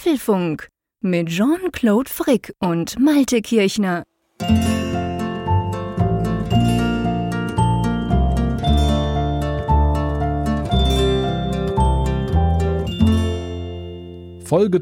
Apfelfunk mit Jean-Claude Frick und Malte Kirchner. Folge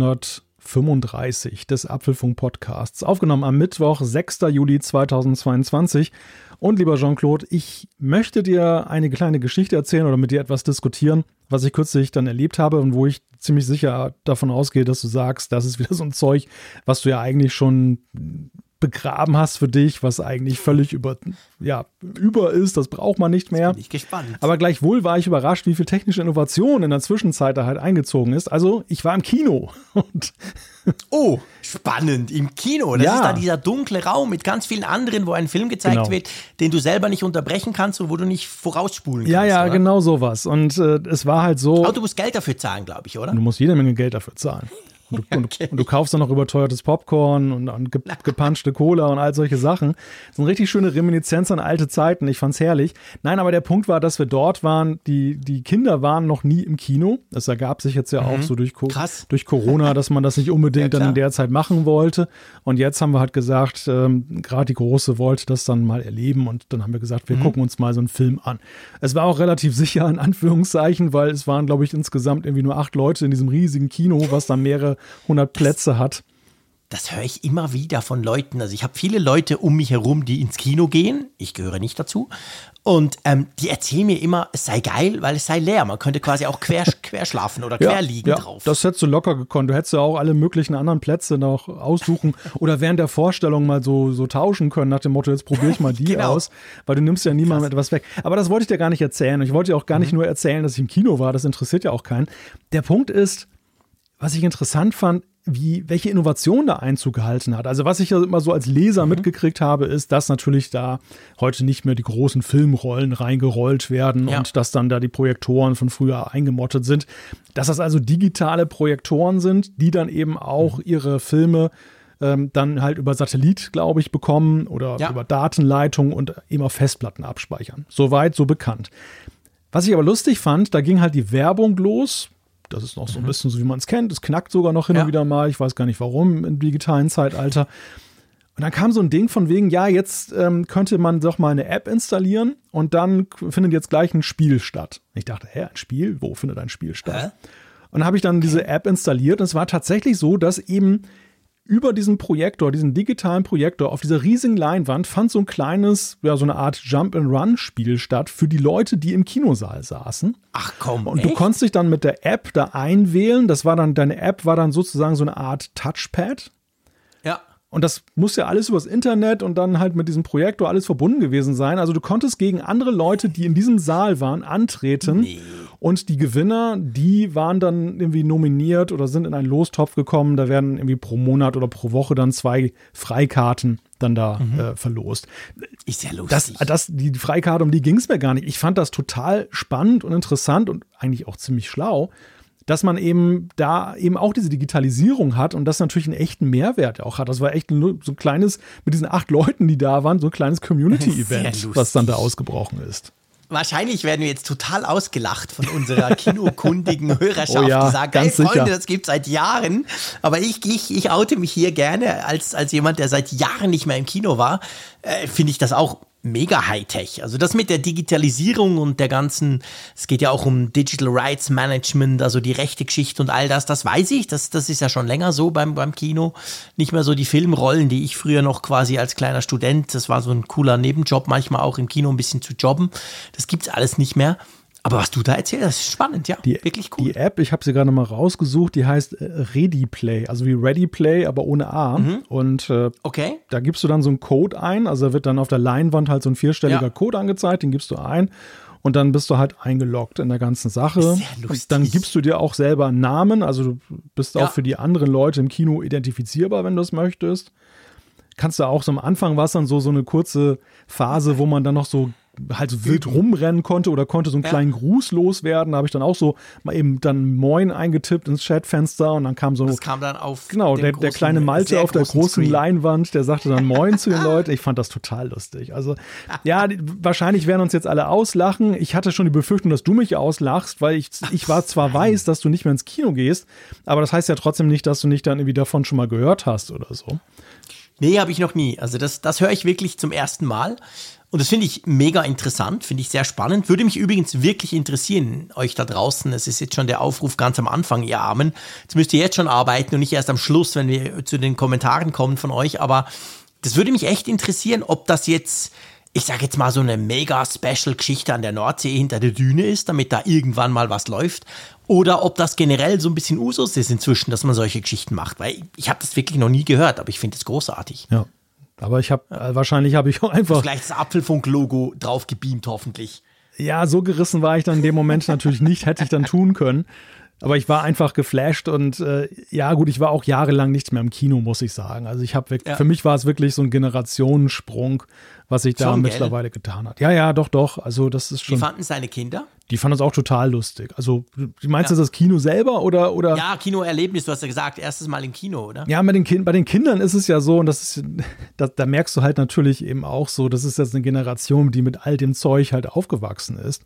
335 des Apfelfunk-Podcasts, aufgenommen am Mittwoch, 6. Juli 2022. Und lieber Jean-Claude, ich möchte dir eine kleine Geschichte erzählen oder mit dir etwas diskutieren, was ich kürzlich dann erlebt habe und wo ich ziemlich sicher davon ausgehe, dass du sagst, das ist wieder so ein Zeug, was du ja eigentlich schon begraben hast für dich, was eigentlich völlig über ist, das braucht man nicht mehr. Jetzt bin ich gespannt. Aber gleichwohl war ich überrascht, wie viel technische Innovation in der Zwischenzeit da halt eingezogen ist. Also ich war im Kino. Oh, spannend, im Kino. Das ist da dieser dunkle Raum mit ganz vielen anderen, wo ein Film gezeigt wird, den du selber nicht unterbrechen kannst und wo du nicht vorausspulen kannst. Ja, oder? genau sowas. Und es war halt so. Aber du musst Geld dafür zahlen, glaube ich, oder? Du musst jede Menge Geld dafür zahlen. Und du kaufst dann noch überteuertes Popcorn und gepanschte Cola und all solche Sachen. Das ist eine richtig schöne Reminiszenz an alte Zeiten. Ich fand's herrlich. Nein, aber der Punkt war, dass wir dort waren. Die Kinder waren noch nie im Kino. Das ergab sich jetzt ja auch so durch Corona, dass man das nicht unbedingt dann in der Zeit machen wollte. Und jetzt haben wir halt gesagt, gerade die Große wollte das dann mal erleben. Und dann haben wir gesagt, wir gucken uns mal so einen Film an. Es war auch relativ sicher, in Anführungszeichen, weil es waren, glaube ich, insgesamt irgendwie nur 8 Leute in diesem riesigen Kino, was dann mehrere 100 Plätze hat. Das höre ich immer wieder von Leuten. Also ich habe viele Leute um mich herum, die ins Kino gehen. Ich gehöre nicht dazu. Und die erzählen mir immer, es sei geil, weil es sei leer. Man könnte quasi auch quer schlafen oder quer liegen drauf. Das hättest du locker gekonnt. Du hättest ja auch alle möglichen anderen Plätze noch aussuchen oder während der Vorstellung mal so tauschen können, nach dem Motto, jetzt probiere ich mal die aus, weil du nimmst ja niemandem etwas weg. Aber das wollte ich dir gar nicht erzählen. Und ich wollte dir auch gar nicht nur erzählen, dass ich im Kino war. Das interessiert ja auch keinen. Der Punkt ist, was ich interessant fand, welche Innovation da Einzug gehalten hat. Also was ich ja immer so als Leser mitgekriegt habe, ist, dass natürlich da heute nicht mehr die großen Filmrollen reingerollt werden und dass dann da die Projektoren von früher eingemottet sind. Dass das also digitale Projektoren sind, die dann eben auch ihre Filme dann halt über Satellit, glaube ich, bekommen oder über Datenleitung und eben auf Festplatten abspeichern. Soweit, so bekannt. Was ich aber lustig fand, da ging halt die Werbung los. Das ist noch so ein bisschen so, wie man es kennt. Es knackt sogar noch hin und wieder mal. Ich weiß gar nicht, warum im digitalen Zeitalter. Und dann kam so ein Ding von wegen, jetzt könnte man doch mal eine App installieren und dann findet jetzt gleich ein Spiel statt. Ich dachte, ein Spiel? Wo findet ein Spiel statt? Und dann habe ich dann diese App installiert und es war tatsächlich so, dass eben über diesen Projektor, diesen digitalen Projektor, auf dieser riesigen Leinwand fand so ein kleines, so eine Art Jump-and-Run-Spiel statt für die Leute, die im Kinosaal saßen. Ach komm, und du konntest dich dann mit der App da einwählen. Deine App war dann sozusagen so eine Art Touchpad. Ja. Und das muss ja alles übers Internet und dann halt mit diesem Projektor alles verbunden gewesen sein. Also du konntest gegen andere Leute, die in diesem Saal waren, antreten. Nee. Und die Gewinner, die waren dann irgendwie nominiert oder sind in einen Lostopf gekommen. Da werden irgendwie pro Monat oder pro Woche dann 2 Freikarten dann da verlost. Ist ja lustig. Die Freikarte, um die ging es mir gar nicht. Ich fand das total spannend und interessant und eigentlich auch ziemlich schlau, dass man eben da eben auch diese Digitalisierung hat und das natürlich einen echten Mehrwert auch hat. Das war echt so ein kleines, mit diesen 8 Leuten, die da waren, so ein kleines Community-Event, was dann da ausgebrochen ist. Wahrscheinlich werden wir jetzt total ausgelacht von unserer kinokundigen Hörerschaft, die sagen, hey Freunde, das gibt's seit Jahren. Aber ich oute mich hier gerne als jemand, der seit Jahren nicht mehr im Kino war, finde ich das auch mega Hightech. Also das mit der Digitalisierung und der ganzen, es geht ja auch um Digital Rights Management, also die rechte Geschichte und all das, das weiß ich, das ist ja schon länger so beim Kino. Nicht mehr so die Filmrollen, die ich früher noch quasi als kleiner Student, das war so ein cooler Nebenjob, manchmal auch im Kino ein bisschen zu jobben. Das gibt's alles nicht mehr. Aber was du da erzählst, das ist spannend, wirklich cool. Die App, ich habe sie gerade mal rausgesucht, die heißt ReadyPlay, also wie ReadyPlay, aber ohne A. Und da gibst du dann so einen Code ein, also da wird dann auf der Leinwand halt so ein 4-stelliger Code angezeigt, den gibst du ein und dann bist du halt eingeloggt in der ganzen Sache. Sehr lustig. Und dann gibst du dir auch selber einen Namen, also du bist auch für die anderen Leute im Kino identifizierbar, wenn du es möchtest. Kannst du auch so am Anfang war es dann so eine kurze Phase, wo man dann noch so halt so wild rumrennen konnte oder konnte so einen kleinen Gruß loswerden. Da habe ich dann auch so mal eben dann Moin eingetippt ins Chatfenster und dann kam so. Das kam dann auf. Genau, der kleine Malte auf der großen Leinwand, der sagte dann Moin zu den Leuten. Ich fand das total lustig. Also, ja, wahrscheinlich werden uns jetzt alle auslachen. Ich hatte schon die Befürchtung, dass du mich auslachst, weil ich war zwar weiß, dass du nicht mehr ins Kino gehst, aber das heißt ja trotzdem nicht, dass du nicht dann irgendwie davon schon mal gehört hast oder so. Nee, habe ich noch nie. Also das höre ich wirklich zum ersten Mal. Und das finde ich mega interessant, finde ich sehr spannend. Würde mich übrigens wirklich interessieren, euch da draußen. Es ist jetzt schon der Aufruf ganz am Anfang, ihr Armen. Jetzt müsst ihr jetzt schon arbeiten und nicht erst am Schluss, wenn wir zu den Kommentaren kommen von euch. Aber das würde mich echt interessieren, ob das jetzt, ich sage jetzt mal, so eine mega Special-Geschichte an der Nordsee hinter der Düne ist, damit da irgendwann mal was läuft. Oder ob das generell so ein bisschen Usus ist inzwischen, dass man solche Geschichten macht. Weil ich habe das wirklich noch nie gehört, aber ich finde es großartig. Ja. Aber wahrscheinlich habe ich auch einfach. Vielleicht das Apfelfunk-Logo drauf gebeamt, hoffentlich. Ja, so gerissen war ich dann in dem Moment natürlich nicht, hätte ich dann tun können. Aber ich war einfach geflasht und ja gut, ich war auch jahrelang nicht mehr im Kino, muss ich sagen. Also für mich war es wirklich so ein Generationensprung, was sich da mittlerweile getan hat. Ja, doch. Also das ist schon. Wie fanden seine Kinder? Die fanden es auch total lustig. Also, meinst du das Kino selber oder? Ja, Kinoerlebnis, du hast ja gesagt, erstes Mal im Kino, oder? Ja, bei den Kindern ist es ja so, und da merkst du halt natürlich eben auch so, das ist jetzt eine Generation, die mit all dem Zeug halt aufgewachsen ist.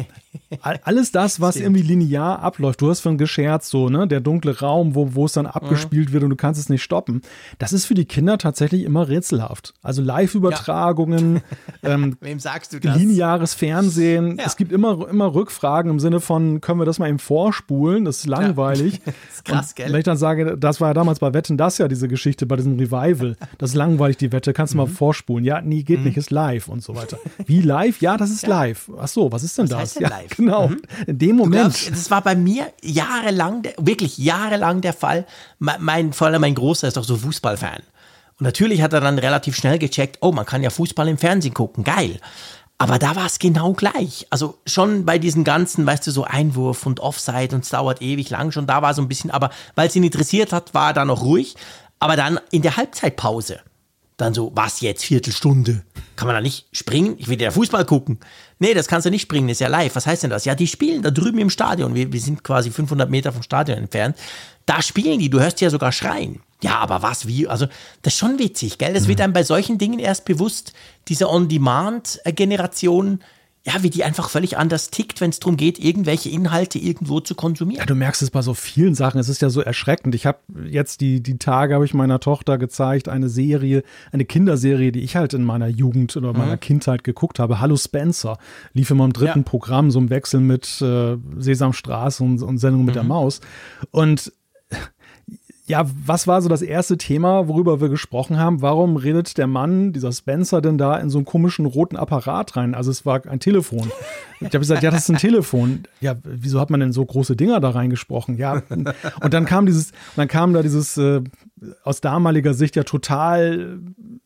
Alles das, was irgendwie linear abläuft, du hast von gescherzt, so, ne, der dunkle Raum, wo es dann abgespielt wird und du kannst es nicht stoppen. Das ist für die Kinder tatsächlich immer rätselhaft. Also Live-Übertragungen, wem sagst du das? Lineares Fernsehen. Es gibt immer Rückfragen im Sinne von, können wir das mal eben vorspulen? Das ist langweilig. Das ist krass, gell? Und wenn ich dann sage, das war ja damals bei Wetten, das ja diese Geschichte, bei diesem Revival. Das ist langweilig, die Wette. Kannst du mal vorspulen? Ja, nee, geht nicht, ist live und so weiter. Wie live? Ja, das ist live. Ach so, was ist denn das? Heißt denn live? Genau. In dem Moment. Das war bei mir wirklich jahrelang der Fall. Vor allem mein Großer ist doch so Fußballfan. Und natürlich hat er dann relativ schnell gecheckt, oh, man kann ja Fußball im Fernsehen gucken. Geil. Aber da war es genau gleich. Also schon bei diesen ganzen, weißt du, so Einwurf und Offside und es dauert ewig lang schon, da war so ein bisschen, aber weil es ihn interessiert hat, war er da noch ruhig. Aber dann in der Halbzeitpause, dann so, was jetzt, Viertelstunde? Kann man da nicht springen? Ich will ja Fußball gucken. Nee, das kannst du nicht springen, das ist ja live. Was heißt denn das? Ja, die spielen da drüben im Stadion. Wir sind quasi 500 Meter vom Stadion entfernt. Da spielen die, du hörst ja sogar schreien. Ja, aber was, wie? Also, das ist schon witzig, gell? Das wird einem bei solchen Dingen erst bewusst, diese On-Demand-Generation, ja, wie die einfach völlig anders tickt, wenn es darum geht, irgendwelche Inhalte irgendwo zu konsumieren. Ja, du merkst es bei so vielen Sachen, es ist ja so erschreckend. Ich habe jetzt die Tage, habe ich meiner Tochter gezeigt, eine Kinderserie, die ich halt in meiner Jugend oder meiner Kindheit geguckt habe. Hallo Spencer, lief immer im dritten Programm, so im Wechsel mit Sesamstraße und Sendung mit der Maus. Und ja, was war so das erste Thema, worüber wir gesprochen haben? Warum redet der Mann, dieser Spencer, denn da in so einen komischen roten Apparat rein? Also es war ein Telefon. Ich habe gesagt, ja, das ist ein Telefon. Ja, wieso hat man denn so große Dinger da reingesprochen? Ja, und dann kam da dieses aus damaliger Sicht ja total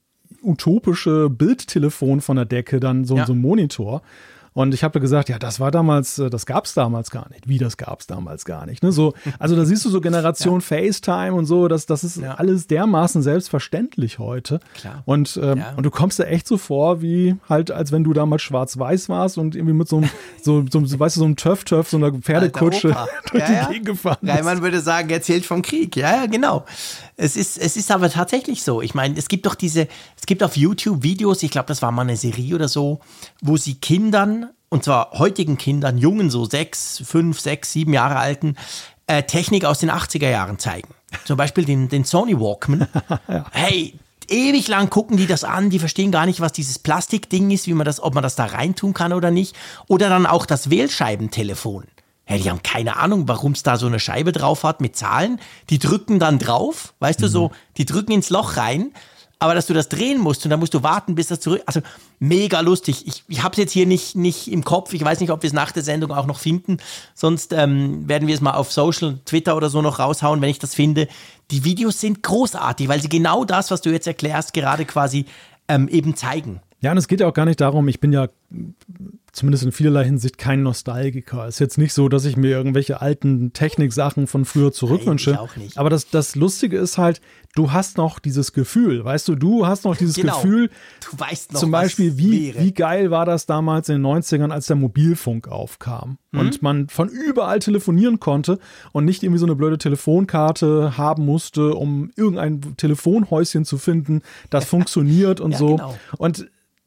utopische Bildtelefon von der Decke, dann so ein Monitor. Und ich habe gesagt, ja, das gab's damals gar nicht. Wie, das gab's damals gar nicht. Ne? So, also da siehst du so Generation FaceTime und so, das ist alles dermaßen selbstverständlich heute. Klar. Und du kommst da echt so vor, wie halt, als wenn du damals schwarz-weiß warst und irgendwie mit so einem Töff, so einer Pferdekutsche durch die Gegend gefahren bist. Reimann würde sagen, erzählt vom Krieg. Ja, genau. Es ist aber tatsächlich so. Ich meine, es gibt auf YouTube Videos, ich glaube, das war mal eine Serie oder so, wo sie Kindern, und zwar heutigen Kindern, Jungen, so 5, 6, 7 Jahre alten, Technik aus den 80er Jahren zeigen. Zum Beispiel den Sony Walkman. Hey, ewig lang gucken die das an, die verstehen gar nicht, was dieses Plastikding ist, ob man das da reintun kann oder nicht. Oder dann auch das Wählscheibentelefon. Ja, die haben keine Ahnung, warum es da so eine Scheibe drauf hat mit Zahlen. Die drücken dann drauf, weißt du, so, die drücken ins Loch rein. Aber dass du das drehen musst und dann musst du warten, bis das zurück. Also mega lustig. Ich habe es jetzt hier nicht im Kopf. Ich weiß nicht, ob wir es nach der Sendung auch noch finden. Sonst werden wir es mal auf Social, Twitter oder so noch raushauen, wenn ich das finde. Die Videos sind großartig, weil sie genau das, was du jetzt erklärst, gerade quasi eben zeigen. Ja, und es geht ja auch gar nicht darum, ich bin ja zumindest in vielerlei Hinsicht kein Nostalgiker. Ist jetzt nicht so, dass ich mir irgendwelche alten Techniksachen von früher zurückwünsche. Nein, ich auch nicht. Aber das Lustige ist halt, du hast noch dieses Gefühl, weißt du hast noch dieses Gefühl, du weißt noch, zum Beispiel, wie geil war das damals in den 90ern, als der Mobilfunk aufkam und man von überall telefonieren konnte und nicht irgendwie so eine blöde Telefonkarte haben musste, um irgendein Telefonhäuschen zu finden, das funktioniert und so. Genau. Und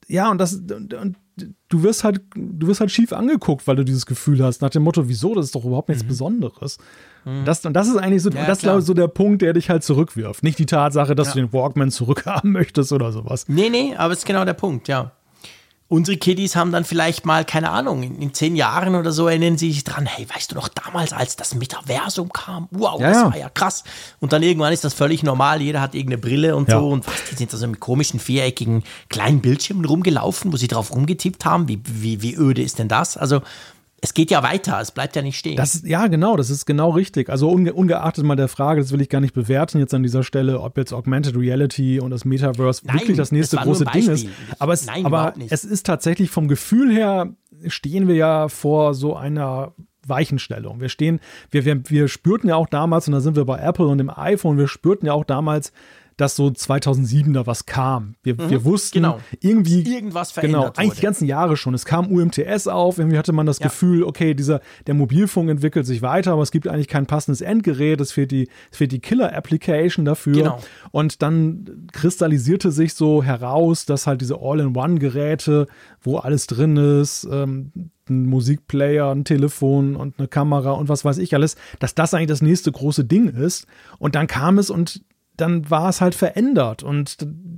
du wirst halt schief angeguckt, weil du dieses Gefühl hast, nach dem Motto, wieso, das ist doch überhaupt nichts Besonderes. Das ist eigentlich so, das glaube ich so der Punkt, der dich halt zurückwirft. Nicht die Tatsache, dass du den Walkman zurückhaben möchtest oder sowas. Nee, aber es ist genau der Punkt, ja. Unsere Kiddies haben dann vielleicht mal, keine Ahnung, in 10 Jahren oder so erinnern sie sich dran, hey, weißt du noch damals, als das Metaversum kam? Wow, das war ja krass. Und dann irgendwann ist das völlig normal, jeder hat irgendeine Brille und so und die sind da so mit komischen, viereckigen, kleinen Bildschirmen rumgelaufen, wo sie drauf rumgetippt haben. Wie öde ist denn das? Also es geht ja weiter, es bleibt ja nicht stehen. Das ist genau richtig. Also ungeachtet mal der Frage, das will ich gar nicht bewerten jetzt an dieser Stelle, ob jetzt Augmented Reality und das Metaverse wirklich das nächste große Ding ist. Aber es ist tatsächlich vom Gefühl her, stehen wir ja vor so einer Weichenstellung. Wir spürten ja auch damals, und da sind wir bei Apple und dem iPhone, wir spürten ja auch damals, dass so 2007 da was kam. Wir wussten irgendwie, irgendwas verändert eigentlich die ganzen Jahre schon. Es kam UMTS auf, irgendwie hatte man das Gefühl, okay, der Mobilfunk entwickelt sich weiter, aber es gibt eigentlich kein passendes Endgerät, es fehlt die Killer-Application dafür. Genau. Und dann kristallisierte sich so heraus, dass halt diese All-in-One-Geräte, wo alles drin ist, ein Musikplayer, ein Telefon und eine Kamera und was weiß ich alles, dass das eigentlich das nächste große Ding ist. Und dann kam es und dann war es halt verändert und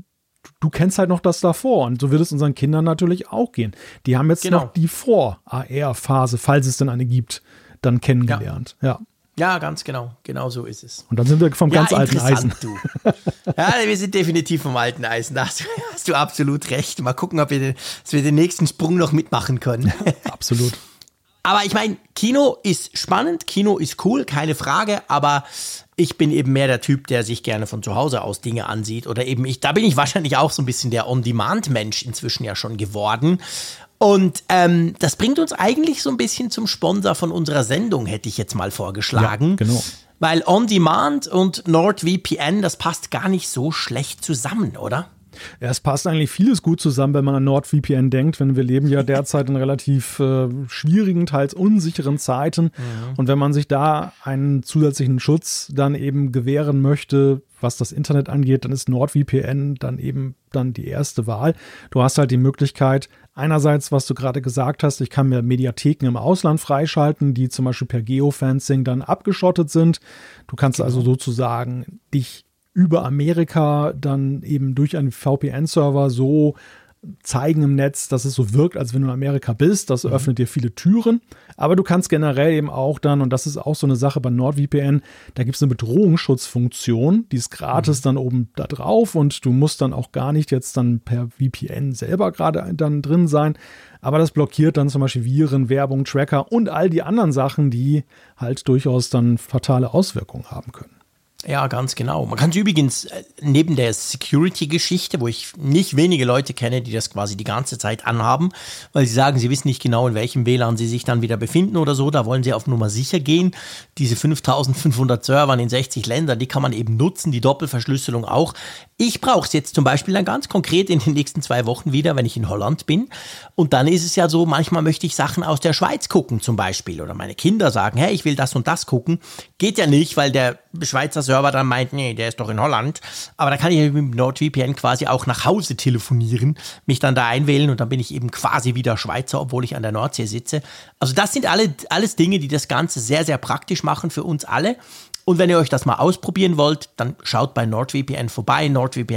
du kennst halt noch das davor und so wird es unseren Kindern natürlich auch gehen. Die haben jetzt noch die Vor-AR-Phase, falls es denn eine gibt, dann kennengelernt. Ja, ganz genau. Genau so ist es. Und dann sind wir vom ganz alten Eisen. Du. Ja, wir sind definitiv vom alten Eisen. Da hast du absolut recht. Mal gucken, ob wir den nächsten Sprung noch mitmachen können. Absolut. Aber ich meine, Kino ist spannend, Kino ist cool, keine Frage, aber ich bin eben mehr der Typ, der sich gerne von zu Hause aus Dinge ansieht oder eben da bin ich wahrscheinlich auch so ein bisschen der On-Demand-Mensch inzwischen ja schon geworden. Und das bringt uns eigentlich so ein bisschen zum Sponsor von unserer Sendung, hätte ich jetzt mal vorgeschlagen. Ja, genau. Weil On-Demand und NordVPN, das passt gar nicht so schlecht zusammen, oder? Ja, es passt eigentlich vieles gut zusammen, wenn man an NordVPN denkt, wenn wir leben ja derzeit in relativ schwierigen, teils unsicheren Zeiten. Und wenn man sich da einen zusätzlichen Schutz dann eben gewähren möchte, was das Internet angeht, dann ist NordVPN dann eben die erste Wahl. Du hast halt die Möglichkeit, einerseits, was du gerade gesagt hast, ich kann mir Mediatheken im Ausland freischalten, die zum Beispiel per Geofencing dann abgeschottet sind. Du kannst also sozusagen dich über Amerika dann eben durch einen VPN-Server so zeigen im Netz, dass es so wirkt, als wenn du in Amerika bist. Das öffnet dir viele Türen. Aber du kannst generell eben auch dann, und das ist auch so eine Sache bei NordVPN, da gibt es eine Bedrohungsschutzfunktion, die ist gratis dann oben da drauf und du musst dann auch gar nicht jetzt dann per VPN selber gerade dann drin sein. Aber das blockiert dann zum Beispiel Viren, Werbung, Tracker und all die anderen Sachen, die halt durchaus dann fatale Auswirkungen haben können. Ja, ganz genau. Man kann es übrigens neben der Security-Geschichte, wo ich nicht wenige Leute kenne, die das quasi die ganze Zeit anhaben, weil sie sagen, sie wissen nicht genau, in welchem WLAN sie sich dann wieder befinden oder so, da wollen sie auf Nummer sicher gehen. Diese 5500 Servern in 60 Ländern, die kann man eben nutzen, die Doppelverschlüsselung auch. Ich brauche es jetzt zum Beispiel dann ganz konkret in den nächsten 2 Wochen wieder, wenn ich in Holland bin. Und dann ist es ja so, manchmal möchte ich Sachen aus der Schweiz gucken zum Beispiel. Oder meine Kinder sagen, hey, ich will das und das gucken. Geht ja nicht, weil der Schweizer Server dann meint, nee, der ist doch in Holland. Aber da kann ich mit NordVPN quasi auch nach Hause telefonieren, mich dann da einwählen und dann bin ich eben quasi wieder Schweizer, obwohl ich an der Nordsee sitze. Also das sind alles Dinge, die das Ganze sehr, sehr praktisch machen für uns alle. Und wenn ihr euch das mal ausprobieren wollt, dann schaut bei NordVPN vorbei,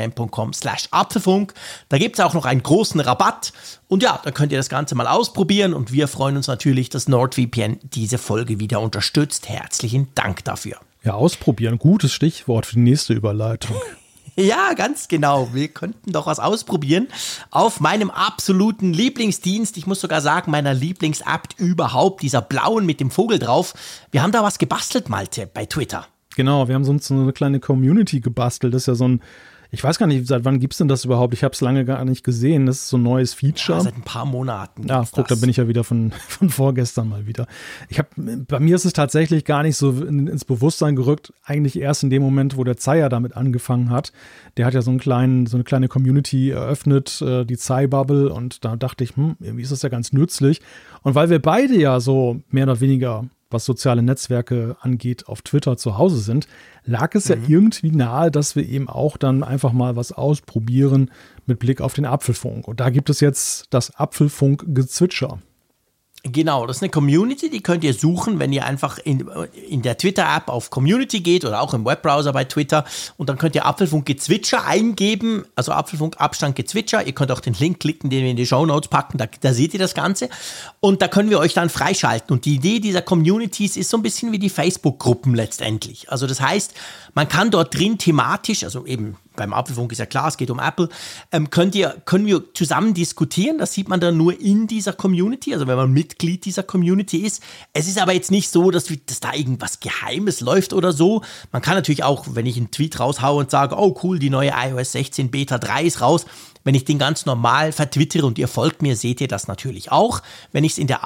nordvpn.com/Apfelfunk. Da gibt es auch noch einen großen Rabatt. Und ja, dann könnt ihr das Ganze mal ausprobieren. Und wir freuen uns natürlich, dass NordVPN diese Folge wieder unterstützt. Herzlichen Dank dafür. Ja, ausprobieren. Gutes Stichwort für die nächste Überleitung. Ja, ganz genau. Wir könnten doch was ausprobieren auf meinem absoluten Lieblingsdienst. Ich muss sogar sagen, meiner Lieblings-App überhaupt, dieser blauen mit dem Vogel drauf. Wir haben da was gebastelt, Malte, bei Twitter. Genau, wir haben sonst so eine kleine Community gebastelt. Das ist ja so ein Ich weiß gar nicht, seit wann gibt es denn das überhaupt? Ich habe es lange gar nicht gesehen. Das ist so ein neues Feature. Ja, seit ein paar Monaten. Ja, guck, da bin ich ja wieder von vorgestern mal wieder. Bei mir ist es tatsächlich gar nicht so ins Bewusstsein gerückt. Eigentlich erst in dem Moment, wo der Zeier damit angefangen hat. Der hat ja so eine kleine Community eröffnet, die Zei-Bubble. Und da dachte ich, irgendwie ist das ja ganz nützlich. Und weil wir beide ja so mehr oder weniger, was soziale Netzwerke angeht, auf Twitter zu Hause sind, lag es ja irgendwie nahe, dass wir eben auch dann einfach mal was ausprobieren mit Blick auf den Apfelfunk. Und da gibt es jetzt das Apfelfunk-Gezwitscher. Genau, das ist eine Community, die könnt ihr suchen, wenn ihr einfach in der Twitter-App auf Community geht oder auch im Webbrowser bei Twitter und dann könnt ihr Apfelfunk-Gezwitscher eingeben, also Apfelfunk-Gezwitscher. Ihr könnt auch den Link klicken, den wir in die Shownotes packen, da seht ihr das Ganze und da können wir euch dann freischalten und die Idee dieser Communities ist so ein bisschen wie die Facebook-Gruppen letztendlich. Also das heißt, man kann dort drin thematisch, also eben beim Apfelfunk ist ja klar, es geht um Apple, können wir zusammen diskutieren. Das sieht man dann nur in dieser Community, also wenn man Mitglied dieser Community ist. Es ist aber jetzt nicht so, dass da irgendwas Geheimes läuft oder so. Man kann natürlich auch, wenn ich einen Tweet raushaue und sage, oh cool, die neue iOS 16 Beta 3 ist raus, wenn ich den ganz normal vertwittere und ihr folgt mir, seht ihr das natürlich auch. Wenn ich es in der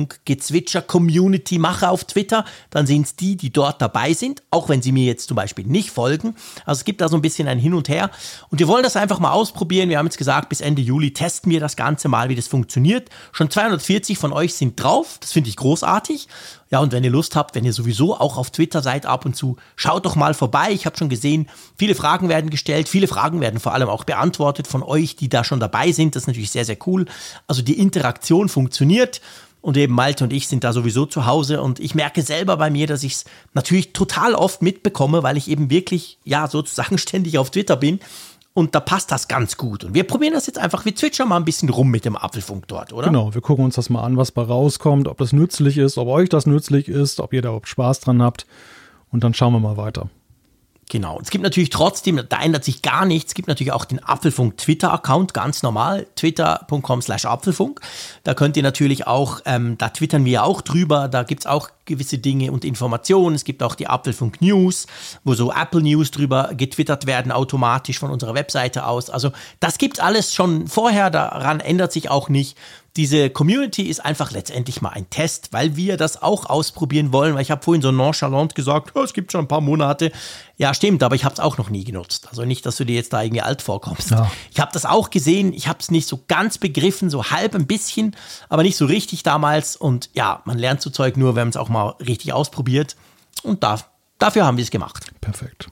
Apfelfunk-Gezwitscher-Community mache auf Twitter, dann sind es die dort dabei sind, auch wenn sie mir jetzt zum Beispiel nicht folgen. Also es gibt da so ein bisschen ein Hin und Her. Und wir wollen das einfach mal ausprobieren. Wir haben jetzt gesagt, bis Ende Juli testen wir das Ganze mal, wie das funktioniert. Schon 240 von euch sind drauf. Das finde ich großartig. Ja, und wenn ihr Lust habt, wenn ihr sowieso auch auf Twitter seid ab und zu, schaut doch mal vorbei. Ich habe schon gesehen, viele Fragen werden gestellt. Viele Fragen werden vor allem auch beantwortet von euch, die da schon dabei sind. Das ist natürlich sehr, sehr cool. Also die Interaktion funktioniert. Und eben Malte und ich sind da sowieso zu Hause. Und ich merke selber bei mir, dass ich es natürlich total oft mitbekomme, weil ich eben wirklich, ja, sozusagen ständig auf Twitter bin. Und da passt das ganz gut. Und wir probieren das jetzt einfach, wir zwitschern mal ein bisschen rum mit dem Apfelfunk dort, oder? Genau, wir gucken uns das mal an, was bei rauskommt, ob das nützlich ist, ob euch das nützlich ist, ob ihr da überhaupt Spaß dran habt. Und dann schauen wir mal weiter. Genau. Es gibt natürlich trotzdem, da ändert sich gar nichts, es gibt natürlich auch den Apfelfunk-Twitter-Account, ganz normal, twitter.com/Apfelfunk. Da könnt ihr natürlich auch, da twittern wir auch drüber, da gibt's auch gewisse Dinge und Informationen. Es gibt auch die Apfelfunk-News, wo so Apple-News drüber getwittert werden, automatisch von unserer Webseite aus. Also das gibt's alles schon vorher, daran ändert sich auch nicht. Diese Community ist einfach letztendlich mal ein Test, weil wir das auch ausprobieren wollen, weil ich habe vorhin so nonchalant gesagt, oh, es gibt schon ein paar Monate. Ja, stimmt, aber ich habe es auch noch nie genutzt. Also nicht, dass du dir jetzt da irgendwie alt vorkommst. Ja. Ich habe das auch gesehen, ich habe es nicht so ganz begriffen, so halb ein bisschen, aber nicht so richtig damals. Und ja, man lernt so Zeug nur, wenn man es auch mal richtig ausprobiert. Und dafür haben wir es gemacht. Perfekt.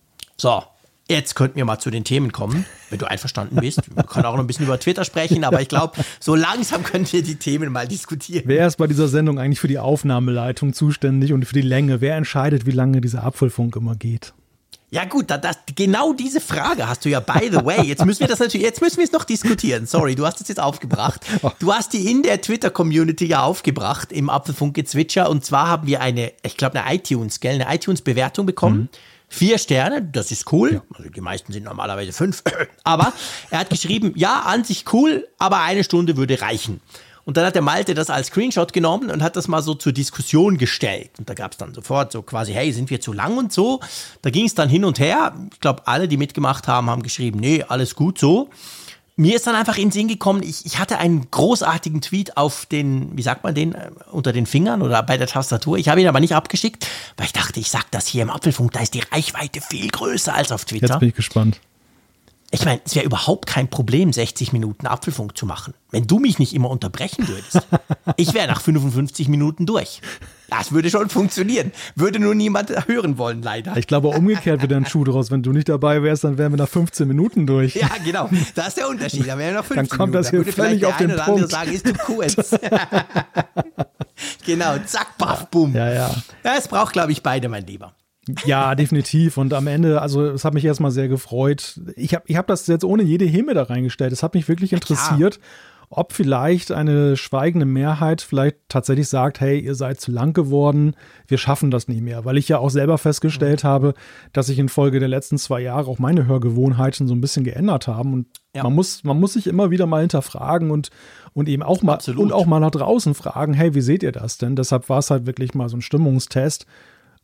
So. Jetzt könnten wir mal zu den Themen kommen, wenn du einverstanden bist. Wir können auch noch ein bisschen über Twitter sprechen, aber ich glaube, so langsam können wir die Themen mal diskutieren. Wer ist bei dieser Sendung eigentlich für die Aufnahmeleitung zuständig und für die Länge? Wer entscheidet, wie lange dieser Apfelfunk immer geht? Ja gut, genau diese Frage hast du ja, by the way. Jetzt müssen wir es noch diskutieren. Sorry, du hast es jetzt aufgebracht. Du hast die in der Twitter-Community ja aufgebracht im Apfelfunk-Gezwitscher. Und zwar haben wir eine iTunes-Bewertung bekommen. 4 Sterne, das ist cool. Ja. Also die meisten sind normalerweise 5. Aber er hat geschrieben, ja, an sich cool, aber 1 Stunde würde reichen. Und dann hat der Malte das als Screenshot genommen und hat das mal so zur Diskussion gestellt. Und da gab es dann sofort so quasi, hey, sind wir zu lang und so? Da ging es dann hin und her. Ich glaube, alle, die mitgemacht haben, haben geschrieben, nee, alles gut so. Mir ist dann einfach in den Sinn gekommen, ich hatte einen großartigen Tweet auf den, wie sagt man den, unter den Fingern oder bei der Tastatur. Ich habe ihn aber nicht abgeschickt, weil ich dachte, ich sag das hier im Apfelfunk, da ist die Reichweite viel größer als auf Twitter. Jetzt bin ich gespannt. Ich meine, es wäre überhaupt kein Problem, 60 Minuten Apfelfunk zu machen, wenn du mich nicht immer unterbrechen würdest. Ich wäre nach 55 Minuten durch. Das würde schon funktionieren. Würde nur niemand hören wollen, leider. Ich glaube, umgekehrt wird ein Schuh draus. Wenn du nicht dabei wärst, dann wären wir nach 15 Minuten durch. Ja, genau. Das ist der Unterschied. Dann wären wir nach 15 Minuten. Dann kommt das hier völlig auf den Punkt. Dann würde vielleicht der eine oder andere sagen, ist zu kurz. Genau, zack, baff, bumm. Ja. Es braucht, glaube ich, beide, mein Lieber. Ja, definitiv. Und am Ende, also es hat mich erstmal sehr gefreut. Ich hab das jetzt ohne jede Häme da reingestellt. Es hat mich wirklich interessiert, ob vielleicht eine schweigende Mehrheit vielleicht tatsächlich sagt, hey, ihr seid zu lang geworden, wir schaffen das nicht mehr. Weil ich ja auch selber festgestellt habe, dass sich infolge der letzten 2 Jahre auch meine Hörgewohnheiten so ein bisschen geändert haben. Und man muss sich immer wieder mal hinterfragen und eben auch mal und auch mal nach draußen fragen, hey, wie seht ihr das denn? Deshalb war es halt wirklich mal so ein Stimmungstest.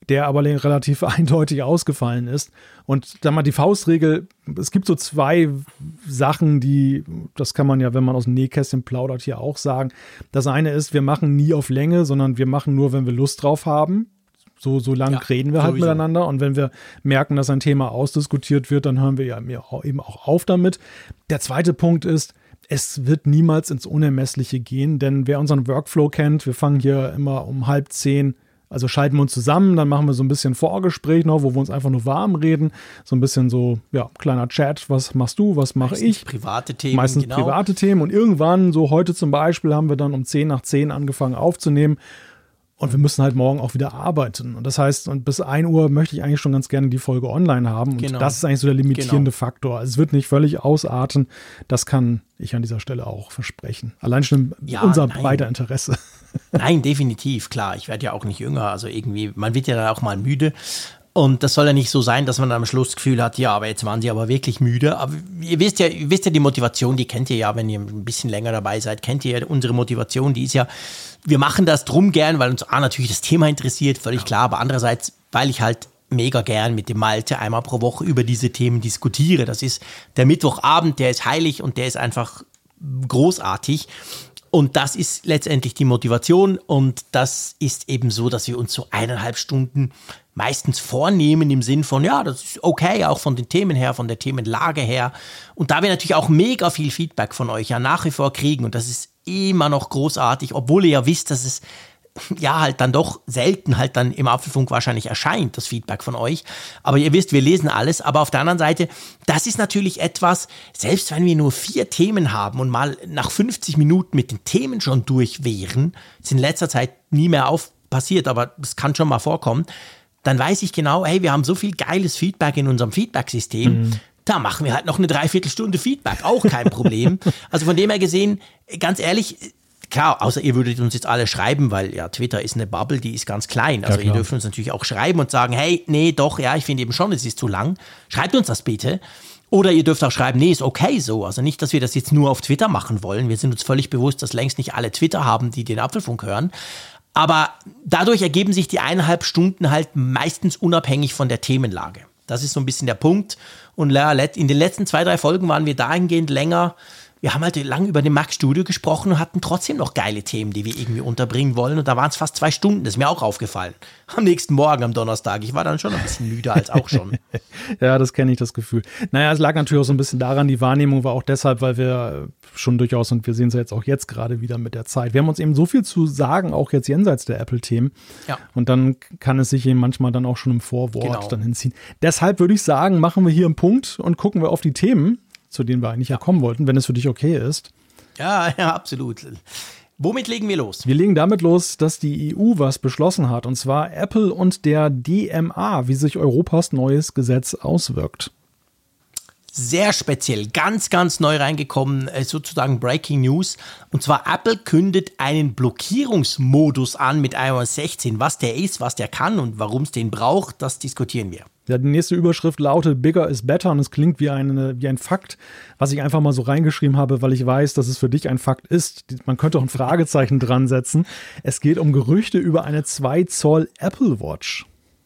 der aber relativ eindeutig ausgefallen ist. Und sag mal, die Faustregel, es gibt so 2 Sachen, das kann man ja, wenn man aus dem Nähkästchen plaudert, hier auch sagen. Das eine ist, wir machen nie auf Länge, sondern wir machen nur, wenn wir Lust drauf haben. So lang reden wir halt sowieso miteinander. Und wenn wir merken, dass ein Thema ausdiskutiert wird, dann hören wir ja eben auch auf damit. Der zweite Punkt ist, es wird niemals ins Unermessliche gehen, denn wer unseren Workflow kennt, wir fangen hier immer um 9:30, also schalten wir uns zusammen, dann machen wir so ein bisschen Vorgespräch noch, wo wir uns einfach nur warm reden, so ein bisschen so, ja, kleiner Chat, was machst du, was mache ich? Private Themen, meistens genau. Private Themen und irgendwann, so heute zum Beispiel, haben wir dann um 9:10 angefangen aufzunehmen. Und wir müssen halt morgen auch wieder arbeiten. Und das heißt, und bis 1 Uhr möchte ich eigentlich schon ganz gerne die Folge online haben. Und das ist eigentlich so der limitierende Faktor. Also es wird nicht völlig ausarten. Das kann ich an dieser Stelle auch versprechen. Allein schon unser beider Interesse. Nein, definitiv, klar. Ich werde ja auch nicht jünger. Also irgendwie, man wird ja dann auch mal müde. Und das soll ja nicht so sein, dass man am Schluss das Gefühl hat, ja, aber jetzt waren sie aber wirklich müde. Aber ihr wisst ja die Motivation, die kennt ihr ja, wenn ihr ein bisschen länger dabei seid, kennt ihr ja unsere Motivation, die ist ja, wir machen das drum gern, weil uns natürlich das Thema interessiert, völlig klar, aber andererseits, weil ich halt mega gern mit dem Malte einmal pro Woche über diese Themen diskutiere. Das ist der Mittwochabend, der ist heilig und der ist einfach großartig. Und das ist letztendlich die Motivation und das ist eben so, dass wir uns so 1,5 Stunden meistens vornehmen im Sinn von, ja, das ist okay, auch von den Themen her, von der Themenlage her. Und da wir natürlich auch mega viel Feedback von euch ja nach wie vor kriegen und das ist immer noch großartig, obwohl ihr ja wisst, dass es ja halt dann doch selten halt dann im Apfelfunk wahrscheinlich erscheint, das Feedback von euch. Aber ihr wisst, wir lesen alles. Aber auf der anderen Seite, das ist natürlich etwas, selbst wenn wir nur 4 Themen haben und mal nach 50 Minuten mit den Themen schon durch wären, ist in letzter Zeit nie mehr passiert, aber das kann schon mal vorkommen, dann weiß ich genau, hey, wir haben so viel geiles Feedback in unserem Feedback-System, da machen wir halt noch eine Dreiviertelstunde Feedback, auch kein Problem. Also von dem her gesehen, ganz ehrlich, klar, außer ihr würdet uns jetzt alle schreiben, weil ja Twitter ist eine Bubble, die ist ganz klein. Also ihr dürft uns natürlich auch schreiben und sagen, hey, nee, doch, ja, ich finde eben schon, es ist zu lang. Schreibt uns das bitte. Oder ihr dürft auch schreiben, nee, ist okay so. Also nicht, dass wir das jetzt nur auf Twitter machen wollen. Wir sind uns völlig bewusst, dass längst nicht alle Twitter haben, die den Apfelfunk hören. Aber dadurch ergeben sich die 1,5 Stunden halt meistens unabhängig von der Themenlage. Das ist so ein bisschen der Punkt. Und in den letzten 2, 3 Folgen waren wir dahingehend länger. Wir haben halt lange über den Mac Studio gesprochen und hatten trotzdem noch geile Themen, die wir irgendwie unterbringen wollen. Und da waren es fast 2 Stunden. Das ist mir auch aufgefallen. Am nächsten Morgen, am Donnerstag. Ich war dann schon ein bisschen müder als auch schon. Ja, das kenne ich, das Gefühl. Naja, es lag natürlich auch so ein bisschen daran, die Wahrnehmung war auch deshalb, weil wir schon durchaus, und wir sehen es ja jetzt gerade wieder mit der Zeit. Wir haben uns eben so viel zu sagen, auch jetzt jenseits der Apple-Themen. Ja. Und dann kann es sich eben manchmal dann auch schon im Vorwort dann hinziehen. Deshalb würde ich sagen, machen wir hier einen Punkt und gucken wir auf die Themen, zu denen wir eigentlich ja kommen wollten, wenn es für dich okay ist. Ja, absolut. Womit legen wir los? Wir legen damit los, dass die EU was beschlossen hat, und zwar Apple und der DMA, wie sich Europas neues Gesetz auswirkt. Sehr speziell, ganz, ganz neu reingekommen, sozusagen Breaking News. Und zwar Apple kündet einen Blockierungsmodus an mit iOS 16. Was der ist, was der kann und warum es den braucht, das diskutieren wir. Ja, die nächste Überschrift lautet Bigger is better und es klingt wie ein Fakt, was ich einfach mal so reingeschrieben habe, weil ich weiß, dass es für dich ein Fakt ist. Man könnte auch ein Fragezeichen dran setzen. Es geht um Gerüchte über eine 2 Zoll Apple Watch.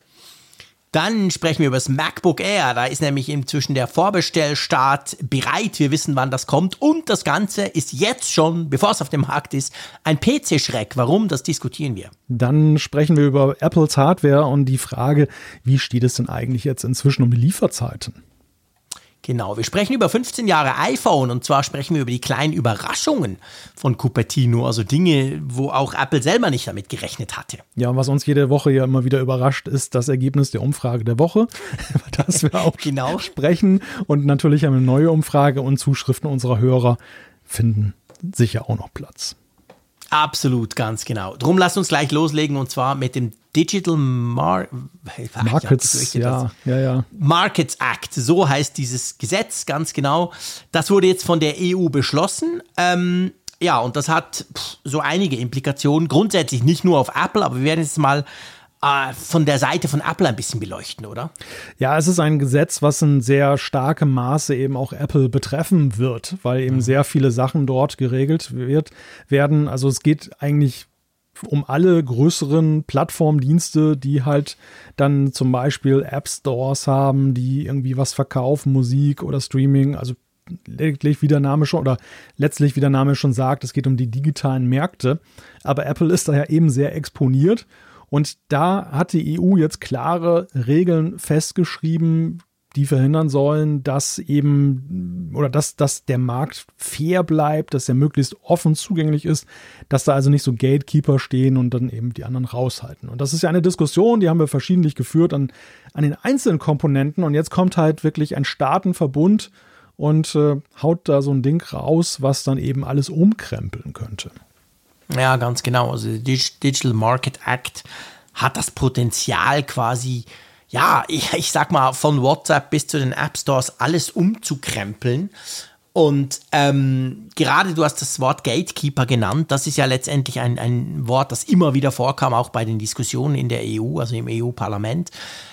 Dann sprechen wir über das MacBook Air. Da ist nämlich inzwischen der Vorbestellstart bereit. Wir wissen, wann das kommt. Und das Ganze ist jetzt schon, bevor es auf dem Markt ist, ein PC-Schreck. Warum? Das diskutieren wir. Dann sprechen wir über Apples Hardware und die Frage, wie steht es denn eigentlich jetzt inzwischen um die Lieferzeiten? Genau, wir sprechen über 15 Jahre iPhone und zwar sprechen wir über die kleinen Überraschungen von Cupertino, also Dinge, wo auch Apple selber nicht damit gerechnet hatte. Ja, und was uns jede Woche ja immer wieder überrascht, ist das Ergebnis der Umfrage der Woche, über das wir auch sprechen. Und natürlich haben wir eine neue Umfrage und Zuschriften unserer Hörer finden sicher auch noch Platz. Absolut, ganz genau. Drum lasst uns gleich loslegen und zwar mit dem Digital Markets, Markets Act, so heißt dieses Gesetz, ganz genau. Das wurde jetzt von der EU beschlossen. Ja, und das hat so einige Implikationen. Grundsätzlich nicht nur auf Apple, aber wir werden jetzt mal von der Seite von Apple ein bisschen beleuchten, oder? Ja, es ist ein Gesetz, was in sehr starkem Maße eben auch Apple betreffen wird, weil eben sehr viele Sachen dort geregelt werden. Also es geht eigentlich um alle größeren Plattformdienste, die halt dann zum Beispiel App-Stores haben, die irgendwie was verkaufen, Musik oder Streaming, also letztlich, wie der Name schon sagt, es geht um die digitalen Märkte. Aber Apple ist da ja eben sehr exponiert. Und da hat die EU jetzt klare Regeln festgeschrieben, die verhindern sollen, dass dass der Markt fair bleibt, dass er möglichst offen zugänglich ist, dass da also nicht so Gatekeeper stehen und dann eben die anderen raushalten. Und das ist ja eine Diskussion, die haben wir verschiedentlich geführt an den einzelnen Komponenten. Und jetzt kommt halt wirklich ein Staatenverbund und haut da so ein Ding raus, was dann eben alles umkrempeln könnte. Ja, ganz genau. Also der Digital Market Act hat das Potenzial quasi, ja, ich sag mal, von WhatsApp bis zu den App Stores alles umzukrempeln. Und gerade du hast das Wort Gatekeeper genannt. Das ist ja letztendlich ein Wort, das immer wieder vorkam, auch bei den Diskussionen in der EU, also im EU-Parlament.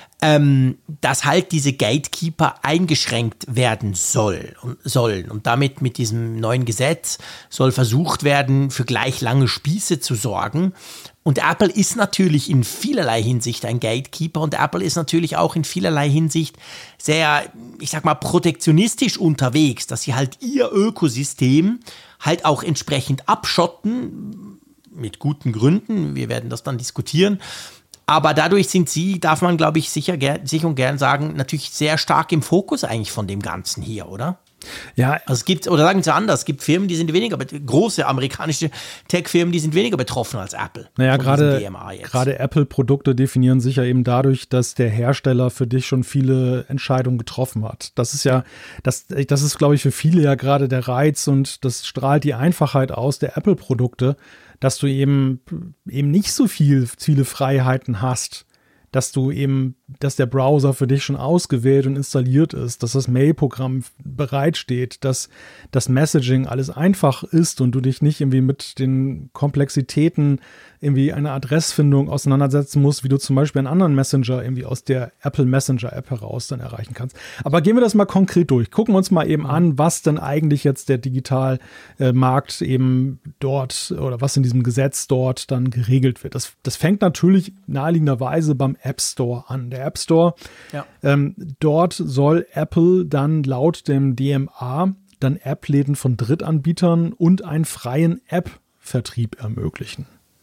Dass halt diese Gatekeeper eingeschränkt werden sollen. Und damit mit diesem neuen Gesetz soll versucht werden, für gleich lange Spieße zu sorgen. Und Apple ist natürlich in vielerlei Hinsicht ein Gatekeeper und Apple ist natürlich auch in vielerlei Hinsicht sehr, ich sag mal, protektionistisch unterwegs, dass sie halt ihr Ökosystem halt auch entsprechend abschotten, mit guten Gründen. Wir werden das dann diskutieren. Aber dadurch sind sie, darf man, glaube ich, sicher und gern sagen, natürlich sehr stark im Fokus eigentlich von dem Ganzen hier, oder? Ja. Also es gibt, oder sagen Sie anders, es gibt Firmen, die sind weniger, große amerikanische Tech-Firmen, die sind weniger betroffen als Apple. Naja, gerade Apple-Produkte definieren sich ja eben dadurch, dass der Hersteller für dich schon viele Entscheidungen getroffen hat. Das ist ja, das ist, glaube ich, für viele ja gerade der Reiz und das strahlt die Einfachheit aus der Apple-Produkte, dass du eben nicht so viele Freiheiten hast, dass der Browser für dich schon ausgewählt und installiert ist, dass das Mail-Programm bereitsteht, dass das Messaging alles einfach ist und du dich nicht irgendwie mit den Komplexitäten irgendwie einer Adressfindung auseinandersetzen musst, wie du zum Beispiel einen anderen Messenger irgendwie aus der Apple Messenger App heraus dann erreichen kannst. Aber gehen wir das mal konkret durch. Gucken wir uns mal eben an, was denn eigentlich jetzt der Digitalmarkt eben dort oder was in diesem Gesetz dort dann geregelt wird. Das fängt natürlich naheliegenderweise beim App Store an. Der App Store, ja. Dort soll Apple dann laut dem DMA dann App-Läden von Drittanbietern und einen freien App-Vertrieb ermöglichen.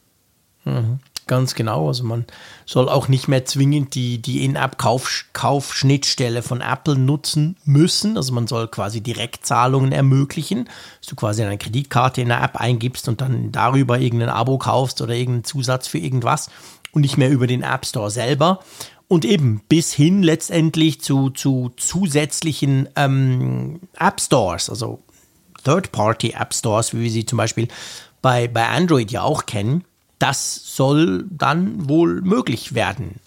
Ganz genau, also man soll auch nicht mehr zwingend die In-App-Kaufschnittstelle von Apple nutzen müssen, also man soll quasi Direktzahlungen ermöglichen, dass du quasi eine Kreditkarte in der App eingibst und dann darüber irgendein Abo kaufst oder irgendeinen Zusatz für irgendwas und nicht mehr über den App Store selber und eben bis hin letztendlich zu zusätzlichen App Stores, also Third-Party App Stores, wie wir sie zum Beispiel bei Android ja auch kennen. Das soll dann wohl möglich werden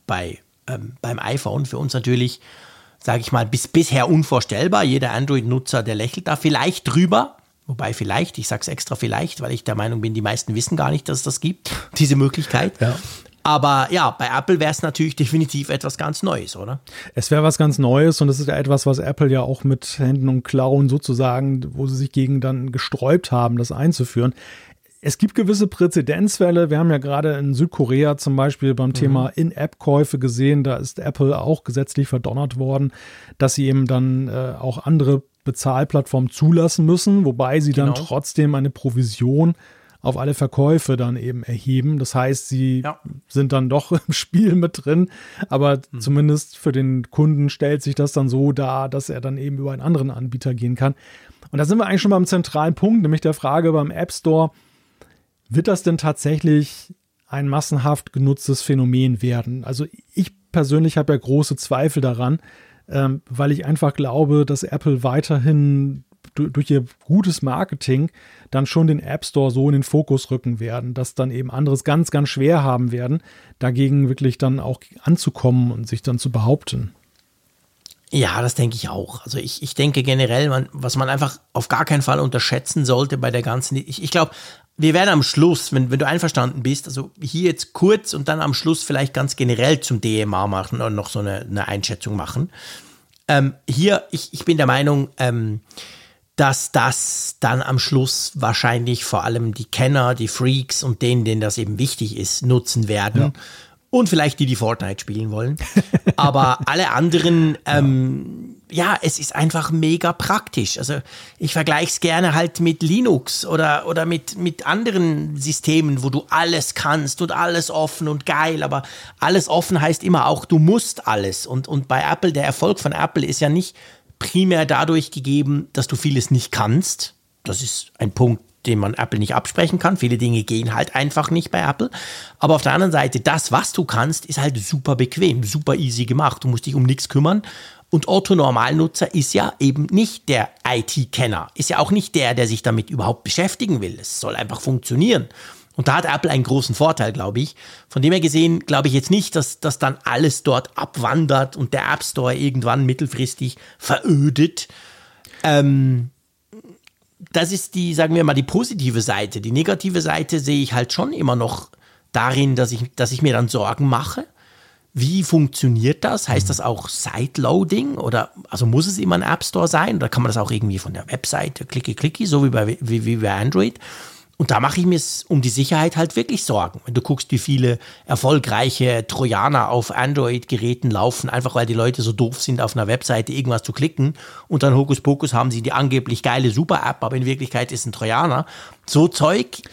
beim iPhone. Für uns natürlich, sage ich mal, bisher unvorstellbar. Jeder Android-Nutzer, der lächelt da vielleicht drüber. Wobei vielleicht, ich sage es extra vielleicht, weil ich der Meinung bin, die meisten wissen gar nicht, dass es das gibt, diese Möglichkeit. Ja. Aber ja, bei Apple wäre es natürlich definitiv etwas ganz Neues, oder? Es wäre was ganz Neues und es ist ja etwas, was Apple ja auch mit Händen und Klauen sozusagen, wo sie sich gegen dann gesträubt haben, das einzuführen. Es gibt gewisse Präzedenzfälle. Wir haben ja gerade in Südkorea zum Beispiel beim Thema In-App-Käufe gesehen. Da ist Apple auch gesetzlich verdonnert worden, dass sie eben dann auch andere Bezahlplattformen zulassen müssen, wobei sie dann trotzdem eine Provision auf alle Verkäufe dann eben erheben. Das heißt, sie sind dann doch im Spiel mit drin, aber zumindest für den Kunden stellt sich das dann so dar, dass er dann eben über einen anderen Anbieter gehen kann. Und da sind wir eigentlich schon beim zentralen Punkt, nämlich der Frage beim App Store, wird das denn tatsächlich ein massenhaft genutztes Phänomen werden? Also ich persönlich habe ja große Zweifel daran, weil ich einfach glaube, dass Apple weiterhin durch ihr gutes Marketing dann schon den App Store so in den Fokus rücken werden, dass dann eben anderes ganz, ganz schwer haben werden, dagegen wirklich dann auch anzukommen und sich dann zu behaupten. Ja, das denke ich auch. Also ich denke generell, was man einfach auf gar keinen Fall unterschätzen sollte bei der ganzen, ich glaube, wir werden am Schluss, wenn du einverstanden bist, also hier jetzt kurz und dann am Schluss vielleicht ganz generell zum DMA machen und noch so eine Einschätzung machen. Ich bin der Meinung, dass das dann am Schluss wahrscheinlich vor allem die Kenner, die Freaks und denen das eben wichtig ist, nutzen werden. Ja. Und vielleicht die Fortnite spielen wollen. Aber alle anderen, es ist einfach mega praktisch. Also ich vergleiche es gerne halt mit Linux oder mit anderen Systemen, wo du alles kannst und alles offen und geil. Aber alles offen heißt immer auch, du musst alles. Und bei Apple, der Erfolg von Apple ist ja nicht primär dadurch gegeben, dass du vieles nicht kannst. Das ist ein Punkt, den man Apple nicht absprechen kann. Viele Dinge gehen halt einfach nicht bei Apple. Aber auf der anderen Seite, das, was du kannst, ist halt super bequem, super easy gemacht. Du musst dich um nichts kümmern. Und Otto-Normalnutzer ist ja eben nicht der IT-Kenner. Ist ja auch nicht der sich damit überhaupt beschäftigen will. Es soll einfach funktionieren. Und da hat Apple einen großen Vorteil, glaube ich. Von dem her gesehen, glaube ich jetzt nicht, dass dann alles dort abwandert und der App Store irgendwann mittelfristig verödet. Das ist die, sagen wir mal, die positive Seite. Die negative Seite sehe ich halt schon immer noch darin, dass ich mir dann Sorgen mache. Wie funktioniert das? Heißt das auch Sideloading? Oder also muss es immer ein App Store sein? Oder kann man das auch irgendwie von der Webseite klicki, so wie bei Android? Und da mache ich mir um die Sicherheit halt wirklich Sorgen. Wenn du guckst, wie viele erfolgreiche Trojaner auf Android-Geräten laufen, einfach weil die Leute so doof sind, auf einer Webseite irgendwas zu klicken und dann Hokuspokus haben sie die angeblich geile Super-App, aber in Wirklichkeit ist ein Trojaner. So Zeug,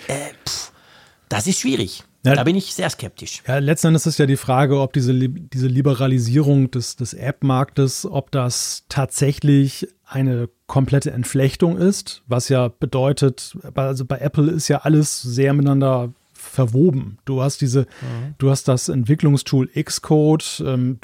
das ist schwierig. Ja, da bin ich sehr skeptisch. Ja, letzten Endes ist ja die Frage, ob diese Liberalisierung des App-Marktes, ob das tatsächlich eine komplette Entflechtung ist, was ja bedeutet, also bei Apple ist ja alles sehr miteinander verwoben. Du hast du hast das Entwicklungstool Xcode,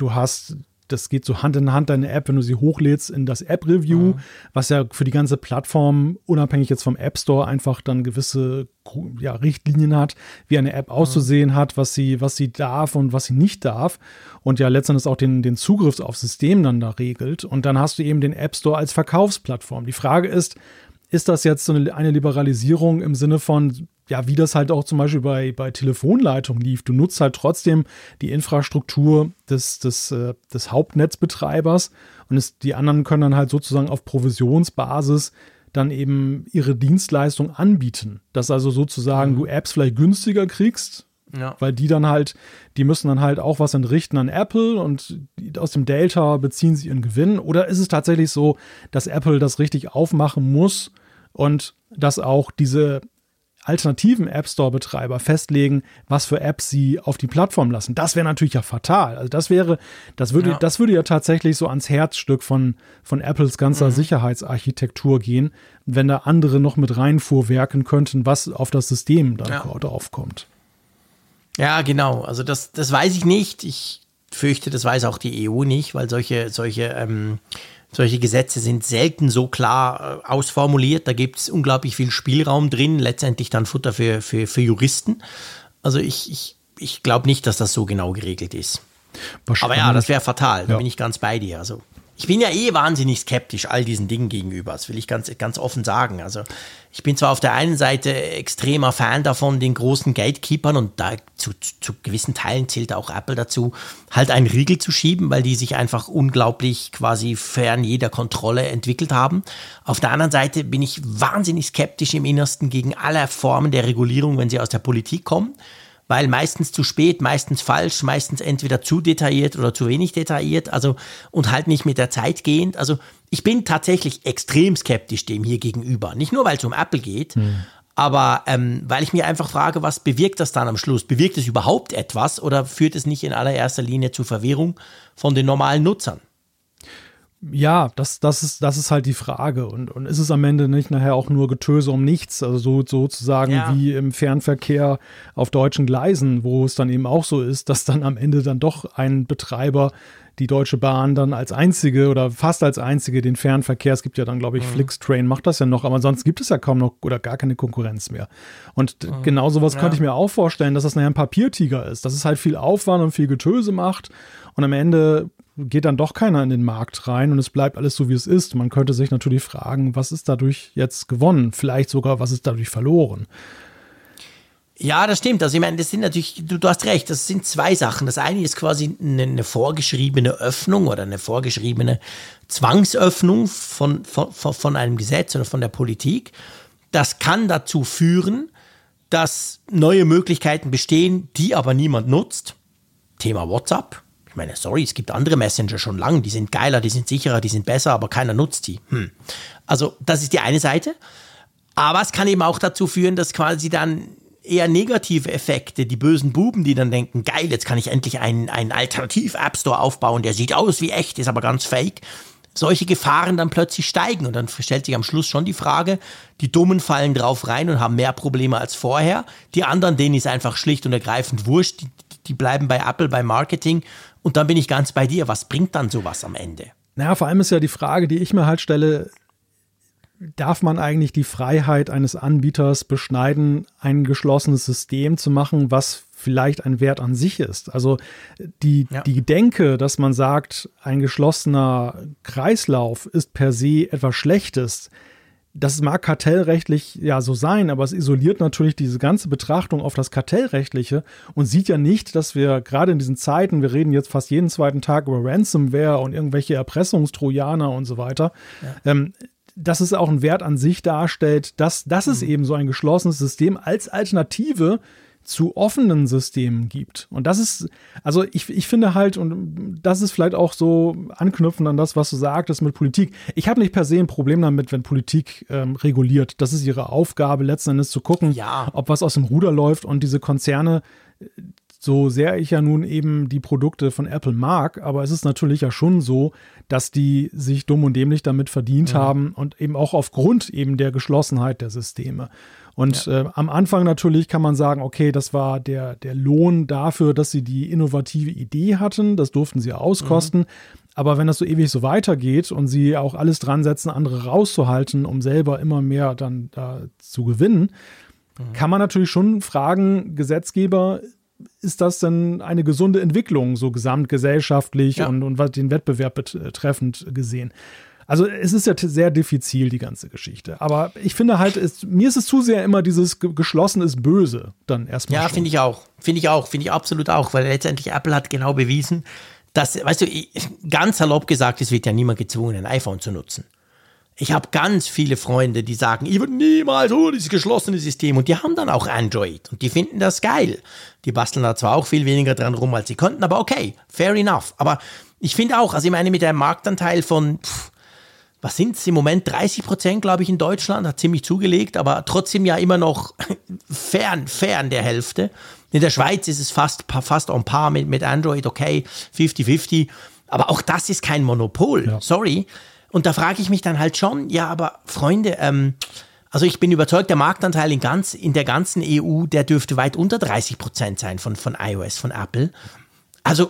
das geht so Hand in Hand, deine App, wenn du sie hochlädst in das App-Review, was ja für die ganze Plattform, unabhängig jetzt vom App Store, einfach dann gewisse Richtlinien hat, wie eine App auszusehen hat, was sie darf und was sie nicht darf. Und ja letztendlich auch den Zugriff aufs System dann da regelt. Und dann hast du eben den App Store als Verkaufsplattform. Die Frage ist das jetzt so eine Liberalisierung im Sinne von, ja, wie das halt auch zum Beispiel bei Telefonleitungen lief. Du nutzt halt trotzdem die Infrastruktur des Hauptnetzbetreibers und die anderen können dann halt sozusagen auf Provisionsbasis dann eben ihre Dienstleistung anbieten. Dass also sozusagen du Apps vielleicht günstiger kriegst, weil die müssen dann halt auch was entrichten an Apple und aus dem Delta beziehen sie ihren Gewinn. Oder ist es tatsächlich so, dass Apple das richtig aufmachen muss und dass auch diese alternativen App Store-Betreiber festlegen, was für Apps sie auf die Plattform lassen? Das wäre natürlich ja fatal. Also das würde ja tatsächlich so ans Herzstück von Apples ganzer Sicherheitsarchitektur gehen, wenn da andere noch mit reinfuhrwerken könnten, was auf das System dann drauf kommt. Ja, genau. Also das weiß ich nicht. Ich fürchte, das weiß auch die EU nicht, weil solche Gesetze sind selten so klar ausformuliert. Da gibt es unglaublich viel Spielraum drin, letztendlich dann Futter für Juristen. Also ich glaube nicht, dass das so genau geregelt ist. Aber ja, das wäre fatal, da bin ich ganz bei dir. Also ich bin ja wahnsinnig skeptisch all diesen Dingen gegenüber, das will ich ganz, ganz offen sagen. Also ich bin zwar auf der einen Seite extremer Fan davon, den großen Gatekeepern, und da zu gewissen Teilen zählt auch Apple dazu, halt einen Riegel zu schieben, weil die sich einfach unglaublich quasi fern jeder Kontrolle entwickelt haben. Auf der anderen Seite bin ich wahnsinnig skeptisch im Innersten gegen alle Formen der Regulierung, wenn sie aus der Politik kommen. Weil meistens zu spät, meistens falsch, meistens entweder zu detailliert oder zu wenig detailliert, also und halt nicht mit der Zeit gehend. Also ich bin tatsächlich extrem skeptisch dem hier gegenüber. Nicht nur, weil es um Apple geht, aber weil ich mir einfach frage, was bewirkt das dann am Schluss? Bewirkt es überhaupt etwas oder führt es nicht in allererster Linie zu Verwirrung von den normalen Nutzern? Ja, das ist halt die Frage. Und ist es am Ende nicht nachher auch nur Getöse um nichts? Also sozusagen wie im Fernverkehr auf deutschen Gleisen, wo es dann eben auch so ist, dass dann am Ende dann doch ein Betreiber, die Deutsche Bahn, dann als einzige oder fast als einzige den Fernverkehr, es gibt ja dann, glaube ich, Flixtrain macht das ja noch, aber sonst gibt es ja kaum noch oder gar keine Konkurrenz mehr. Und genau sowas könnte ich mir auch vorstellen, dass das nachher ein Papiertiger ist, dass es halt viel Aufwand und viel Getöse macht und am Ende geht dann doch keiner in den Markt rein und es bleibt alles so, wie es ist. Man könnte sich natürlich fragen, was ist dadurch jetzt gewonnen? Vielleicht sogar, was ist dadurch verloren? Ja, das stimmt. Also ich meine, das sind natürlich, du hast recht, das sind zwei Sachen. Das eine ist quasi eine vorgeschriebene Öffnung oder eine vorgeschriebene Zwangsöffnung von einem Gesetz oder von der Politik. Das kann dazu führen, dass neue Möglichkeiten bestehen, die aber niemand nutzt. Thema WhatsApp. Ich meine, sorry, es gibt andere Messenger schon lange, die sind geiler, die sind sicherer, die sind besser, aber keiner nutzt die. Also das ist die eine Seite. Aber es kann eben auch dazu führen, dass quasi dann eher negative Effekte, die bösen Buben, die dann denken, geil, jetzt kann ich endlich einen Alternativ-App-Store aufbauen, der sieht aus wie echt, ist aber ganz fake. Solche Gefahren dann plötzlich steigen und dann stellt sich am Schluss schon die Frage, die Dummen fallen drauf rein und haben mehr Probleme als vorher. Die anderen, denen ist einfach schlicht und ergreifend wurscht, die bleiben bei Apple, beim Marketing und dann bin ich ganz bei dir. Was bringt dann sowas am Ende? Naja, vor allem ist ja die Frage, die ich mir halt stelle, darf man eigentlich die Freiheit eines Anbieters beschneiden, ein geschlossenes System zu machen, was vielleicht ein Wert an sich ist? Also die Denke, dass man sagt, ein geschlossener Kreislauf ist per se etwas Schlechtes, das mag kartellrechtlich ja so sein, aber es isoliert natürlich diese ganze Betrachtung auf das Kartellrechtliche und sieht ja nicht, dass wir gerade in diesen Zeiten, wir reden jetzt fast jeden zweiten Tag über Ransomware und irgendwelche Erpressungstrojaner und so weiter, dass es auch einen Wert an sich darstellt, dass es eben so ein geschlossenes System als Alternative zu offenen Systemen gibt. Und das ist, also ich finde halt, und das ist vielleicht auch so anknüpfend an das, was du sagtest mit Politik. Ich habe nicht per se ein Problem damit, wenn Politik reguliert. Das ist ihre Aufgabe, letzten Endes zu gucken, ob was aus dem Ruder läuft. Und diese Konzerne, so sehr ich ja nun eben die Produkte von Apple mag, aber es ist natürlich ja schon so, dass die sich dumm und dämlich damit verdient haben und eben auch aufgrund eben der Geschlossenheit der Systeme. Und am Anfang natürlich kann man sagen, okay, das war der Lohn dafür, dass sie die innovative Idee hatten, das durften sie auskosten. Aber wenn das so ewig so weitergeht und sie auch alles dran setzen, andere rauszuhalten, um selber immer mehr dann da zu gewinnen, kann man natürlich schon fragen, Gesetzgeber, ist das denn eine gesunde Entwicklung, so gesamtgesellschaftlich und was den Wettbewerb betreffend gesehen? Also es ist ja sehr diffizil, die ganze Geschichte. Aber ich finde halt, mir ist es zu sehr immer dieses geschlossen ist böse dann erstmal. Ja, finde ich auch. Finde ich absolut auch, weil letztendlich Apple hat genau bewiesen, dass, weißt du, ganz salopp gesagt, es wird ja niemand gezwungen, ein iPhone zu nutzen. Ich habe ganz viele Freunde, die sagen, ich würde niemals dieses geschlossene System. Und die haben dann auch Android und die finden das geil. Die basteln da zwar auch viel weniger dran rum, als sie könnten, aber okay, fair enough. Aber ich finde auch, also ich meine, mit einem Marktanteil von, was sind es im Moment, 30%, glaube ich, in Deutschland, hat ziemlich zugelegt, aber trotzdem ja immer noch fern der Hälfte. In der Schweiz ist es fast on par mit Android, okay, 50-50. Aber auch das ist kein Monopol, sorry. Und da frage ich mich dann halt schon, ja, aber Freunde, also ich bin überzeugt, der Marktanteil in der ganzen EU, der dürfte weit unter 30% sein von iOS, von Apple. Also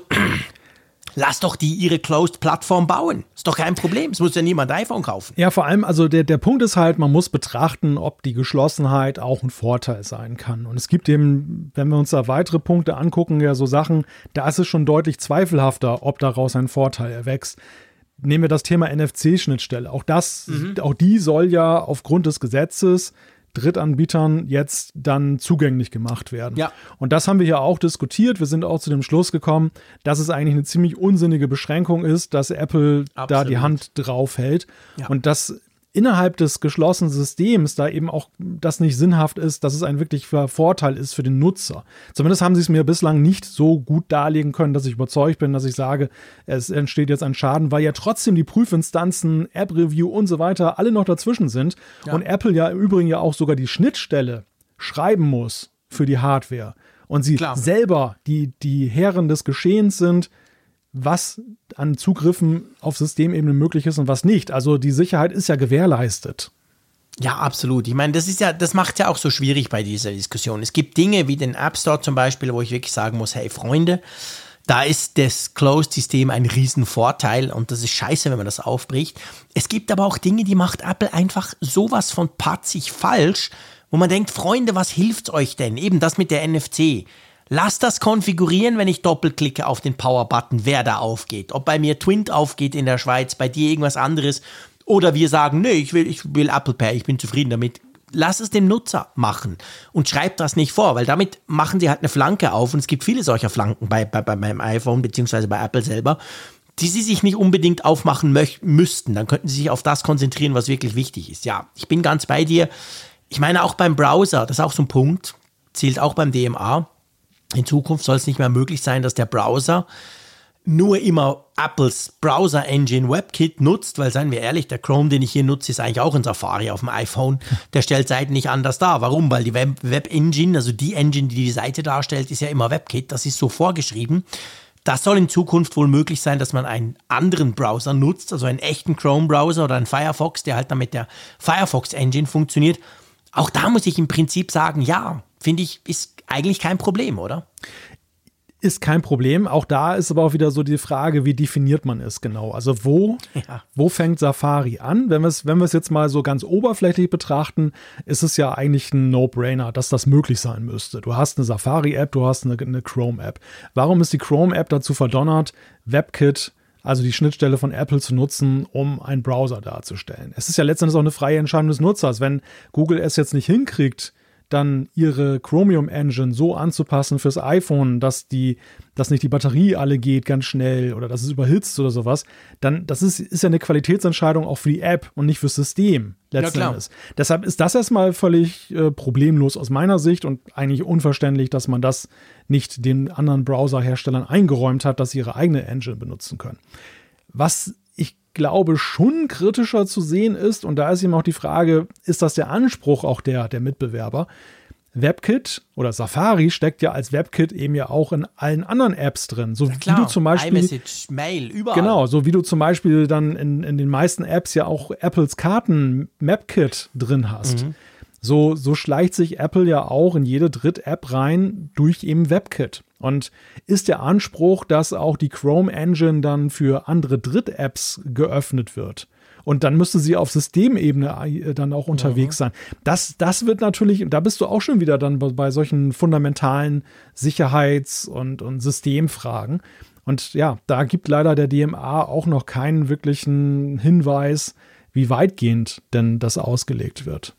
lass doch die ihre Closed-Plattform bauen. Ist doch kein Problem. Es muss ja niemand ein iPhone kaufen. Ja, vor allem, also der Punkt ist halt, man muss betrachten, ob die Geschlossenheit auch ein Vorteil sein kann. Und es gibt eben, wenn wir uns da weitere Punkte angucken, ja so Sachen, da ist es schon deutlich zweifelhafter, ob daraus ein Vorteil erwächst. Nehmen wir das Thema NFC-Schnittstelle. Auch die soll ja aufgrund des Gesetzes Drittanbietern jetzt dann zugänglich gemacht werden. Ja. Und das haben wir hier auch diskutiert. Wir sind auch zu dem Schluss gekommen, dass es eigentlich eine ziemlich unsinnige Beschränkung ist, dass Apple da die Hand drauf hält. Ja. Und dass innerhalb des geschlossenen Systems da eben auch das nicht sinnhaft ist, dass es ein wirklicher Vorteil ist für den Nutzer. Zumindest haben sie es mir bislang nicht so gut darlegen können, dass ich überzeugt bin, dass ich sage, es entsteht jetzt ein Schaden, weil ja trotzdem die Prüfinstanzen, App-Review und so weiter alle noch dazwischen sind. Ja. Und Apple ja im Übrigen ja auch sogar die Schnittstelle schreiben muss für die Hardware. Und sie selber die Herren des Geschehens sind, was an Zugriffen auf Systemebene möglich ist und was nicht. Also die Sicherheit ist ja gewährleistet. Ja, absolut. Ich meine, das macht ja auch so schwierig bei dieser Diskussion. Es gibt Dinge wie den App Store zum Beispiel, wo ich wirklich sagen muss, hey Freunde, da ist das Closed-System ein Riesenvorteil und das ist scheiße, wenn man das aufbricht. Es gibt aber auch Dinge, die macht Apple einfach sowas von patzig falsch, wo man denkt, Freunde, was hilft euch denn? Eben das mit der NFC. Lass das konfigurieren, wenn ich doppelklicke auf den Power-Button, wer da aufgeht. Ob bei mir Twint aufgeht in der Schweiz, bei dir irgendwas anderes. Oder wir sagen, nee, ich will Apple Pay, ich bin zufrieden damit. lass es dem Nutzer machen und schreib das nicht vor, weil damit machen sie halt eine Flanke auf und es gibt viele solcher Flanken beim iPhone beziehungsweise bei Apple selber, die sie sich nicht unbedingt aufmachen müssten. Dann könnten sie sich auf das konzentrieren, was wirklich wichtig ist. Ja, ich bin ganz bei dir. Ich meine auch beim Browser, das ist auch so ein Punkt, zählt auch beim DMA. In Zukunft soll es nicht mehr möglich sein, dass der Browser nur immer Apples Browser-Engine WebKit nutzt, weil, seien wir ehrlich, der Chrome, den ich hier nutze, ist eigentlich auch ein Safari auf dem iPhone. Der stellt Seiten nicht anders dar. Warum? Weil die Web-Engine, also die Engine, die die Seite darstellt, ist ja immer WebKit. Das ist so vorgeschrieben. Das soll in Zukunft wohl möglich sein, dass man einen anderen Browser nutzt, also einen echten Chrome-Browser oder einen Firefox, der halt dann mit der Firefox-Engine funktioniert. Auch da muss ich im Prinzip sagen, ja, finde ich, ist eigentlich kein Problem, oder? Ist kein Problem. Auch da ist aber auch wieder so die Frage, wie definiert man es genau? Also wo fängt Safari an? Wenn wir es jetzt mal so ganz oberflächlich betrachten, ist es ja eigentlich ein No-Brainer, dass das möglich sein müsste. Du hast eine Safari-App, du hast eine Chrome-App. Warum ist die Chrome-App dazu verdonnert, WebKit, also die Schnittstelle von Apple, zu nutzen, um einen Browser darzustellen? Es ist ja letztendlich auch eine freie Entscheidung des Nutzers. Wenn Google es jetzt nicht hinkriegt, dann ihre Chromium-Engine so anzupassen fürs iPhone, dass nicht die Batterie alle geht ganz schnell oder dass es überhitzt oder sowas, dann das ist ja eine Qualitätsentscheidung auch für die App und nicht fürs System letzten Endes. Deshalb ist das erstmal völlig problemlos aus meiner Sicht und eigentlich unverständlich, dass man das nicht den anderen Browserherstellern eingeräumt hat, dass sie ihre eigene Engine benutzen können. Was ich glaube schon kritischer zu sehen ist, und da ist eben auch die Frage, ist das der Anspruch auch der Mitbewerber? WebKit oder Safari steckt ja als WebKit eben ja auch in allen anderen Apps drin. So wie du zum Beispiel iMessage, Mail, überall. Genau, so wie du zum Beispiel dann in den meisten Apps ja auch Apples Karten-Mapkit drin hast. Mhm. So schleicht sich Apple ja auch in jede Dritt-App rein durch eben WebKit. Und ist der Anspruch, dass auch die Chrome-Engine dann für andere Dritt-Apps geöffnet wird? Und dann müsste sie auf Systemebene dann auch unterwegs sein. Das wird natürlich, da bist du auch schon wieder dann bei solchen fundamentalen Sicherheits- und Systemfragen. Und ja, da gibt leider der DMA auch noch keinen wirklichen Hinweis, wie weitgehend denn das ausgelegt wird.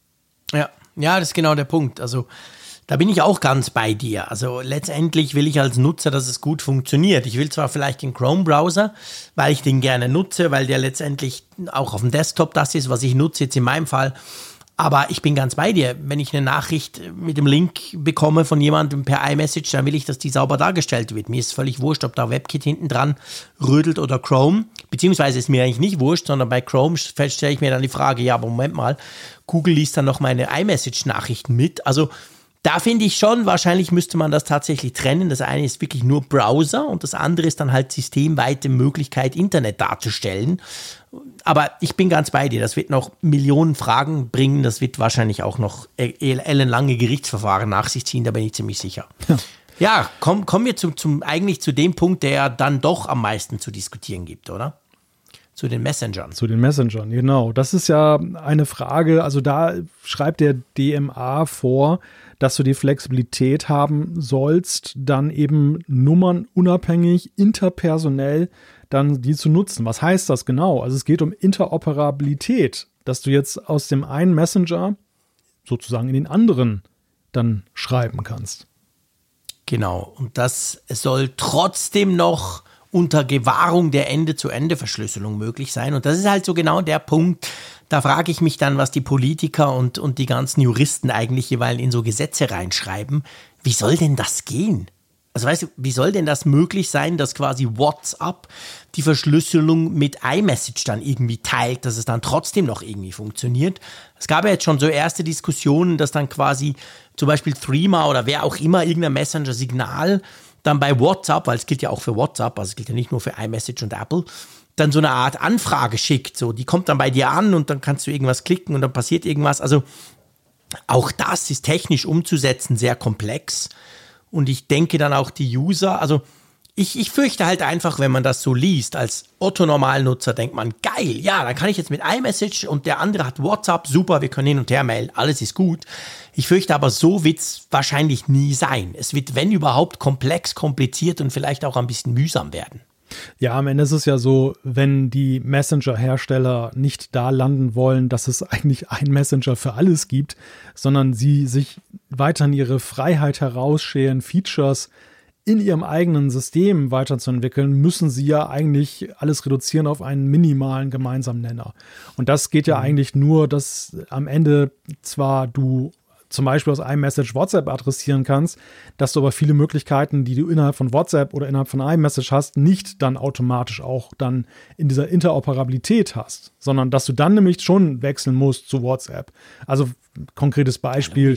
Ja, das ist genau der Punkt. Also da bin ich auch ganz bei dir. Also letztendlich will ich als Nutzer, dass es gut funktioniert. Ich will zwar vielleicht den Chrome-Browser, weil ich den gerne nutze, weil der letztendlich auch auf dem Desktop das ist, was ich nutze, jetzt in meinem Fall. Aber ich bin ganz bei dir. Wenn ich eine Nachricht mit dem Link bekomme von jemandem per iMessage, dann will ich, dass die sauber dargestellt wird. Mir ist völlig wurscht, ob da WebKit hinten dran rödelt oder Chrome. Beziehungsweise ist mir eigentlich nicht wurscht, sondern bei Chrome stelle ich mir dann die Frage, ja, aber Moment mal, Google liest dann noch meine iMessage-Nachrichten mit. Also da finde ich schon, wahrscheinlich müsste man das tatsächlich trennen. Das eine ist wirklich nur Browser und das andere ist dann halt systemweite Möglichkeit, Internet darzustellen. Aber ich bin ganz bei dir, das wird noch Millionen Fragen bringen. Das wird wahrscheinlich auch noch ellenlange Gerichtsverfahren nach sich ziehen, da bin ich ziemlich sicher. Ja, kommen wir eigentlich zu dem Punkt, der dann doch am meisten zu diskutieren gibt, oder? Zu den Messengern. Zu den Messengern, genau. Das ist ja eine Frage, also da schreibt der DMA vor, dass du die Flexibilität haben sollst, dann eben Nummern unabhängig, interpersonell dann die zu nutzen. Was heißt das genau? Also es geht um Interoperabilität, dass du jetzt aus dem einen Messenger sozusagen in den anderen dann schreiben kannst. Genau, und das soll trotzdem noch unter Gewahrung der Ende-zu-Ende-Verschlüsselung möglich sein. Und das ist halt so genau der Punkt, da frage ich mich dann, was die Politiker und die ganzen Juristen eigentlich jeweils in so Gesetze reinschreiben. Wie soll denn das gehen? Also weißt du, wie soll denn das möglich sein, dass quasi WhatsApp die Verschlüsselung mit iMessage dann irgendwie teilt, dass es dann trotzdem noch irgendwie funktioniert? Es gab ja jetzt schon so erste Diskussionen, dass dann quasi zum Beispiel Threema oder wer auch immer irgendein Messenger-Signal dann bei WhatsApp, weil es gilt ja auch für WhatsApp, also es gilt ja nicht nur für iMessage und Apple, dann so eine Art Anfrage schickt. So, die kommt dann bei dir an und dann kannst du irgendwas klicken und dann passiert irgendwas. Also auch das ist technisch umzusetzen sehr komplex. Und ich denke dann auch die User, also ich fürchte halt einfach, wenn man das so liest, als Otto-Normalnutzer denkt man, geil, ja, dann kann ich jetzt mit iMessage und der andere hat WhatsApp, super, wir können hin und her mailen, alles ist gut. Ich fürchte aber, so wird es wahrscheinlich nie sein. Es wird, wenn überhaupt, komplex, kompliziert und vielleicht auch ein bisschen mühsam werden. Ja, am Ende ist es ja so, wenn die Messenger-Hersteller nicht da landen wollen, dass es eigentlich ein Messenger für alles gibt, sondern sie sich weiterhin ihre Freiheit herausschälen, Features in ihrem eigenen System weiterzuentwickeln, müssen sie ja eigentlich alles reduzieren auf einen minimalen gemeinsamen Nenner. Und das geht ja eigentlich nur, dass am Ende zwar du zum Beispiel aus iMessage WhatsApp adressieren kannst, dass du aber viele Möglichkeiten, die du innerhalb von WhatsApp oder innerhalb von iMessage hast, nicht dann automatisch auch dann in dieser Interoperabilität hast, sondern dass du dann nämlich schon wechseln musst zu WhatsApp. Also konkretes Beispiel,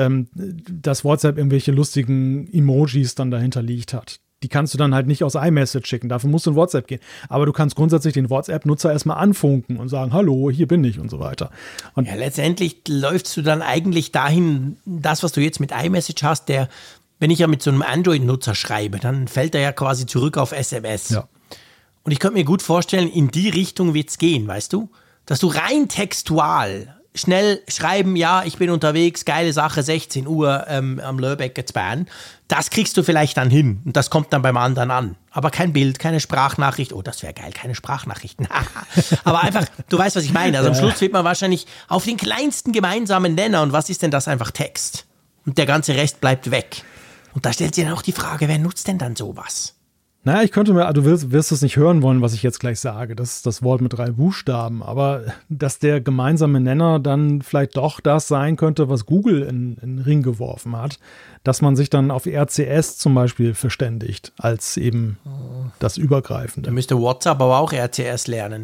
dass WhatsApp irgendwelche lustigen Emojis dann dahinter liegt hat. Die kannst du dann halt nicht aus iMessage schicken, dafür musst du in WhatsApp gehen. Aber du kannst grundsätzlich den WhatsApp-Nutzer erstmal anfunken und sagen, hallo, hier bin ich und so weiter. Und ja, letztendlich läufst du dann eigentlich dahin, das, was du jetzt mit iMessage hast, wenn ich ja mit so einem Android-Nutzer schreibe, dann fällt er ja quasi zurück auf SMS. Ja. Und ich könnte mir gut vorstellen, in die Richtung wird es gehen, weißt du? Dass du rein textual schnell schreiben, ja, ich bin unterwegs, geile Sache, 16 Uhr am Lörbecker Bahn. Das kriegst du vielleicht dann hin und das kommt dann beim anderen an. Aber kein Bild, keine Sprachnachricht. Oh, das wäre geil, keine Sprachnachrichten. Aber einfach, du weißt, was ich meine. Also am Schluss wird man wahrscheinlich auf den kleinsten gemeinsamen Nenner. Und was ist denn das? Einfach Text. Und der ganze Rest bleibt weg. Und da stellt sich dann auch die Frage, wer nutzt denn dann sowas? Naja, du wirst es nicht hören wollen, was ich jetzt gleich sage. Das ist das Wort mit 3 Buchstaben. Aber dass der gemeinsame Nenner dann vielleicht doch das sein könnte, was Google in den Ring geworfen hat, dass man sich dann auf RCS zum Beispiel verständigt, als eben das Übergreifende. Da müsste WhatsApp aber auch RCS lernen.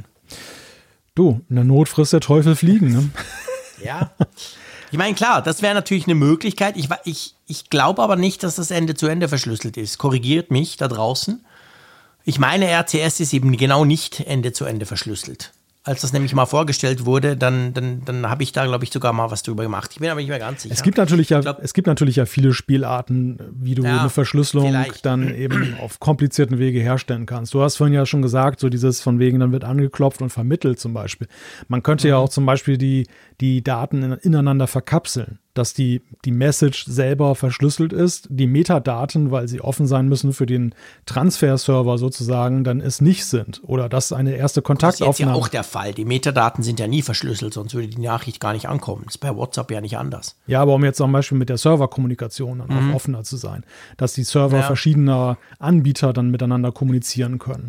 Du, in der Not frisst der Teufel Fliegen, ne? Ja. Ich meine, klar, das wäre natürlich eine Möglichkeit. Ich glaube aber nicht, dass das Ende zu Ende verschlüsselt ist. Korrigiert mich da draußen. Ich meine, RCS ist eben genau nicht Ende zu Ende verschlüsselt. Als das nämlich mal vorgestellt wurde, dann habe ich da, glaube ich, sogar mal was drüber gemacht. Ich bin aber nicht mehr ganz sicher. Es gibt natürlich ja viele Spielarten, wie du eine Verschlüsselung dann eben auf komplizierten Wege herstellen kannst. Du hast vorhin ja schon gesagt, so dieses von wegen, dann wird angeklopft und vermittelt zum Beispiel. Man könnte ja auch zum Beispiel die Daten ineinander verkapseln, dass die Message selber verschlüsselt ist, die Metadaten, weil sie offen sein müssen für den Transferserver sozusagen, dann es nicht sind oder dass eine erste Kontaktaufnahme. Das ist jetzt ja auch der Fall. Die Metadaten sind ja nie verschlüsselt, sonst würde die Nachricht gar nicht ankommen. Das ist bei WhatsApp ja nicht anders. Ja, aber um jetzt zum Beispiel mit der Serverkommunikation dann auch offener zu sein, dass die Server verschiedener Anbieter dann miteinander kommunizieren können.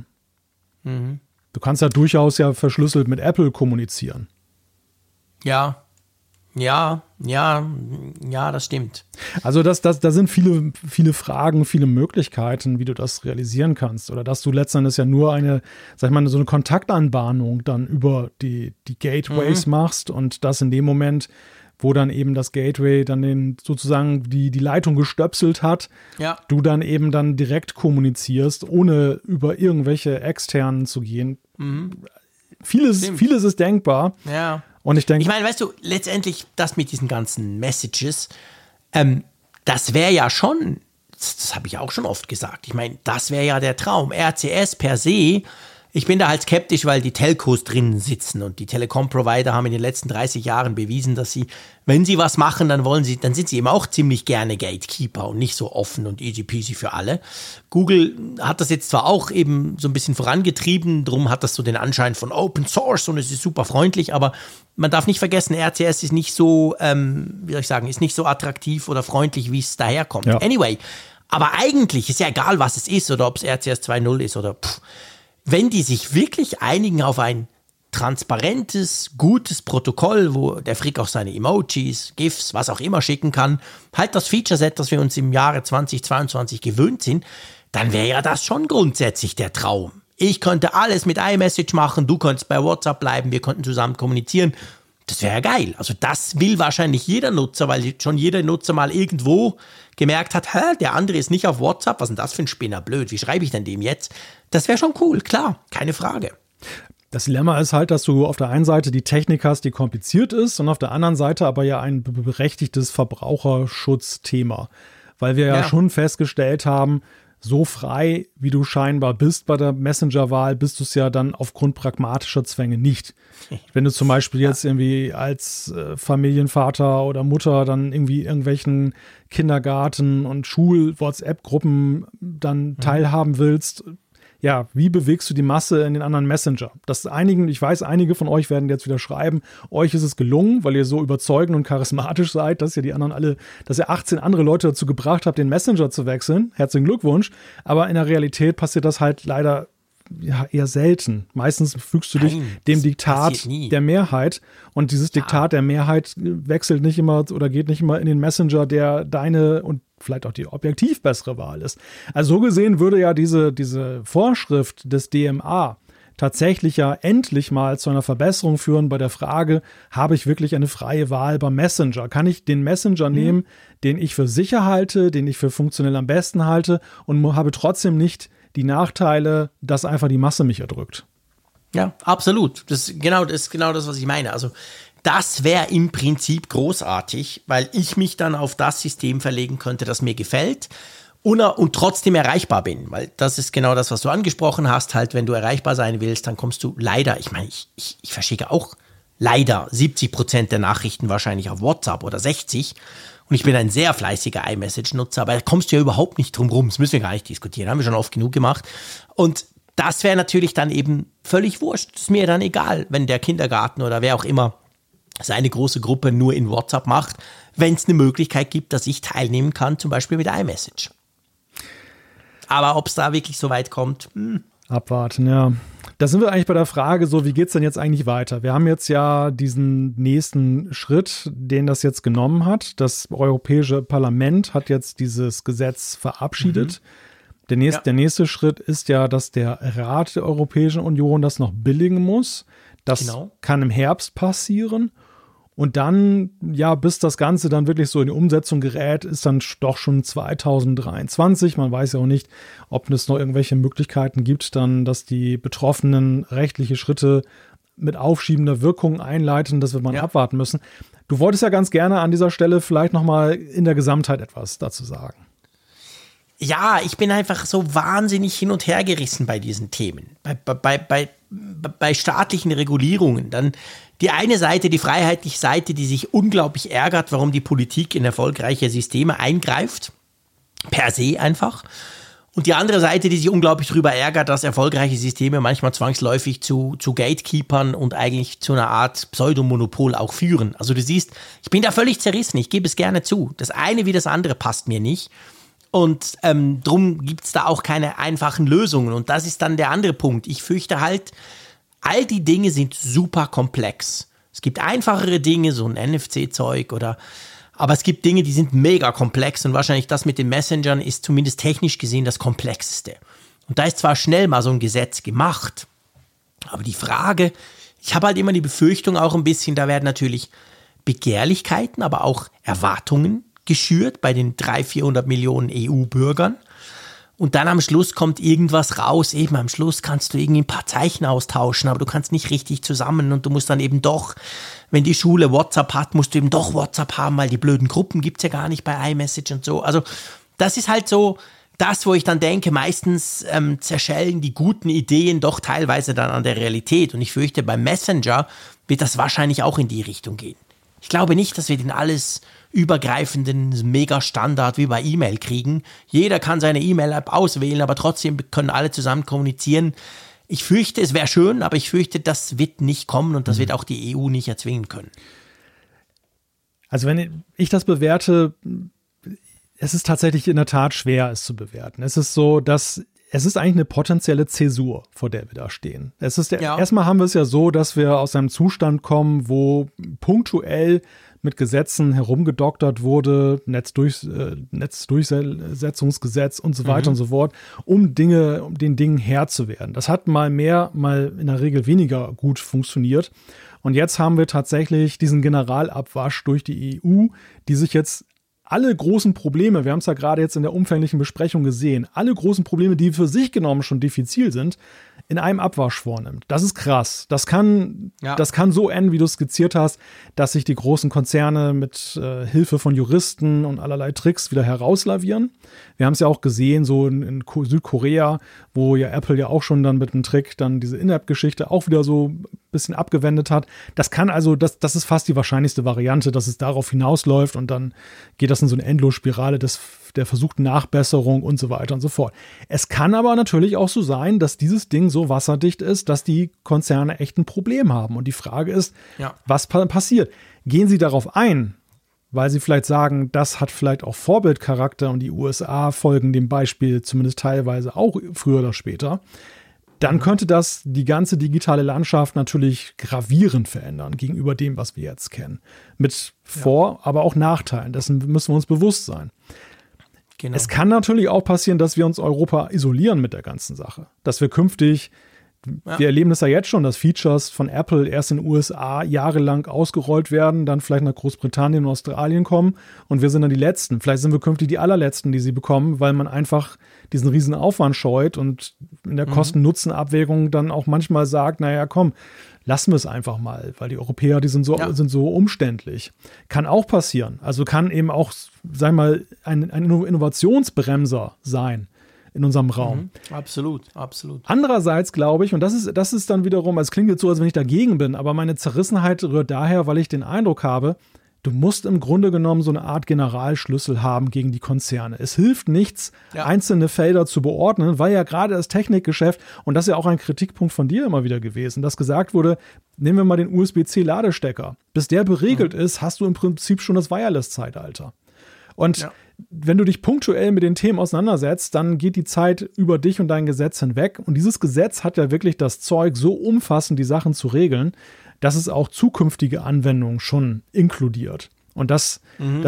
Du kannst ja durchaus ja verschlüsselt mit Apple kommunizieren. Ja, das stimmt. Also da sind viele Fragen, viele Möglichkeiten, wie du das realisieren kannst. Oder dass du letztendlich ja nur so eine Kontaktanbahnung dann über die Gateways machst und das in dem Moment, wo dann eben das Gateway dann sozusagen die Leitung gestöpselt hat, du dann eben dann direkt kommunizierst, ohne über irgendwelche externen zu gehen. Vieles ist denkbar. Ja. Und ich meine, weißt du, letztendlich das mit diesen ganzen Messages, das wäre ja schon, das habe ich auch schon oft gesagt, ich meine, das wäre ja der Traum. RCS per se, ich bin da halt skeptisch, weil die Telcos drinnen sitzen und die Telekom-Provider haben in den letzten 30 Jahren bewiesen, dass sie, wenn sie was machen, dann sind sie eben auch ziemlich gerne Gatekeeper und nicht so offen und easy peasy für alle. Google hat das jetzt zwar auch eben so ein bisschen vorangetrieben, darum hat das so den Anschein von Open Source und es ist super freundlich, aber man darf nicht vergessen, RCS ist nicht so, ist nicht so attraktiv oder freundlich, wie es daherkommt. Ja. Anyway, aber eigentlich ist ja egal, was es ist oder ob es RCS 2.0 ist oder wenn die sich wirklich einigen auf ein transparentes, gutes Protokoll, wo der Frick auch seine Emojis, GIFs, was auch immer schicken kann, halt das Feature-Set, das wir uns im Jahre 2022 gewöhnt sind, dann wäre ja das schon grundsätzlich der Traum. Ich könnte alles mit iMessage machen, du könntest bei WhatsApp bleiben, wir könnten zusammen kommunizieren. Das wäre ja geil. Also das will wahrscheinlich jeder Nutzer, weil schon jeder Nutzer mal irgendwo gemerkt hat, der andere ist nicht auf WhatsApp, was ist denn das für ein Spinner, blöd, wie schreibe ich denn dem jetzt? Das wäre schon cool, klar, keine Frage. Das Dilemma ist halt, dass du auf der einen Seite die Technik hast, die kompliziert ist und auf der anderen Seite aber ja ein berechtigtes Verbraucherschutzthema, weil wir ja schon festgestellt haben, so frei, wie du scheinbar bist bei der Messenger-Wahl, bist du es ja dann aufgrund pragmatischer Zwänge nicht. Wenn du zum Beispiel jetzt irgendwie als Familienvater oder Mutter dann irgendwie irgendwelchen Kindergarten- und Schul-WhatsApp-Gruppen dann teilhaben willst, ja, wie bewegst du die Masse in den anderen Messenger? Ich weiß, einige von euch werden jetzt wieder schreiben, euch ist es gelungen, weil ihr so überzeugend und charismatisch seid, dass ihr die anderen alle, dass ihr 18 andere Leute dazu gebracht habt, den Messenger zu wechseln. Herzlichen Glückwunsch. Aber in der Realität passiert das halt leider eher selten. Meistens fügst du dich dem Diktat der Mehrheit und dieses Diktat der Mehrheit wechselt nicht immer oder geht nicht immer in den Messenger, der deine und vielleicht auch die objektiv bessere Wahl ist. Also so gesehen würde ja diese Vorschrift des DMA tatsächlich ja endlich mal zu einer Verbesserung führen bei der Frage, habe ich wirklich eine freie Wahl beim Messenger? Kann ich den Messenger nehmen, den ich für sicher halte, den ich für funktionell am besten halte und habe trotzdem nicht die Nachteile, dass einfach die Masse mich erdrückt? Ja, absolut. Das ist genau das, was ich meine. Also das wäre im Prinzip großartig, weil ich mich dann auf das System verlegen könnte, das mir gefällt und trotzdem erreichbar bin. Weil das ist genau das, was du angesprochen hast. Halt, wenn du erreichbar sein willst, dann kommst du leider, ich meine, ich verschicke auch leider 70% der Nachrichten wahrscheinlich auf WhatsApp oder 60%. Und ich bin ein sehr fleißiger iMessage-Nutzer, aber da kommst du ja überhaupt nicht drum rum. Das müssen wir gar nicht diskutieren, haben wir schon oft genug gemacht. Und das wäre natürlich dann eben völlig wurscht. Das ist mir dann egal, wenn der Kindergarten oder wer auch immer seine große Gruppe nur in WhatsApp macht, wenn es eine Möglichkeit gibt, dass ich teilnehmen kann, zum Beispiel mit iMessage. Aber ob es da wirklich so weit kommt, abwarten, ja. Da sind wir eigentlich bei der Frage, so wie geht es denn jetzt eigentlich weiter? Wir haben jetzt ja diesen nächsten Schritt, den das jetzt genommen hat. Das Europäische Parlament hat jetzt dieses Gesetz verabschiedet. Der nächste Schritt ist ja, dass der Rat der Europäischen Union das noch billigen muss. Das kann im Herbst passieren. Und dann, ja, bis das Ganze dann wirklich so in die Umsetzung gerät, ist dann doch schon 2023. Man weiß ja auch nicht, ob es noch irgendwelche Möglichkeiten gibt, dann, dass die Betroffenen rechtliche Schritte mit aufschiebender Wirkung einleiten. Das wird man abwarten müssen. Du wolltest ja ganz gerne an dieser Stelle vielleicht nochmal in der Gesamtheit etwas dazu sagen. Ja, ich bin einfach so wahnsinnig hin und her gerissen bei diesen Themen. Bei staatlichen Regulierungen. Dann die eine Seite, die freiheitliche Seite, die sich unglaublich ärgert, warum die Politik in erfolgreiche Systeme eingreift. Per se einfach. Und die andere Seite, die sich unglaublich darüber ärgert, dass erfolgreiche Systeme manchmal zwangsläufig zu Gatekeepern und eigentlich zu einer Art Pseudomonopol auch führen. Also du siehst, ich bin da völlig zerrissen, ich gebe es gerne zu. Das eine wie das andere passt mir nicht. Und drum gibt es da auch keine einfachen Lösungen. Und das ist dann der andere Punkt. Ich fürchte halt, all die Dinge sind super komplex. Es gibt einfachere Dinge, so ein NFC-Zeug aber es gibt Dinge, die sind mega komplex und wahrscheinlich das mit den Messengern ist zumindest technisch gesehen das Komplexeste. Und da ist zwar schnell mal so ein Gesetz gemacht, aber die Frage, ich habe halt immer die Befürchtung auch ein bisschen, da werden natürlich Begehrlichkeiten, aber auch Erwartungen geschürt bei den 300-400 Millionen EU-Bürgern. Und dann am Schluss kommt irgendwas raus. Eben am Schluss kannst du irgendwie ein paar Zeichen austauschen, aber du kannst nicht richtig zusammen. Und du musst dann eben doch, wenn die Schule WhatsApp hat, musst du eben doch WhatsApp haben, weil die blöden Gruppen gibt es ja gar nicht bei iMessage und so. Also das ist halt so das, wo ich dann denke, meistens zerschellen die guten Ideen doch teilweise dann an der Realität. Und ich fürchte, beim Messenger wird das wahrscheinlich auch in die Richtung gehen. Ich glaube nicht, dass wir den alles übergreifenden Mega-Standard wie bei E-Mail kriegen. Jeder kann seine E-Mail-App auswählen, aber trotzdem können alle zusammen kommunizieren. Ich fürchte, es wäre schön, aber ich fürchte, das wird nicht kommen und das wird auch die EU nicht erzwingen können. Also wenn ich das bewerte, es ist tatsächlich in der Tat schwer, es zu bewerten. Es ist so, dass es ist eigentlich eine potenzielle Zäsur, vor der wir da stehen. Erstmal haben wir es ja so, dass wir aus einem Zustand kommen, wo punktuell mit Gesetzen herumgedoktert wurde, Netzdurchsetzungsgesetz und so weiter und so fort, um den Dingen Herr zu werden. Das hat mal mehr, mal in der Regel weniger gut funktioniert. Und jetzt haben wir tatsächlich diesen Generalabwasch durch die EU, die sich jetzt alle großen Probleme, wir haben es ja gerade jetzt in der umfänglichen Besprechung gesehen, alle großen Probleme, die für sich genommen schon diffizil sind, in einem Abwasch vornimmt. Das ist krass. Das kann so enden, wie du es skizziert hast, dass sich die großen Konzerne mit Hilfe von Juristen und allerlei Tricks wieder herauslavieren. Wir haben es ja auch gesehen, so in Südkorea, wo ja Apple ja auch schon dann mit einem Trick dann diese In-App-Geschichte auch wieder so ein bisschen abgewendet hat. Das kann also, das ist fast die wahrscheinlichste Variante, dass es darauf hinausläuft und dann geht das in so eine Endlosspirale der versuchten Nachbesserung und so weiter und so fort. Es kann aber natürlich auch so sein, dass dieses Ding so wasserdicht ist, dass die Konzerne echt ein Problem haben. Und die Frage ist, was passiert? Gehen sie darauf ein, weil sie vielleicht sagen, das hat vielleicht auch Vorbildcharakter und die USA folgen dem Beispiel zumindest teilweise auch früher oder später, dann könnte das die ganze digitale Landschaft natürlich gravierend verändern gegenüber dem, was wir jetzt kennen. Mit Vor-, aber auch Nachteilen. Dessen müssen wir uns bewusst sein. Genau. Es kann natürlich auch passieren, dass wir uns Europa isolieren mit der ganzen Sache. Dass wir künftig, wir erleben das ja jetzt schon, dass Features von Apple erst in den USA jahrelang ausgerollt werden, dann vielleicht nach Großbritannien und Australien kommen und wir sind dann die Letzten. Vielleicht sind wir künftig die allerletzten, die sie bekommen, weil man einfach diesen riesen Aufwand scheut und in der Kosten-Nutzen-Abwägung dann auch manchmal sagt, naja, komm, lassen wir es einfach mal, weil die Europäer, die sind so umständlich. Kann auch passieren. Also kann eben auch, sagen wir mal, ein Innovationsbremser sein in unserem Raum. Absolut. Andererseits glaube ich, und das ist dann wiederum, es klingt jetzt so, als wenn ich dagegen bin, aber meine Zerrissenheit rührt daher, weil ich den Eindruck habe, du musst im Grunde genommen so eine Art Generalschlüssel haben gegen die Konzerne. Es hilft nichts, einzelne Felder zu beordnen, weil ja gerade das Technikgeschäft, und das ist ja auch ein Kritikpunkt von dir immer wieder gewesen, dass gesagt wurde, nehmen wir mal den USB-C-Ladestecker. Bis der beregelt ist, hast du im Prinzip schon das Wireless-Zeitalter. Und wenn du dich punktuell mit den Themen auseinandersetzt, dann geht die Zeit über dich und dein Gesetz hinweg. Und dieses Gesetz hat ja wirklich das Zeug, so umfassend die Sachen zu regeln, dass es auch zukünftige Anwendungen schon inkludiert. Und es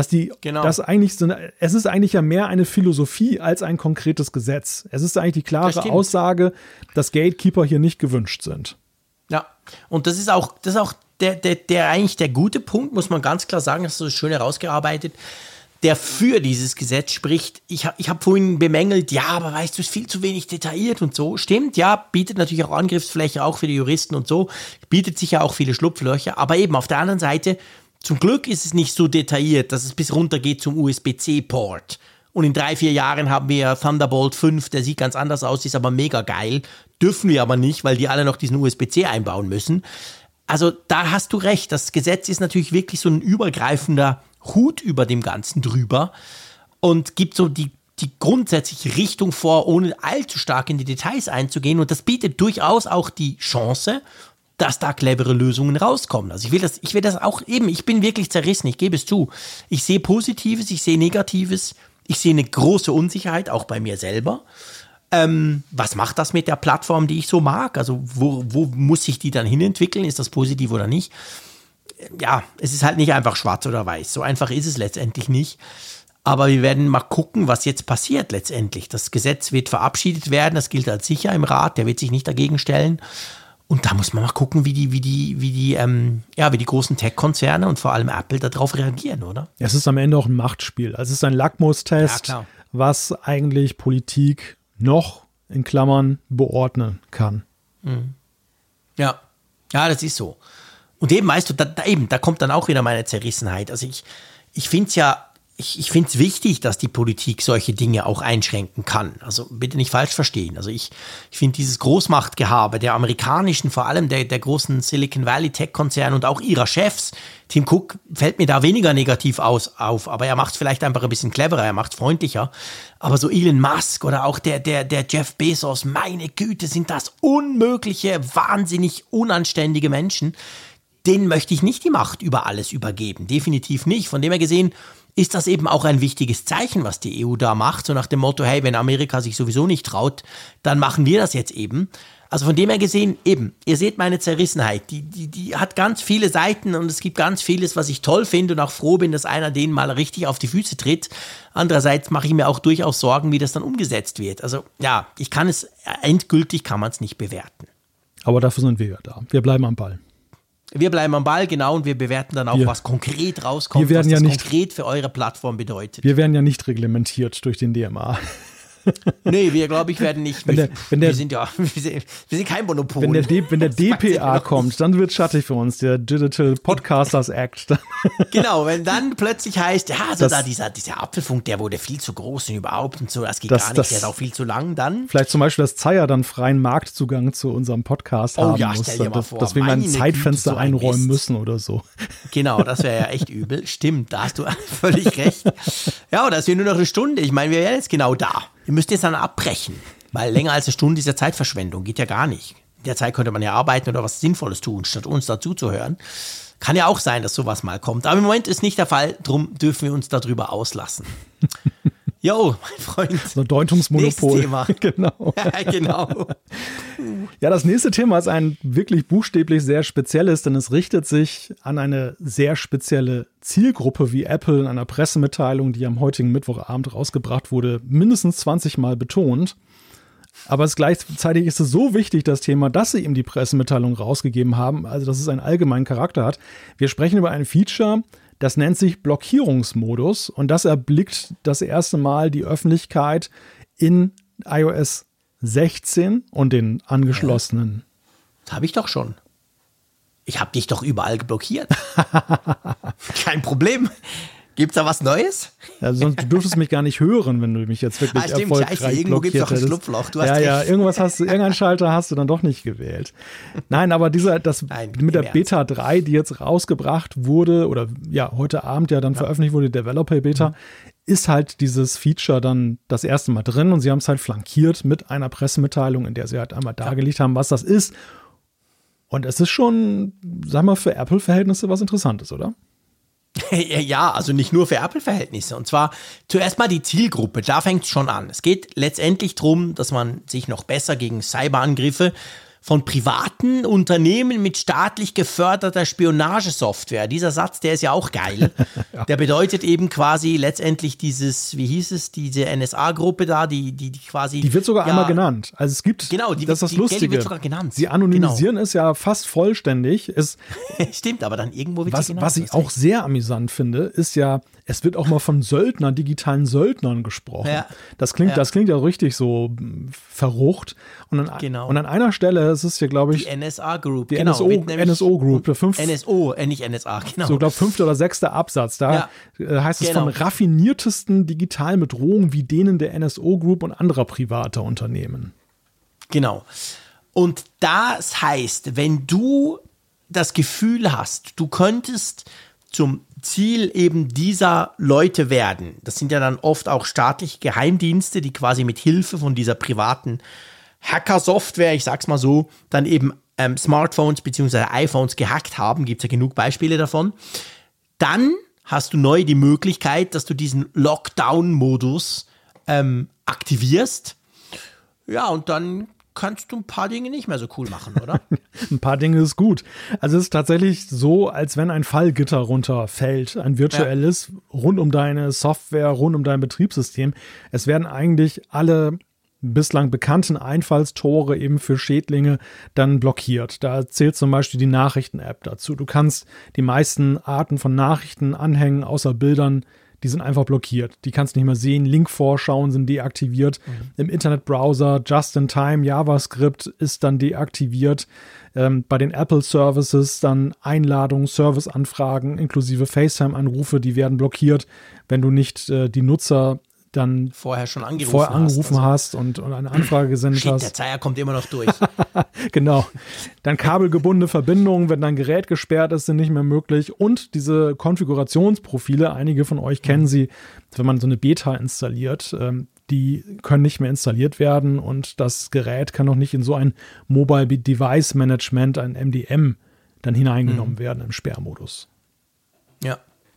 ist eigentlich ja mehr eine Philosophie als ein konkretes Gesetz. Es ist eigentlich die klare Aussage, dass Gatekeeper hier nicht gewünscht sind. Ja, und das ist auch eigentlich der gute Punkt, muss man ganz klar sagen, das ist so schön herausgearbeitet, der für dieses Gesetz spricht. Ich hab vorhin bemängelt, aber weißt du, es ist viel zu wenig detailliert und so. Stimmt, bietet natürlich auch Angriffsfläche, auch für die Juristen und so. Bietet sicher auch viele Schlupflöcher. Aber eben auf der anderen Seite, zum Glück ist es nicht so detailliert, dass es bis runter geht zum USB-C-Port. Und in 3-4 Jahren haben wir Thunderbolt 5, der sieht ganz anders aus, ist aber mega geil. Dürfen wir aber nicht, weil die alle noch diesen USB-C einbauen müssen. Also da hast du recht, das Gesetz ist natürlich wirklich so ein übergreifender Hut über dem Ganzen drüber und gibt so die grundsätzliche Richtung vor, ohne allzu stark in die Details einzugehen. Und das bietet durchaus auch die Chance, dass da clevere Lösungen rauskommen. Also ich will das auch eben, ich bin wirklich zerrissen, ich gebe es zu. Ich sehe Positives, ich sehe Negatives, ich sehe eine große Unsicherheit, auch bei mir selber. Was macht das mit der Plattform, die ich so mag? Also wo muss sich die dann hinentwickeln? Ist das positiv oder nicht? Ja, es ist halt nicht einfach schwarz oder weiß. So einfach ist es letztendlich nicht. Aber wir werden mal gucken, was jetzt passiert letztendlich. Das Gesetz wird verabschiedet werden. Das gilt als sicher im Rat. Der wird sich nicht dagegen stellen. Und da muss man mal gucken, wie die großen Tech-Konzerne und vor allem Apple darauf reagieren, oder? Es ist am Ende auch ein Machtspiel. Also es ist ein Lackmustest, was eigentlich Politik noch in Klammern beordnen kann. Ja, das ist so. Und eben, weißt du, da kommt dann auch wieder meine Zerrissenheit. Also ich finde es ich finde es wichtig, dass die Politik solche Dinge auch einschränken kann. Also bitte nicht falsch verstehen. Also ich finde dieses Großmachtgehabe der amerikanischen, vor allem der großen Silicon Valley Tech-Konzerne und auch ihrer Chefs, Tim Cook fällt mir da weniger negativ auf, aber er macht es vielleicht einfach ein bisschen cleverer, er macht es freundlicher. Aber so Elon Musk oder auch der Jeff Bezos, meine Güte, sind das unmögliche, wahnsinnig unanständige Menschen. Denen möchte ich nicht die Macht über alles übergeben. Definitiv nicht. Von dem her gesehen ist das eben auch ein wichtiges Zeichen, was die EU da macht. So nach dem Motto, hey, wenn Amerika sich sowieso nicht traut, dann machen wir das jetzt eben. Also von dem her gesehen, eben, ihr seht meine Zerrissenheit. Die hat ganz viele Seiten und es gibt ganz vieles, was ich toll finde und auch froh bin, dass einer denen mal richtig auf die Füße tritt. Andererseits mache ich mir auch durchaus Sorgen, wie das dann umgesetzt wird. Also ja, endgültig kann man es nicht bewerten. Aber dafür sind wir ja da. Wir bleiben am Ball. Wir bleiben am Ball, genau, und wir bewerten dann auch, was konkret rauskommt, was das konkret für eure Plattform bedeutet. Wir werden ja nicht reglementiert durch den DMA. Nee, wir, glaube ich, werden nicht. Wir sind kein Monopol. Wenn der DPA kommt, dann wird schattig für uns, der Digital Podcasters Act. Genau, wenn dann plötzlich heißt, dieser Apfelfunk, der wurde viel zu groß und überhaupt und so, das geht gar nicht, der ist auch viel zu lang, dann. Vielleicht zum Beispiel, dass Zeier dann freien Marktzugang zu unserem Podcast haben muss. Stell dir mal vor, dass wir ein Zeitfenster einräumen müssen oder so. Genau, das wäre ja echt übel. Stimmt, da hast du völlig recht. Ja, oder es ist nur noch eine Stunde. Ich meine, wir wären jetzt genau da. Wir müssten jetzt dann abbrechen, weil länger als eine Stunde ist ja Zeitverschwendung, geht ja gar nicht. In der Zeit könnte man ja arbeiten oder was Sinnvolles tun, statt uns dazu zu hören. Kann ja auch sein, dass sowas mal kommt. Aber im Moment ist nicht der Fall, darum dürfen wir uns darüber auslassen. Jo, mein Freund. So ein Deutungsmonopol. Nächstes Thema. Genau. Ja, genau. Ja, das nächste Thema ist ein wirklich buchstäblich sehr spezielles, denn es richtet sich an eine sehr spezielle Zielgruppe, wie Apple in einer Pressemitteilung, die am heutigen Mittwochabend rausgebracht wurde, mindestens 20 Mal betont. Aber gleichzeitig ist es so wichtig, das Thema, dass sie ihm die Pressemitteilung rausgegeben haben, also dass es einen allgemeinen Charakter hat. Wir sprechen über ein Feature, das nennt sich Blockierungsmodus und das erblickt das erste Mal die Öffentlichkeit in iOS 16 und den angeschlossenen. Das habe ich doch schon. Ich habe dich doch überall geblockiert. Kein Problem. Gibt's da was Neues? Ja, sonst du dürftest mich gar nicht hören, wenn du mich jetzt wirklich erfolgreich Scheiße, irgendwo blockiert gibt's doch ein hättest. Schlupfloch. Du hast recht. Ja, irgendeinen Schalter hast du dann doch nicht gewählt. Nein, aber mit der Beta 3, die jetzt rausgebracht wurde oder ja heute Abend ja dann veröffentlicht wurde, die Developer Beta, ist halt dieses Feature dann das erste Mal drin und sie haben es halt flankiert mit einer Pressemitteilung, in der sie halt einmal dargelegt haben, was das ist. Und es ist schon, sagen wir, für Apple-Verhältnisse was Interessantes, oder? Ja, also nicht nur für Apple-Verhältnisse. Und zwar zuerst mal die Zielgruppe, da fängt es schon an. Es geht letztendlich darum, dass man sich noch besser gegen Cyberangriffe von privaten Unternehmen mit staatlich geförderter Spionagesoftware. Dieser Satz, der ist ja auch geil. Ja. Der bedeutet eben quasi letztendlich diese NSA-Gruppe da, die quasi... Die wird sogar einmal genannt. Also es gibt, genau, das ist das Lustige. Die wird sogar genannt. Sie anonymisieren es ja fast vollständig. Stimmt, aber dann irgendwo wird sie genannt. Was ich auch sehr amüsant finde, ist ja, es wird auch mal von Söldnern, digitalen Söldnern gesprochen. Ja. Das klingt ja richtig so verrucht. Und an einer Stelle, es ist ja, glaube ich, die NSA Group, die NSO Group, nicht NSA, genau. So, glaube 5. oder 6. Absatz. Da heißt es von raffiniertesten digitalen Bedrohungen wie denen der NSO Group und anderer privater Unternehmen. Genau. Und das heißt, wenn du das Gefühl hast, du könntest zum Ziel eben dieser Leute werden, das sind ja dann oft auch staatliche Geheimdienste, die quasi mit Hilfe von dieser privaten Hacker-Software, ich sag's mal so, dann eben Smartphones bzw. iPhones gehackt haben, gibt's ja genug Beispiele davon, dann hast du neu die Möglichkeit, dass du diesen Lockdown-Modus aktivierst. Ja, und dann kannst du ein paar Dinge nicht mehr so cool machen, oder? Ein paar Dinge ist gut. Also es ist tatsächlich so, als wenn ein Fallgitter runterfällt, ein virtuelles, rund um deine Software, rund um dein Betriebssystem. Es werden eigentlich alle bislang bekannten Einfallstore eben für Schädlinge dann blockiert. Da zählt zum Beispiel die Nachrichten-App dazu. Du kannst die meisten Arten von Nachrichten anhängen, außer Bildern, die sind einfach blockiert. Die kannst du nicht mehr sehen. Linkvorschauen sind deaktiviert. Im Internetbrowser Just-in-Time JavaScript ist dann deaktiviert. Bei den Apple-Services dann Einladungen, Serviceanfragen inklusive FaceTime-Anrufe, die werden blockiert, wenn du nicht die Nutzer dann vorher angerufen hast und eine Anfrage gesendet hast. Der Zeier kommt immer noch durch. Genau. Dann kabelgebundene Verbindungen, wenn dein Gerät gesperrt ist, sind nicht mehr möglich. Und diese Konfigurationsprofile, einige von euch kennen sie, wenn man so eine Beta installiert, die können nicht mehr installiert werden und das Gerät kann noch nicht in so ein Mobile Device Management, ein MDM, dann hineingenommen werden im Sperrmodus. Ja.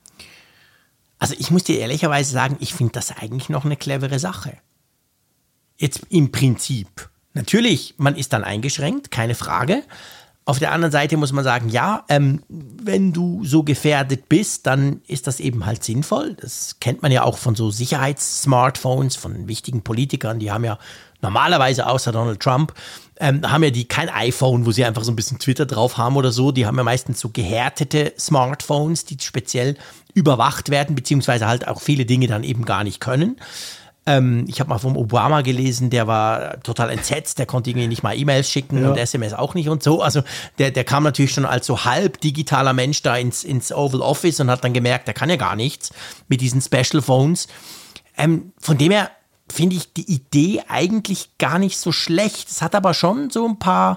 Also ich muss dir ehrlicherweise sagen, ich finde das eigentlich noch eine clevere Sache. Jetzt im Prinzip. Natürlich, man ist dann eingeschränkt, keine Frage. Auf der anderen Seite muss man sagen, ja, wenn du so gefährdet bist, dann ist das eben halt sinnvoll. Das kennt man ja auch von so Sicherheitssmartphones, von wichtigen Politikern, die haben ja normalerweise außer Donald Trump, haben ja die kein iPhone, wo sie einfach so ein bisschen Twitter drauf haben oder so. Die haben ja meistens so gehärtete Smartphones, die speziell überwacht werden, beziehungsweise halt auch viele Dinge dann eben gar nicht können. Ich habe mal vom Obama gelesen, der war total entsetzt, der konnte irgendwie nicht mal E-Mails schicken und SMS auch nicht und so. Also der kam natürlich schon als so halb digitaler Mensch da ins Oval Office und hat dann gemerkt, der kann ja gar nichts mit diesen Special Phones. Von dem her finde ich die Idee eigentlich gar nicht so schlecht. Es hat aber schon so ein paar,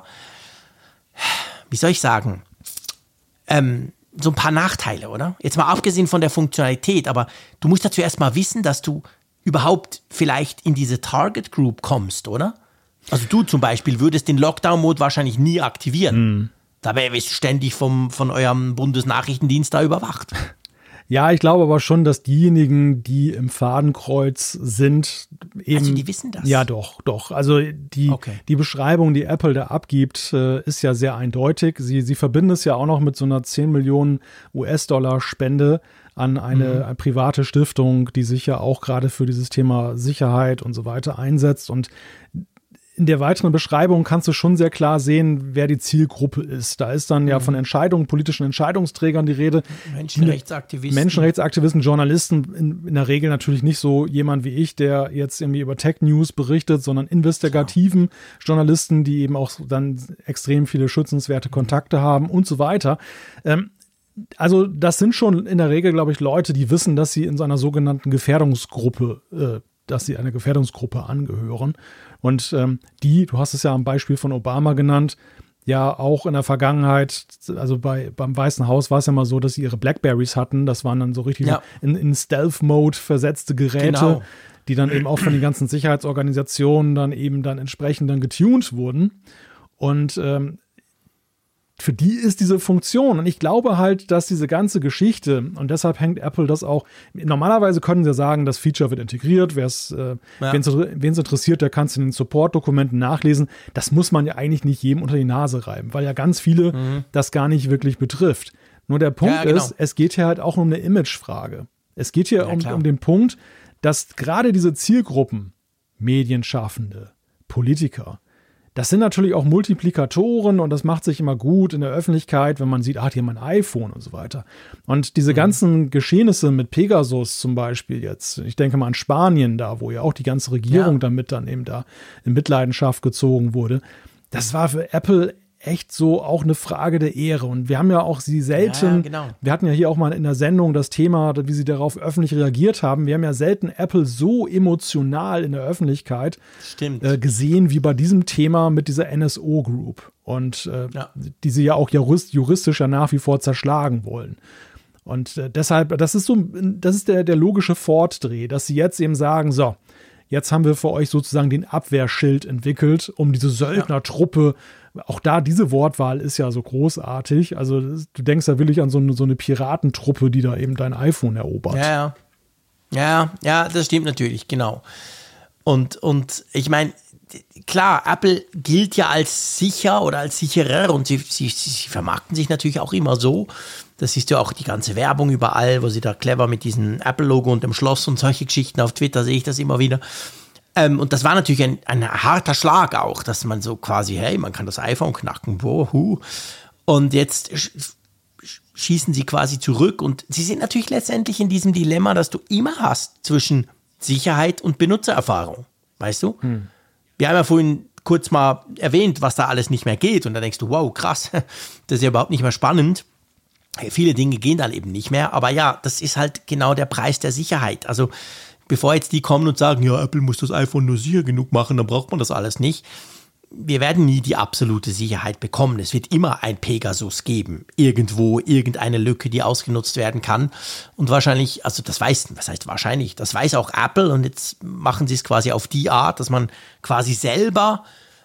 wie soll ich sagen, so ein paar Nachteile, oder? Jetzt mal abgesehen von der Funktionalität, aber du musst dazu erst mal wissen, dass du überhaupt vielleicht in diese Target Group kommst, oder? Also du zum Beispiel würdest den Lockdown-Mode wahrscheinlich nie aktivieren. Dabei wirst du ständig von eurem Bundesnachrichtendienst da überwacht. Ja, ich glaube aber schon, dass diejenigen, die im Fadenkreuz sind, eben... Also die wissen das? Ja, doch. Also die Beschreibung, die Apple da abgibt, ist ja sehr eindeutig. Sie verbinden es ja auch noch mit so einer 10 Millionen US-Dollar Spende an eine private Stiftung, die sich ja auch gerade für dieses Thema Sicherheit und so weiter einsetzt. Und in der weiteren Beschreibung kannst du schon sehr klar sehen, wer die Zielgruppe ist. Da ist dann ja von politischen Entscheidungsträgern die Rede. Menschenrechtsaktivisten, Journalisten, in der Regel natürlich nicht so jemand wie ich, der jetzt irgendwie über Tech-News berichtet, sondern investigativen Journalisten, die eben auch dann extrem viele schützenswerte Kontakte haben und so weiter. Also das sind schon in der Regel, glaube ich, Leute, die wissen, dass sie in so einer sogenannten Gefährdungsgruppe einer Gefährdungsgruppe angehören. Und du hast es ja am Beispiel von Obama genannt, ja auch in der Vergangenheit, also beim Weißen Haus war es ja mal so, dass sie ihre Blackberries hatten. Das waren dann so richtig in Stealth-Mode versetzte Geräte, die dann eben auch von den ganzen Sicherheitsorganisationen dann entsprechend dann getuned wurden. Und für die ist diese Funktion. Und ich glaube halt, dass diese ganze Geschichte, und deshalb hängt Apple das auch, normalerweise können sie sagen, das Feature wird integriert, wen es interessiert, der kann es in den Support-Dokumenten nachlesen. Das muss man ja eigentlich nicht jedem unter die Nase reiben, weil ja ganz viele das gar nicht wirklich betrifft. Nur der Punkt ist, es geht hier halt auch um eine Imagefrage. Es geht hier um den Punkt, dass gerade diese Zielgruppen, Medienschaffende, Politiker, das sind natürlich auch Multiplikatoren und das macht sich immer gut in der Öffentlichkeit, wenn man sieht, hier mein iPhone und so weiter. Und diese ganzen Geschehnisse mit Pegasus zum Beispiel jetzt, ich denke mal an Spanien da, wo ja auch die ganze Regierung damit dann eben da in Mitleidenschaft gezogen wurde, das war für Apple echt so auch eine Frage der Ehre. Und wir haben ja auch sie selten, wir hatten ja hier auch mal in der Sendung das Thema, wie sie darauf öffentlich reagiert haben. Wir haben ja selten Apple so emotional in der Öffentlichkeit gesehen, wie bei diesem Thema mit dieser NSO Group. Und die sie ja auch juristisch ja nach wie vor zerschlagen wollen. Und deshalb, das ist der logische Fortdreh, dass sie jetzt eben sagen, so, jetzt haben wir für euch sozusagen den Abwehrschild entwickelt, um diese Söldnertruppe, auch da diese Wortwahl ist ja so großartig. Also du denkst ja wirklich an so eine Piratentruppe, die da eben dein iPhone erobert. Ja, das stimmt natürlich, genau. Und ich meine, klar, Apple gilt ja als sicher oder als sicherer und sie vermarkten sich natürlich auch immer so. Das siehst du auch die ganze Werbung überall, wo sie da clever mit diesem Apple-Logo und dem Schloss und solche Geschichten auf Twitter sehe ich das immer wieder. Und das war natürlich ein harter Schlag auch, dass man so quasi, hey, man kann das iPhone knacken, wohu. Und jetzt schießen sie quasi zurück und sie sind natürlich letztendlich in diesem Dilemma, das du immer hast zwischen Sicherheit und Benutzererfahrung, weißt du? Wir haben ja vorhin kurz mal erwähnt, was da alles nicht mehr geht und da denkst du, wow, krass, das ist ja überhaupt nicht mehr spannend. Viele Dinge gehen dann eben nicht mehr, aber ja, das ist halt genau der Preis der Sicherheit. Also bevor jetzt die kommen und sagen, ja, Apple muss das iPhone nur sicher genug machen, dann braucht man das alles nicht. Wir werden nie die absolute Sicherheit bekommen. Es wird immer ein Pegasus geben. Irgendwo, irgendeine Lücke, die ausgenutzt werden kann. Und wahrscheinlich, also das weiß auch Apple und jetzt machen sie es quasi auf die Art, dass man quasi selber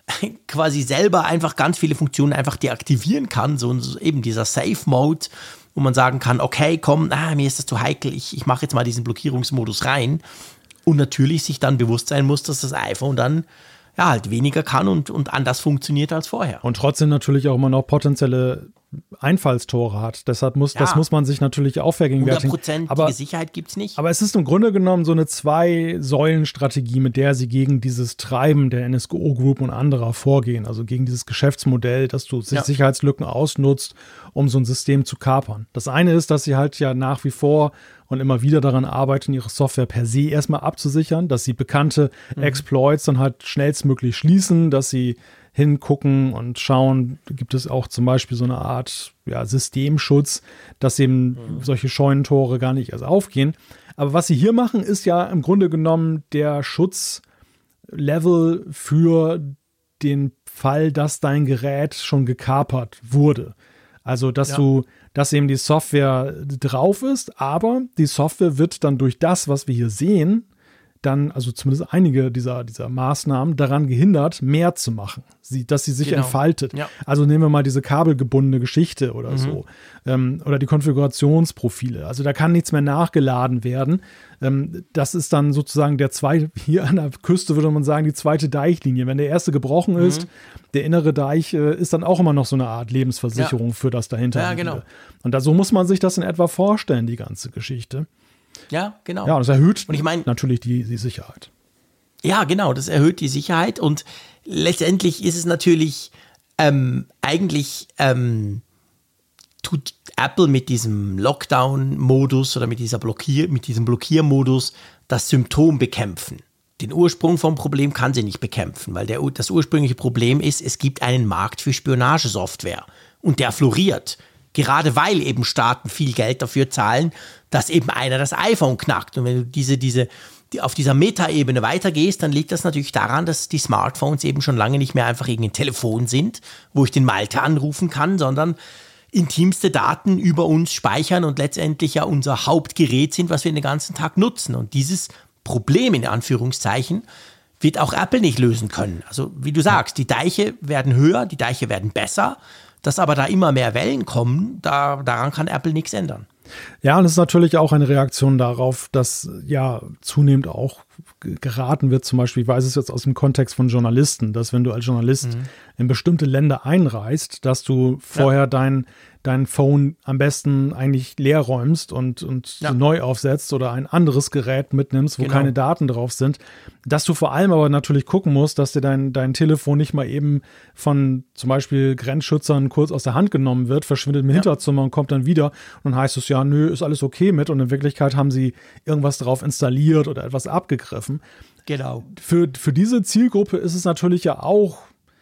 einfach ganz viele Funktionen einfach deaktivieren kann. So eben dieser Safe-Mode, wo man sagen kann, okay, komm, mir ist das zu heikel, ich mache jetzt mal diesen Blockierungsmodus rein. Und natürlich sich dann bewusst sein muss, dass das iPhone dann halt weniger kann und anders funktioniert als vorher. Und trotzdem natürlich auch immer noch potenzielle Einfallstore hat. Deshalb das muss man sich natürlich auch vergegenwärtigen. 100%ige Sicherheit gibt es nicht. Aber es ist im Grunde genommen so eine Zwei-Säulen-Strategie, mit der sie gegen dieses Treiben der NSO Group und anderer vorgehen. Also gegen dieses Geschäftsmodell, dass du Sicherheitslücken ausnutzt, um so ein System zu kapern. Das eine ist, dass sie halt ja nach wie vor und immer wieder daran arbeiten, ihre Software per se erstmal abzusichern, dass sie bekannte Exploits dann halt schnellstmöglich schließen, dass sie hingucken und schauen, gibt es auch zum Beispiel so eine Art Systemschutz, dass eben solche Scheunentore gar nicht erst aufgehen. Aber was sie hier machen, ist ja im Grunde genommen der Schutzlevel für den Fall, dass dein Gerät schon gekapert wurde. Also, dass eben die Software drauf ist, aber die Software wird dann durch das, was wir hier sehen, dann, also zumindest einige dieser Maßnahmen, daran gehindert, mehr zu machen, dass sie sich entfaltet. Ja. Also nehmen wir mal diese kabelgebundene Geschichte oder so. Oder die Konfigurationsprofile. Also da kann nichts mehr nachgeladen werden. Das ist dann sozusagen hier an der Küste würde man sagen, die zweite Deichlinie. Wenn der erste gebrochen ist, der innere Deich ist dann auch immer noch so eine Art Lebensversicherung für das dahinter. Ja, genau. Und so muss man sich das in etwa vorstellen, die ganze Geschichte. Ja, genau. Ja, und das erhöht natürlich die Sicherheit. Ja, genau, das erhöht die Sicherheit und letztendlich ist es natürlich tut Apple mit diesem Lockdown-Modus oder mit diesem Blockiermodus das Symptom bekämpfen. Den Ursprung vom Problem kann sie nicht bekämpfen, weil das ursprüngliche Problem ist, es gibt einen Markt für Spionagesoftware und der floriert. Gerade weil eben Staaten viel Geld dafür zahlen, dass eben einer das iPhone knackt. Und wenn du auf dieser Metaebene weitergehst, dann liegt das natürlich daran, dass die Smartphones eben schon lange nicht mehr einfach irgendein Telefon sind, wo ich den Malte anrufen kann, sondern intimste Daten über uns speichern und letztendlich ja unser Hauptgerät sind, was wir den ganzen Tag nutzen. Und dieses Problem in Anführungszeichen wird auch Apple nicht lösen können. Also wie du sagst, die Deiche werden höher, die Deiche werden besser. Dass aber da immer mehr Wellen kommen, daran kann Apple nichts ändern. Ja, und es ist natürlich auch eine Reaktion darauf, dass ja zunehmend auch geraten wird, zum Beispiel, ich weiß es jetzt aus dem Kontext von Journalisten, dass wenn du als Journalist in bestimmte Länder einreist, dass du vorher dein Phone am besten eigentlich leer räumst und neu aufsetzt oder ein anderes Gerät mitnimmst, wo keine Daten drauf sind. Dass du vor allem aber natürlich gucken musst, dass dir dein Telefon nicht mal eben von zum Beispiel Grenzschützern kurz aus der Hand genommen wird, verschwindet im Hinterzimmer und kommt dann wieder. Und dann heißt es ja, nö, ist alles okay mit. Und in Wirklichkeit haben sie irgendwas drauf installiert oder etwas abgegriffen. Genau. Für diese Zielgruppe ist es natürlich ja auch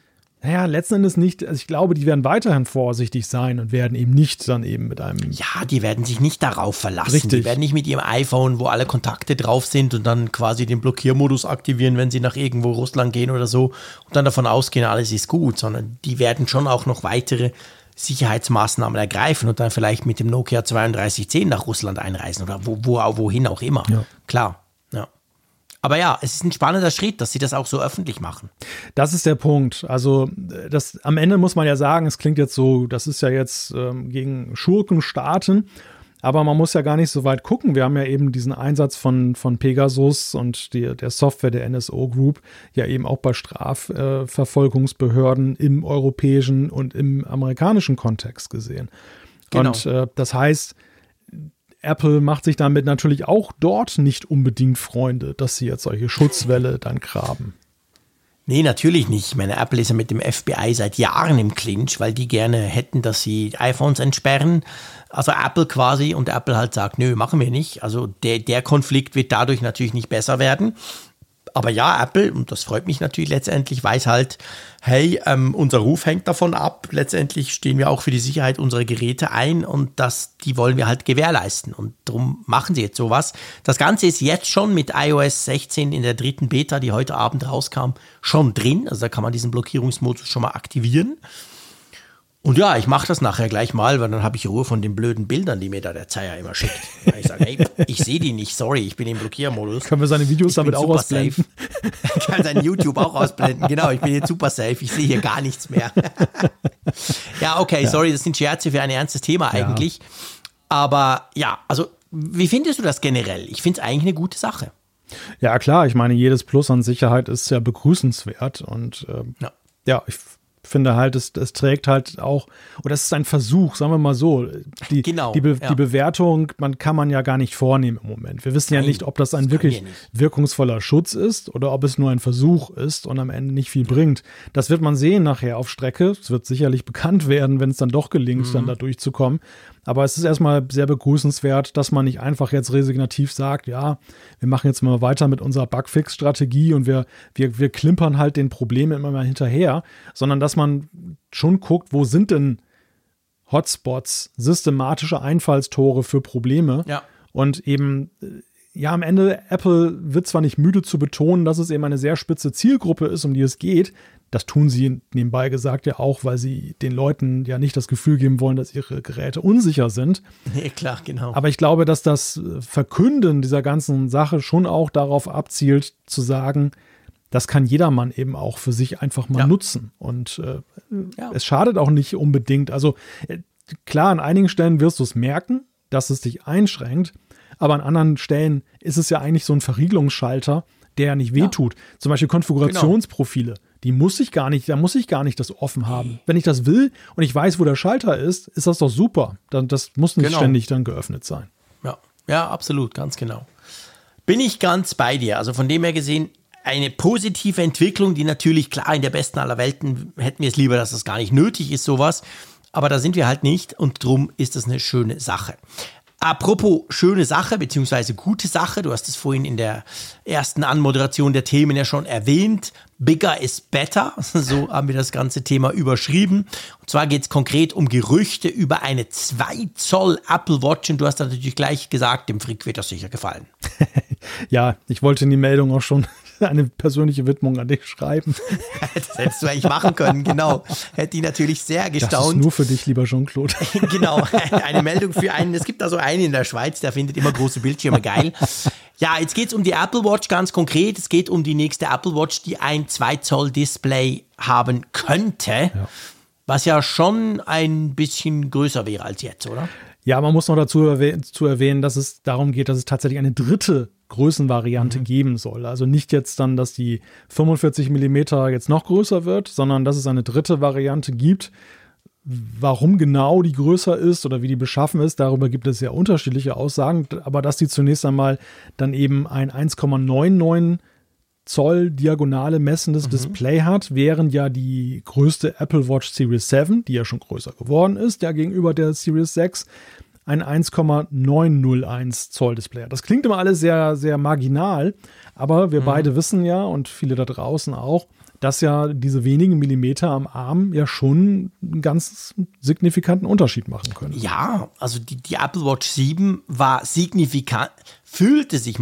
letzten Endes nicht, also ich glaube, die werden weiterhin vorsichtig sein und werden eben nicht dann eben mit einem... Ja, die werden sich nicht darauf verlassen. Richtig. Die werden nicht mit ihrem iPhone, wo alle Kontakte drauf sind und dann quasi den Blockiermodus aktivieren, wenn sie nach irgendwo Russland gehen oder so und dann davon ausgehen, alles ist gut, sondern die werden schon auch noch weitere Sicherheitsmaßnahmen ergreifen und dann vielleicht mit dem Nokia 3210 nach Russland einreisen oder wohin auch immer. Ja. Klar, ja. Aber ja, es ist ein spannender Schritt, dass sie das auch so öffentlich machen. Das ist der Punkt. Also am Ende muss man ja sagen, es klingt jetzt so, das ist ja jetzt gegen Schurkenstaaten, aber man muss ja gar nicht so weit gucken. Wir haben ja eben diesen Einsatz von Pegasus und der Software der NSO Group ja eben auch bei Strafverfolgungsbehörden im europäischen und im amerikanischen Kontext gesehen. Genau. Und das heißt, Apple macht sich damit natürlich auch dort nicht unbedingt Freunde, dass sie jetzt solche Schutzwälle dann graben. Nee, natürlich nicht. Ich meine, Apple ist ja mit dem FBI seit Jahren im Clinch, weil die gerne hätten, dass sie iPhones entsperren. Also Apple quasi, und Apple halt sagt, nö, machen wir nicht. Also der Konflikt wird dadurch natürlich nicht besser werden. Aber ja, Apple, und das freut mich natürlich letztendlich, weiß halt, hey, unser Ruf hängt davon ab. Letztendlich stehen wir auch für die Sicherheit unserer Geräte ein und die wollen wir halt gewährleisten. Und darum machen sie jetzt sowas. Das Ganze ist jetzt schon mit iOS 16 in der 3. Beta, die heute Abend rauskam, schon drin. Also da kann man diesen Blockierungsmodus schon mal aktivieren. Und ja, ich mache das nachher gleich mal, weil dann habe ich Ruhe von den blöden Bildern, die mir da der Zeier immer schickt. Ich sage, hey, ich sehe die nicht, sorry, ich bin im Blockiermodus. Können wir seine Videos damit auch ausblenden? Ich kann sein YouTube auch ausblenden, genau, ich bin jetzt super safe, ich sehe hier gar nichts mehr. Ja, okay, sorry, das sind Scherze für ein ernstes Thema eigentlich. Aber ja, also wie findest du das generell? Ich finde es eigentlich eine gute Sache. Ja, klar, ich meine, jedes Plus an Sicherheit ist ja begrüßenswert und ich finde halt, es trägt halt auch, oder es ist ein Versuch, sagen wir mal so. Die Bewertung, kann man ja gar nicht vornehmen im Moment. Wir wissen ja nicht, ob das ein wirklich wirkungsvoller Schutz ist oder ob es nur ein Versuch ist und am Ende nicht viel bringt. Das wird man sehen nachher auf Strecke. Es wird sicherlich bekannt werden, wenn es dann doch gelingt, dann da durchzukommen. Aber es ist erstmal sehr begrüßenswert, dass man nicht einfach jetzt resignativ sagt, ja, wir machen jetzt mal weiter mit unserer Bugfix-Strategie und wir klimpern halt den Problemen immer mal hinterher, sondern dass man schon guckt, wo sind denn Hotspots, systematische Einfallstore für Probleme. Ja. Und eben, ja, am Ende, Apple wird zwar nicht müde zu betonen, dass es eben eine sehr spitze Zielgruppe ist, um die es geht. Das tun sie nebenbei gesagt ja auch, weil sie den Leuten ja nicht das Gefühl geben wollen, dass ihre Geräte unsicher sind. Nee, klar, genau. Aber ich glaube, dass das Verkünden dieser ganzen Sache schon auch darauf abzielt, zu sagen, das kann jedermann eben auch für sich einfach mal nutzen. Und es schadet auch nicht unbedingt. Also klar, an einigen Stellen wirst du es merken, dass es dich einschränkt. Aber an anderen Stellen ist es ja eigentlich so ein Verriegelungsschalter, der ja nicht wehtut. Zum Beispiel Konfigurationsprofile. Da muss ich gar nicht das offen haben. Wenn ich das will und ich weiß, wo der Schalter ist das doch super. Das muss nicht ständig dann geöffnet sein. Ja, absolut, ganz genau. Bin ich ganz bei dir. Also von dem her gesehen, eine positive Entwicklung, die natürlich, klar, in der besten aller Welten hätten wir es lieber, dass das gar nicht nötig ist, sowas. Aber da sind wir halt nicht und drum ist das eine schöne Sache. Apropos schöne Sache, beziehungsweise gute Sache, du hast es vorhin in der ersten Anmoderation der Themen ja schon erwähnt, bigger is better, so haben wir das ganze Thema überschrieben. Und zwar geht es konkret um Gerüchte über eine 2 Zoll Apple Watch und du hast natürlich gleich gesagt, dem Frick wird das sicher gefallen. Ja, ich wollte in die Meldung auch schon eine persönliche Widmung an dich schreiben. Das hättest du eigentlich machen können, genau. Hätte die natürlich sehr gestaunt. Das ist nur für dich, lieber Jean-Claude. Genau, eine Meldung für einen. Es gibt da so einen in der Schweiz, der findet immer große Bildschirme geil. Ja, jetzt geht es um die Apple Watch ganz konkret. Es geht um die nächste Apple Watch, die ein 2 Zoll Display haben könnte. Ja. Was ja schon ein bisschen größer wäre als jetzt, oder? Ja, man muss noch dazu erwähnen, dass es darum geht, dass es tatsächlich eine dritte Größenvariante geben soll. Also nicht jetzt dann, dass die 45 mm jetzt noch größer wird, sondern dass es eine dritte Variante gibt. Warum genau die größer ist oder wie die beschaffen ist, darüber gibt es ja unterschiedliche Aussagen, aber dass die zunächst einmal dann eben ein 1,99 Zoll diagonale messendes Display hat, während ja die größte Apple Watch Series 7, die ja schon größer geworden ist, ja gegenüber der Series 6, ein 1,901 Zoll Display. Das klingt immer alles sehr, sehr marginal, aber wir beide wissen ja und viele da draußen auch, dass ja diese wenigen Millimeter am Arm ja schon einen ganz signifikanten Unterschied machen können. Ja, also die Apple Watch 7 war signifikant, fühlte sich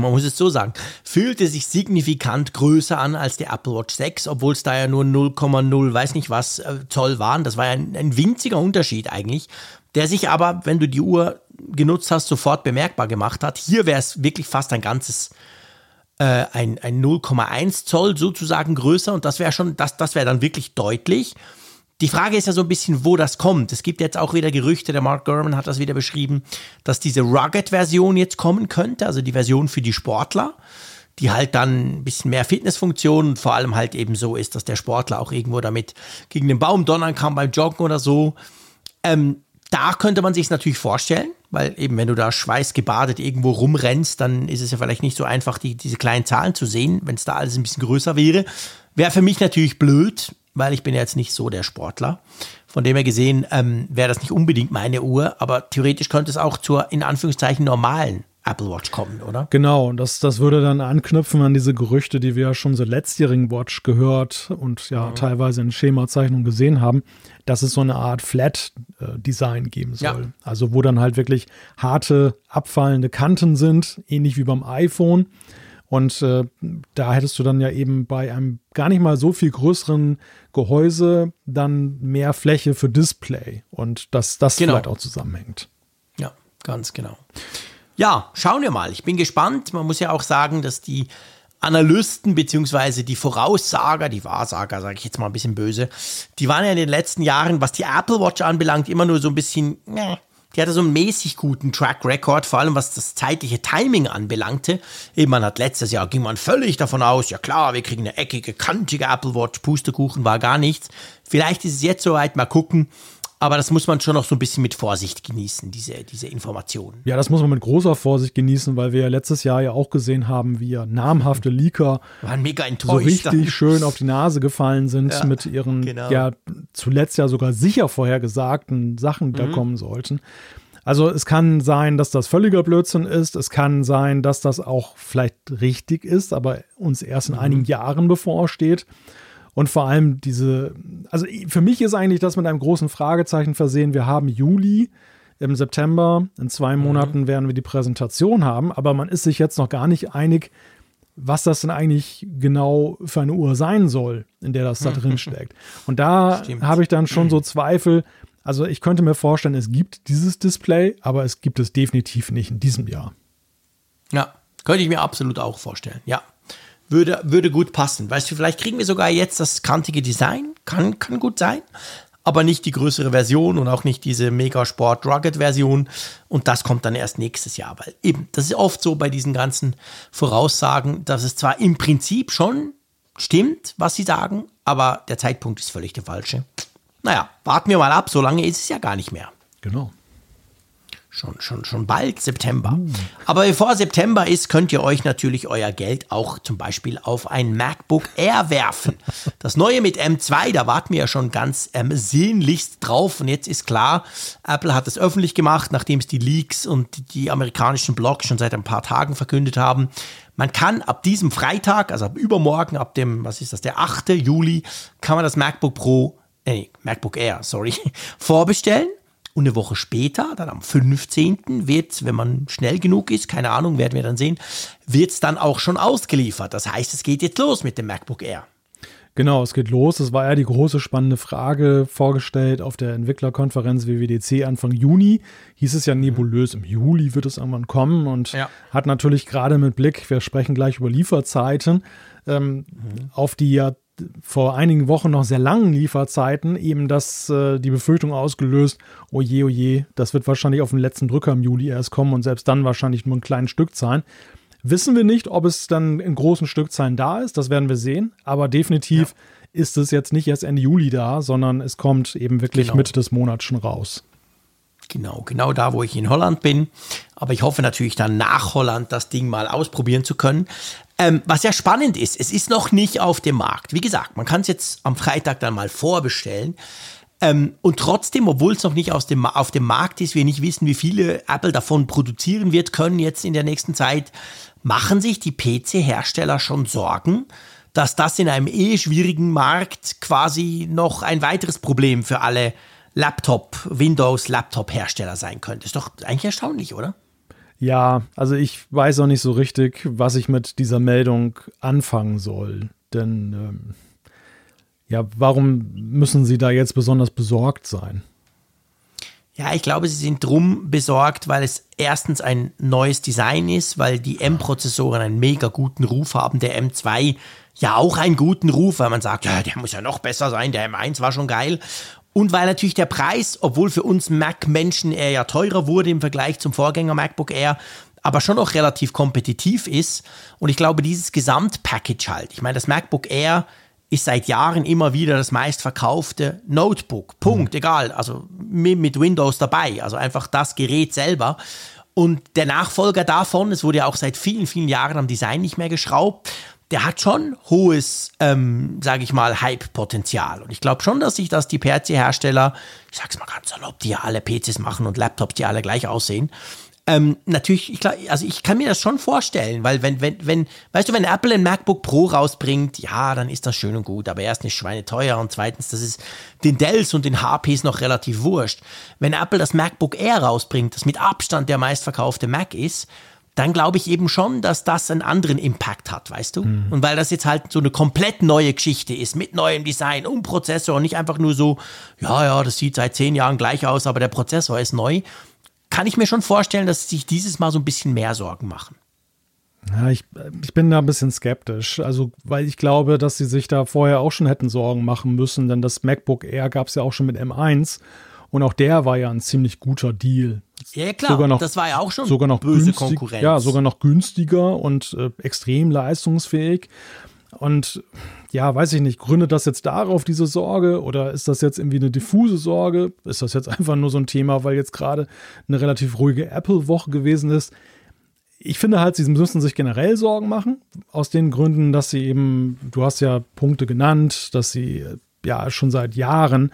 signifikant größer an als die Apple Watch 6, obwohl es da ja nur 0,0, weiß nicht was, Zoll waren. Das war ja ein winziger Unterschied eigentlich, der sich aber, wenn du die Uhr genutzt hast, sofort bemerkbar gemacht hat. Hier wäre es wirklich fast ein ganzes ein 0,1 Zoll sozusagen größer und das wäre schon, das wäre dann wirklich deutlich. Die Frage ist ja so ein bisschen, wo das kommt. Es gibt jetzt auch wieder Gerüchte, der Mark Gurman hat das wieder beschrieben, dass diese Rugged-Version jetzt kommen könnte, also die Version für die Sportler, die halt dann ein bisschen mehr Fitnessfunktion und vor allem halt eben so ist, dass der Sportler auch irgendwo damit gegen den Baum donnern kann beim Joggen oder so. Da könnte man sich es natürlich vorstellen, weil eben, wenn du da schweißgebadet irgendwo rumrennst, dann ist es ja vielleicht nicht so einfach, diese kleinen Zahlen zu sehen, wenn es da alles ein bisschen größer wäre. Wäre für mich natürlich blöd, weil ich bin ja jetzt nicht so der Sportler. Von dem her gesehen wäre das nicht unbedingt meine Uhr, aber theoretisch könnte es auch zur, in Anführungszeichen, normalen Apple Watch kommen, oder? Genau, und das würde dann anknüpfen an diese Gerüchte, die wir ja schon zur letztjährigen Watch gehört und ja teilweise in Schemazeichnungen gesehen haben, dass es so eine Art Flat-Design geben soll. Ja. Also wo dann halt wirklich harte, abfallende Kanten sind, ähnlich wie beim iPhone. Und da hättest du dann ja eben bei einem gar nicht mal so viel größeren Gehäuse dann mehr Fläche für Display und dass das vielleicht auch zusammenhängt. Ja, ganz genau. Ja, schauen wir mal. Ich bin gespannt. Man muss ja auch sagen, dass die Analysten beziehungsweise die Voraussager, die Wahrsager, sage ich jetzt mal ein bisschen böse, die waren ja in den letzten Jahren, was die Apple Watch anbelangt, immer nur so ein bisschen, die hatte so einen mäßig guten Track Record, vor allem was das zeitliche Timing anbelangte. Eben, man hat letztes Jahr, ging man völlig davon aus, ja klar, wir kriegen eine eckige, kantige Apple Watch, Pustekuchen, war gar nichts. Vielleicht ist es jetzt soweit, mal gucken. Aber das muss man schon noch so ein bisschen mit Vorsicht genießen, diese Informationen. Ja, das muss man mit großer Vorsicht genießen, weil wir ja letztes Jahr ja auch gesehen haben, wie ja namhafte Leaker waren mega enttäuscht, so richtig schön auf die Nase gefallen sind mit ihren, ja, zuletzt ja sogar sicher vorhergesagten Sachen, die da kommen sollten. Also es kann sein, dass das völliger Blödsinn ist. Es kann sein, dass das auch vielleicht richtig ist, aber uns erst in einigen Jahren bevorsteht. Und vor allem also für mich ist eigentlich das mit einem großen Fragezeichen versehen. Wir haben Juli, im September, in 2 Monaten werden wir die Präsentation haben, aber man ist sich jetzt noch gar nicht einig, was das denn eigentlich genau für eine Uhr sein soll, in der das da drin steckt. Und da habe ich dann schon so Zweifel. Also ich könnte mir vorstellen, es gibt dieses Display, aber es gibt es definitiv nicht in diesem Jahr. Ja, könnte ich mir absolut auch vorstellen, ja. Würde gut passen. Weißt du, vielleicht kriegen wir sogar jetzt das kantige Design. Kann gut sein. Aber nicht die größere Version und auch nicht diese Mega-Sport-Rugged-Version. Und das kommt dann erst nächstes Jahr. Weil eben, das ist oft so bei diesen ganzen Voraussagen, dass es zwar im Prinzip schon stimmt, was sie sagen, aber der Zeitpunkt ist völlig der falsche. Naja, warten wir mal ab. So lange ist es ja gar nicht mehr. Genau. Schon bald September. Aber bevor September ist, könnt ihr euch natürlich euer Geld auch zum Beispiel auf ein MacBook Air werfen. Das neue mit M2, da warten wir ja schon ganz sehnlichst drauf. Und jetzt ist klar, Apple hat es öffentlich gemacht, nachdem es die Leaks und die amerikanischen Blogs schon seit ein paar Tagen verkündet haben. Man kann ab diesem Freitag, also ab übermorgen, ab dem, der 8. Juli, kann man das MacBook Air, vorbestellen. Und eine Woche später, dann am 15. wird, wenn man schnell genug ist, keine Ahnung, werden wir dann sehen, wird es dann auch schon ausgeliefert. Das heißt, es geht jetzt los mit dem MacBook Air. Genau, es geht los. Das war ja die große spannende Frage vorgestellt auf der Entwicklerkonferenz WWDC Anfang Juni. Hieß es ja nebulös, im Juli wird es irgendwann kommen und hat natürlich gerade mit Blick, wir sprechen gleich über Lieferzeiten, auf die ja vor einigen Wochen noch sehr langen Lieferzeiten eben die Befürchtung ausgelöst, oh je, das wird wahrscheinlich auf den letzten Drücker im Juli erst kommen und selbst dann wahrscheinlich nur in kleinen Stückzahlen. Wissen wir nicht, ob es dann in großen Stückzahlen da ist, das werden wir sehen, aber definitiv ist es jetzt nicht erst Ende Juli da, sondern es kommt eben wirklich Mitte des Monats schon raus. Genau da, wo ich in Holland bin. Aber ich hoffe natürlich dann nach Holland das Ding mal ausprobieren zu können. Was ja spannend ist, es ist noch nicht auf dem Markt. Wie gesagt, man kann es jetzt am Freitag dann mal vorbestellen. Und trotzdem, obwohl es noch nicht auf dem Markt ist, wir nicht wissen, wie viele Apple davon produzieren wird können jetzt in der nächsten Zeit, machen sich die PC-Hersteller schon Sorgen, dass das in einem schwierigen Markt quasi noch ein weiteres Problem für alle Windows-Laptop-Hersteller sein könnte. Ist doch eigentlich erstaunlich, oder? Ja, also ich weiß auch nicht so richtig, was ich mit dieser Meldung anfangen soll. Denn warum müssen Sie da jetzt besonders besorgt sein? Ja, ich glaube, sie sind drum besorgt, weil es erstens ein neues Design ist, weil die M-Prozessoren einen mega guten Ruf haben. Der M2 ja auch einen guten Ruf, weil man sagt, ja, der muss ja noch besser sein, der M1 war schon geil. Und weil natürlich der Preis, obwohl für uns Mac-Menschen er ja teurer wurde im Vergleich zum Vorgänger MacBook Air, aber schon noch relativ kompetitiv ist. Und ich glaube, dieses Gesamtpackage halt, ich meine, das MacBook Air ist seit Jahren immer wieder das meistverkaufte Notebook. Punkt, egal, also mit Windows dabei, also einfach das Gerät selber. Und der Nachfolger davon, es wurde ja auch seit vielen, vielen Jahren am Design nicht mehr geschraubt, der hat schon hohes, sage ich mal, Hype-Potenzial. Und ich glaube schon, dass sich das die PC-Hersteller, ich sag's mal ganz salopp, die ja alle PCs machen und Laptops, die alle gleich aussehen, natürlich, ich kann mir das schon vorstellen, weil wenn Apple ein MacBook Pro rausbringt, ja, dann ist das schön und gut, aber erstens schweineteuer und zweitens, das ist den Dells und den HPs noch relativ wurscht. Wenn Apple das MacBook Air rausbringt, das mit Abstand der meistverkaufte Mac ist, dann glaube ich eben schon, dass das einen anderen Impact hat, weißt du? Und weil das jetzt halt so eine komplett neue Geschichte ist, mit neuem Design und Prozessor und nicht einfach nur so, ja, das sieht seit 10 Jahren gleich aus, aber der Prozessor ist neu, kann ich mir schon vorstellen, dass sie sich dieses Mal so ein bisschen mehr Sorgen machen. Ja, ich bin da ein bisschen skeptisch, also weil ich glaube, dass sie sich da vorher auch schon hätten Sorgen machen müssen, denn das MacBook Air gab es ja auch schon mit M1 und auch der war ja ein ziemlich guter Deal. Ja, klar, das war ja auch schon sogar noch böse Konkurrenz. Ja, sogar noch günstiger und extrem leistungsfähig. Und ja, weiß ich nicht, gründet das jetzt darauf, diese Sorge, oder ist das jetzt irgendwie eine diffuse Sorge? Ist das jetzt einfach nur so ein Thema, weil jetzt gerade eine relativ ruhige Apple-Woche gewesen ist? Ich finde halt, sie müssen sich generell Sorgen machen, aus den Gründen, dass sie eben, du hast ja Punkte genannt, dass sie ja schon seit Jahren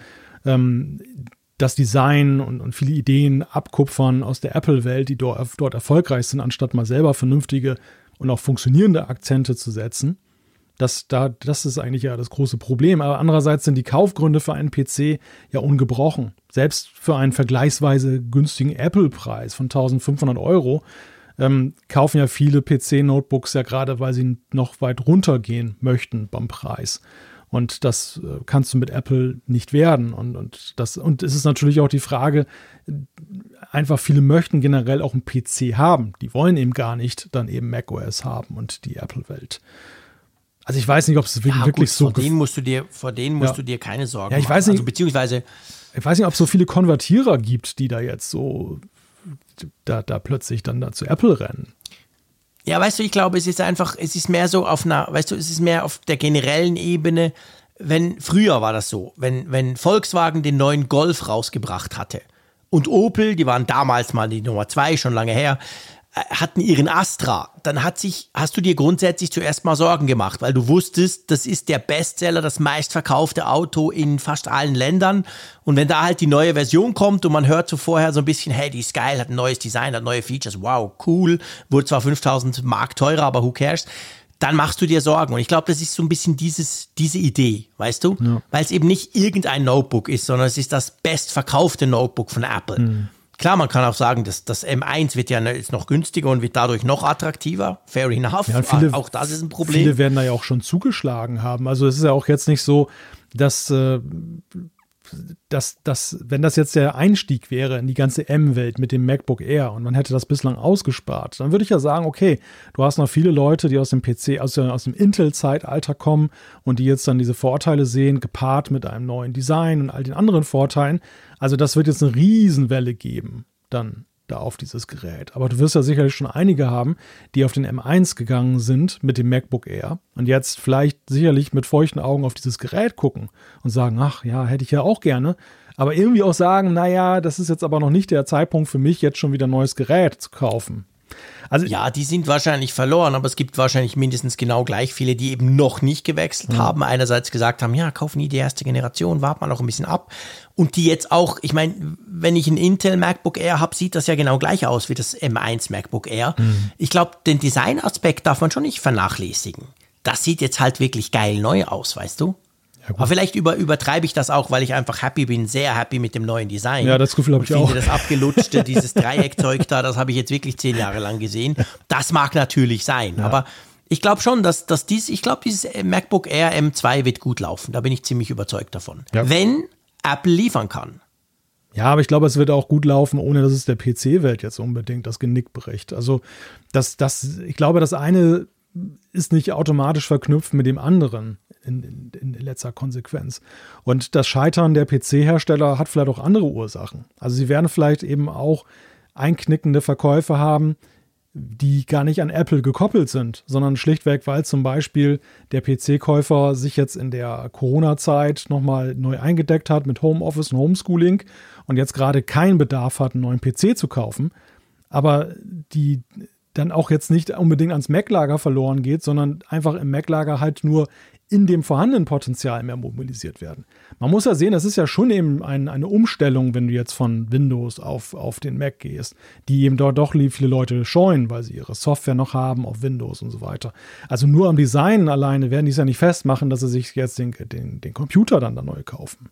das Design und viele Ideen abkupfern aus der Apple-Welt, die dort erfolgreich sind, anstatt mal selber vernünftige und auch funktionierende Akzente zu setzen. Das ist eigentlich ja das große Problem. Aber andererseits sind die Kaufgründe für einen PC ja ungebrochen. Selbst für einen vergleichsweise günstigen Apple-Preis von 1.500 Euro kaufen ja viele PC-Notebooks ja gerade, weil sie noch weit runtergehen möchten beim Preis. Und das kannst du mit Apple nicht werden. Und es ist natürlich auch die Frage, einfach viele möchten generell auch einen PC haben. Die wollen eben gar nicht dann eben macOS haben und die Apple-Welt. Also ich weiß nicht, ob es wirklich so... Vor denen musst du dir keine Sorgen machen. Ich weiß nicht, also beziehungsweise... Ich weiß nicht, ob es so viele Konvertierer gibt, die da jetzt so da plötzlich dann da zu Apple rennen. Ja, weißt du, ich glaube, es ist mehr so es ist mehr auf der generellen Ebene, früher war das so, wenn Volkswagen den neuen Golf rausgebracht hatte und Opel, die waren damals mal die Nummer 2, schon lange her, hatten ihren Astra, dann hast du dir grundsätzlich zuerst mal Sorgen gemacht, weil du wusstest, das ist der Bestseller, das meistverkaufte Auto in fast allen Ländern. Und wenn da halt die neue Version kommt und man hört so vorher so ein bisschen, hey, die ist geil, hat ein neues Design, hat neue Features, wow, cool, wurde zwar 5.000 Mark teurer, aber who cares? Dann machst du dir Sorgen. Und ich glaube, das ist so ein bisschen diese Idee, weißt du? Ja. Weil es eben nicht irgendein Notebook ist, sondern es ist das bestverkaufte Notebook von Apple. Mhm. Klar, man kann auch sagen, dass das M1 wird ja jetzt noch günstiger und wird dadurch noch attraktiver. Fair enough. Ja, auch das ist ein Problem. Viele werden da ja auch schon zugeschlagen haben. Also es ist ja auch jetzt nicht so, dass wenn das jetzt der Einstieg wäre in die ganze M-Welt mit dem MacBook Air und man hätte das bislang ausgespart, dann würde ich ja sagen, okay, du hast noch viele Leute, die aus dem PC, aus dem Intel-Zeitalter kommen und die jetzt dann diese Vorteile sehen, gepaart mit einem neuen Design und all den anderen Vorteilen. Also das wird jetzt eine Riesenwelle geben, dann da auf dieses Gerät. Aber du wirst ja sicherlich schon einige haben, die auf den M1 gegangen sind mit dem MacBook Air und jetzt vielleicht sicherlich mit feuchten Augen auf dieses Gerät gucken und sagen, ach ja, hätte ich ja auch gerne. Aber irgendwie auch sagen, naja, das ist jetzt aber noch nicht der Zeitpunkt für mich, jetzt schon wieder ein neues Gerät zu kaufen. Also, ja, die sind wahrscheinlich verloren, aber es gibt wahrscheinlich mindestens genau gleich viele, die eben noch nicht gewechselt haben. Einerseits gesagt haben, ja, kauf nie die erste Generation, wart mal noch ein bisschen ab. Und die jetzt auch, ich meine, wenn ich ein Intel MacBook Air habe, sieht das ja genau gleich aus wie das M1 MacBook Air. Ich glaube, den Designaspekt darf man schon nicht vernachlässigen. Das sieht jetzt halt wirklich geil neu aus, weißt du? Ja, aber vielleicht übertreibe ich das auch, weil ich einfach sehr happy mit dem neuen Design. Ja, das Gefühl habe ich auch. Ich finde das abgelutschte, dieses Dreieckzeug da, das habe ich jetzt wirklich 10 Jahre lang gesehen. Das mag natürlich sein, aber ich glaube schon, dass dieses MacBook Air M2 wird gut laufen. Da bin ich ziemlich überzeugt davon. Ja. Wenn Apple liefern kann. Ja, aber ich glaube, es wird auch gut laufen, ohne dass es der PC-Welt jetzt unbedingt das Genick bricht. Also ich glaube, das eine ist nicht automatisch verknüpft mit dem anderen in letzter Konsequenz. Und das Scheitern der PC-Hersteller hat vielleicht auch andere Ursachen. Also sie werden vielleicht eben auch einknickende Verkäufe haben, die gar nicht an Apple gekoppelt sind, sondern schlichtweg, weil zum Beispiel der PC-Käufer sich jetzt in der Corona-Zeit nochmal neu eingedeckt hat mit Homeoffice und Homeschooling und jetzt gerade keinen Bedarf hat, einen neuen PC zu kaufen, aber die dann auch jetzt nicht unbedingt ans Mac-Lager verloren geht, sondern einfach im Mac-Lager halt nur in dem vorhandenen Potenzial mehr mobilisiert werden. Man muss ja sehen, das ist ja schon eben eine Umstellung, wenn du jetzt von Windows auf den Mac gehst, die eben dort doch viele Leute scheuen, weil sie ihre Software noch haben auf Windows und so weiter. Also nur am Design alleine werden die es ja nicht festmachen, dass sie sich jetzt den Computer dann neu kaufen.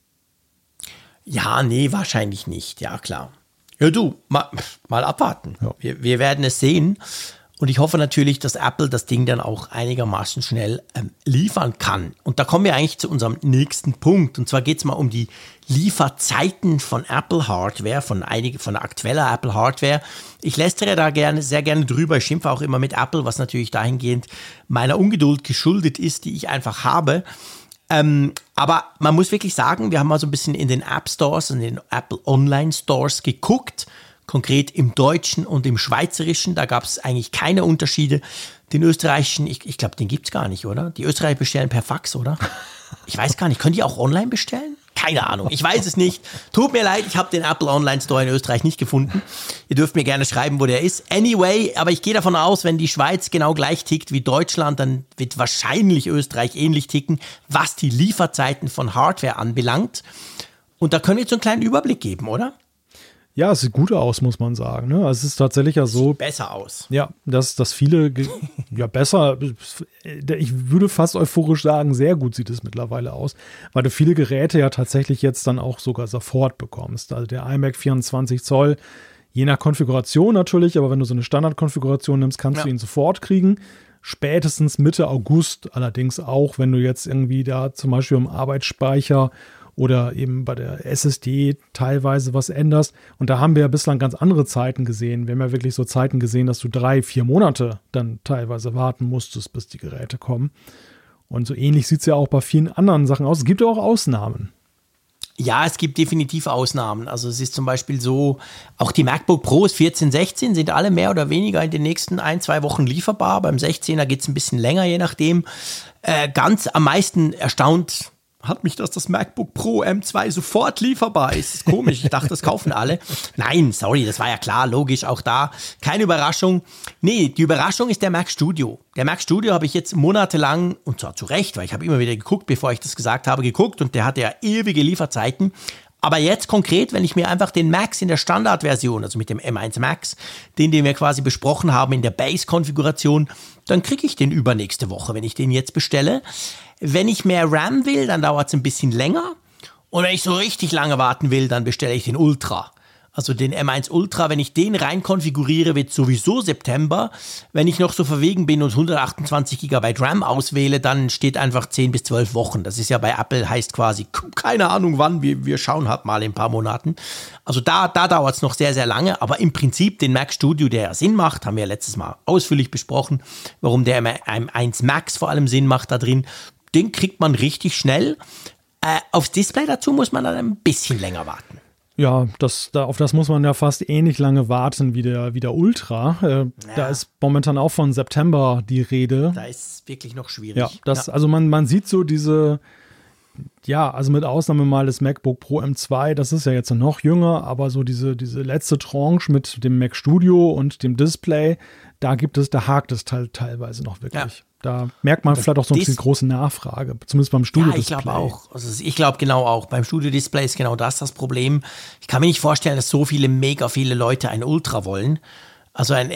Ja, nee, wahrscheinlich nicht. Ja, klar. Ja, du, mal abwarten. Ja. Wir werden es sehen. Und ich hoffe natürlich, dass Apple das Ding dann auch einigermaßen schnell liefern kann. Und da kommen wir eigentlich zu unserem nächsten Punkt. Und zwar geht es mal um die Lieferzeiten von Apple Hardware, von aktueller Apple Hardware. Ich lästere da sehr gerne drüber. Ich schimpfe auch immer mit Apple, was natürlich dahingehend meiner Ungeduld geschuldet ist, die ich einfach habe. Aber man muss wirklich sagen, wir haben mal so ein bisschen in den App Stores und den Apple Online Stores geguckt. konkret im Deutschen und im Schweizerischen. Da gab es eigentlich keine Unterschiede. Den österreichischen, ich glaube, den gibt's gar nicht, oder? Die Österreicher bestellen per Fax, oder? Ich weiß gar nicht. Können die auch online bestellen? Keine Ahnung. Ich weiß es nicht. Tut mir leid, ich habe den Apple Online Store in Österreich nicht gefunden. Ihr dürft mir gerne schreiben, wo der ist. Anyway, aber ich gehe davon aus, wenn die Schweiz genau gleich tickt wie Deutschland, dann wird wahrscheinlich Österreich ähnlich ticken, was die Lieferzeiten von Hardware anbelangt. Und da können wir jetzt so einen kleinen Überblick geben, oder? Ja, es sieht gut aus, muss man sagen. Ne? Es ist tatsächlich ja so. Sieht besser aus. Ja, dass viele, ja besser, ich würde fast euphorisch sagen, sehr gut sieht es mittlerweile aus, weil du viele Geräte ja tatsächlich jetzt dann auch sogar sofort bekommst. Also der iMac 24 Zoll, je nach Konfiguration natürlich, aber wenn du so eine Standardkonfiguration nimmst, kannst du ihn sofort kriegen. Spätestens Mitte August allerdings auch, wenn du jetzt irgendwie da zum Beispiel im Arbeitsspeicher oder eben bei der SSD teilweise was änderst. Und da haben wir ja bislang ganz andere Zeiten gesehen. Wir haben ja wirklich so Zeiten gesehen, dass du 3-4 Monate dann teilweise warten musstest, bis die Geräte kommen. Und so ähnlich sieht es ja auch bei vielen anderen Sachen aus. Es gibt ja auch Ausnahmen. Ja, es gibt definitiv Ausnahmen. Also es ist zum Beispiel so, auch die MacBook Pros 14, 16 sind alle mehr oder weniger in den nächsten 1-2 Wochen lieferbar. Beim 16er geht es ein bisschen länger, je nachdem. Ganz am meisten erstaunt hat mich, dass das MacBook Pro M2 sofort lieferbar ist. Das ist komisch, ich dachte, das kaufen alle. Nein, sorry, das war ja klar, logisch, auch da. Keine Überraschung. Nee, die Überraschung ist der Mac Studio. Der Mac Studio habe ich jetzt monatelang, und zwar zu Recht, weil ich habe immer wieder geguckt, bevor ich das gesagt habe, und der hatte ja ewige Lieferzeiten. Aber jetzt konkret, wenn ich mir einfach den Max in der Standardversion, also mit dem M1 Max, den wir quasi besprochen haben in der Base-Konfiguration, dann kriege ich den übernächste Woche, wenn ich den jetzt bestelle. Wenn ich mehr RAM will, dann dauert es ein bisschen länger. Und wenn ich so richtig lange warten will, dann bestelle ich den Ultra. Also den M1 Ultra, wenn ich den rein konfiguriere, wird sowieso September. Wenn ich noch so verwegen bin und 128 GB RAM auswähle, dann steht einfach 10 bis 12 Wochen. Das ist ja bei Apple, heißt quasi, keine Ahnung wann, wir schauen halt mal in ein paar Monaten. Also da dauert es noch sehr, sehr lange. Aber im Prinzip den Mac Studio, der ja Sinn macht, haben wir ja letztes Mal ausführlich besprochen, warum der M1 Max vor allem Sinn macht da drin. Den kriegt man richtig schnell. Aufs Display dazu muss man dann ein bisschen länger warten. Ja, auf das muss man ja fast ähnlich lange warten wie der Ultra. Da ist momentan auch von September die Rede. Da ist wirklich noch schwierig. Ja, also man sieht so diese, ja, also mit Ausnahme mal des MacBook Pro M2, das ist ja jetzt noch jünger, aber so diese letzte Tranche mit dem Mac Studio und dem Display, da hakt es teilweise noch wirklich. Ja. Da merkt man vielleicht auch so ein bisschen große Nachfrage, zumindest beim Studio-Display. Ja, ich glaube auch. Also ich glaube genau auch. Beim Studio-Display ist genau das Problem. Ich kann mir nicht vorstellen, dass so mega viele Leute ein Ultra wollen. Also ein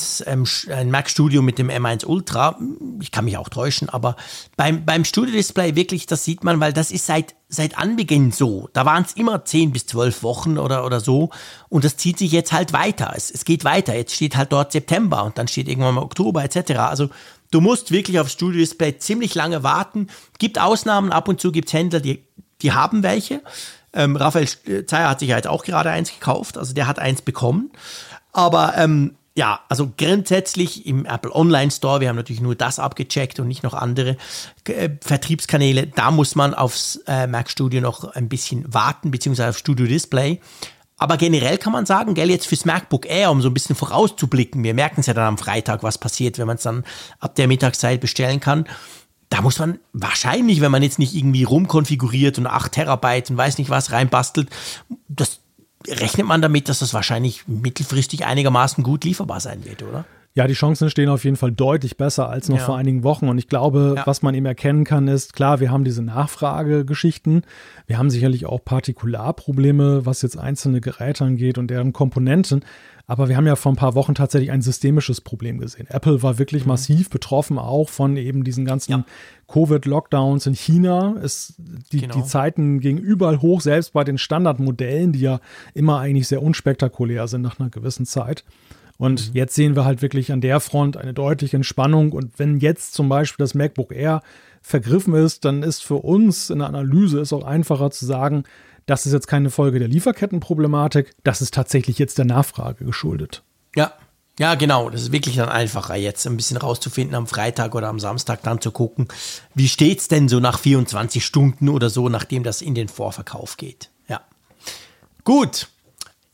ein Mac Studio mit dem M1 Ultra. Ich kann mich auch täuschen, aber beim Studio-Display wirklich, das sieht man, weil das ist seit Anbeginn so. Da waren es immer 10 bis 12 Wochen oder so. Und das zieht sich jetzt halt weiter. Es geht weiter. Jetzt steht halt dort September und dann steht irgendwann mal Oktober etc. Also du musst wirklich aufs Studio-Display ziemlich lange warten. Gibt Ausnahmen, ab und zu gibt es Händler, die haben welche. Raphael Zeyer hat sich ja jetzt auch gerade eins gekauft, also der hat eins bekommen. Aber ja, also grundsätzlich im Apple Online Store, wir haben natürlich nur das abgecheckt und nicht noch andere Vertriebskanäle, da muss man aufs Mac Studio noch ein bisschen warten, beziehungsweise auf Studio Display. Aber generell kann man sagen, jetzt fürs MacBook Air, um so ein bisschen vorauszublicken, wir merken es ja dann am Freitag, was passiert, wenn man es dann ab der Mittagszeit bestellen kann. Da muss man wahrscheinlich, wenn man jetzt nicht irgendwie rumkonfiguriert und 8 Terabyte und weiß nicht was reinbastelt, das rechnet man damit, dass das wahrscheinlich mittelfristig einigermaßen gut lieferbar sein wird, oder? Ja, die Chancen stehen auf jeden Fall deutlich besser als noch vor einigen Wochen. Und ich glaube, was man eben erkennen kann, ist, klar, wir haben diese Nachfragegeschichten. Wir haben sicherlich auch Partikularprobleme, was jetzt einzelne Geräte angeht und deren Komponenten. Aber wir haben ja vor ein paar Wochen tatsächlich ein systemisches Problem gesehen. Apple war wirklich massiv betroffen, auch von eben diesen ganzen Covid-Lockdowns in China. Die Zeiten gingen überall hoch, selbst bei den Standardmodellen, die ja immer eigentlich sehr unspektakulär sind nach einer gewissen Zeit. Und jetzt sehen wir halt wirklich an der Front eine deutliche Entspannung. Und wenn jetzt zum Beispiel das MacBook Air vergriffen ist, dann ist für uns in der Analyse auch einfacher zu sagen, das ist jetzt keine Folge der Lieferkettenproblematik, das ist tatsächlich jetzt der Nachfrage geschuldet. Ja, genau. Das ist wirklich dann einfacher, jetzt ein bisschen rauszufinden am Freitag oder am Samstag dann zu gucken, wie steht's denn so nach 24 Stunden oder so, nachdem das in den Vorverkauf geht. Ja. Gut.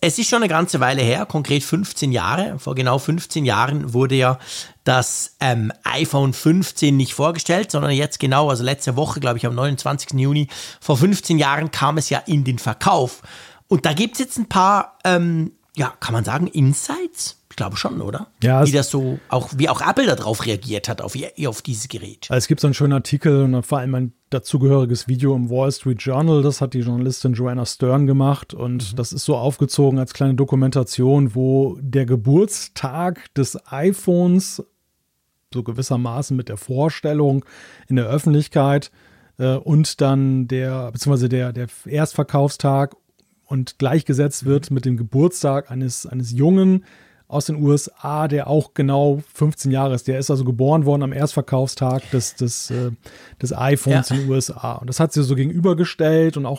Es ist schon eine ganze Weile her, konkret 15 Jahre. Vor genau 15 Jahren wurde ja das iPhone 15 nicht vorgestellt, sondern jetzt genau, also letzte Woche, glaube ich, am 29. Juni, vor 15 Jahren kam es ja in den Verkauf. Und da gibt es jetzt ein paar, kann man sagen, Insights? Ich glaube schon, oder? Ja, wie auch Apple darauf reagiert hat, auf dieses Gerät. Es gibt so einen schönen Artikel und vor allem ein dazugehöriges Video im Wall Street Journal. Das hat die Journalistin Joanna Stern gemacht und das ist so aufgezogen als kleine Dokumentation, wo der Geburtstag des iPhones so gewissermaßen mit der Vorstellung in der Öffentlichkeit und dann der Erstverkaufstag und gleichgesetzt wird mit dem Geburtstag eines Jungen aus den USA, der auch genau 15 Jahre ist. Der ist also geboren worden am Erstverkaufstag des iPhones in den USA. Und das hat sie so gegenübergestellt und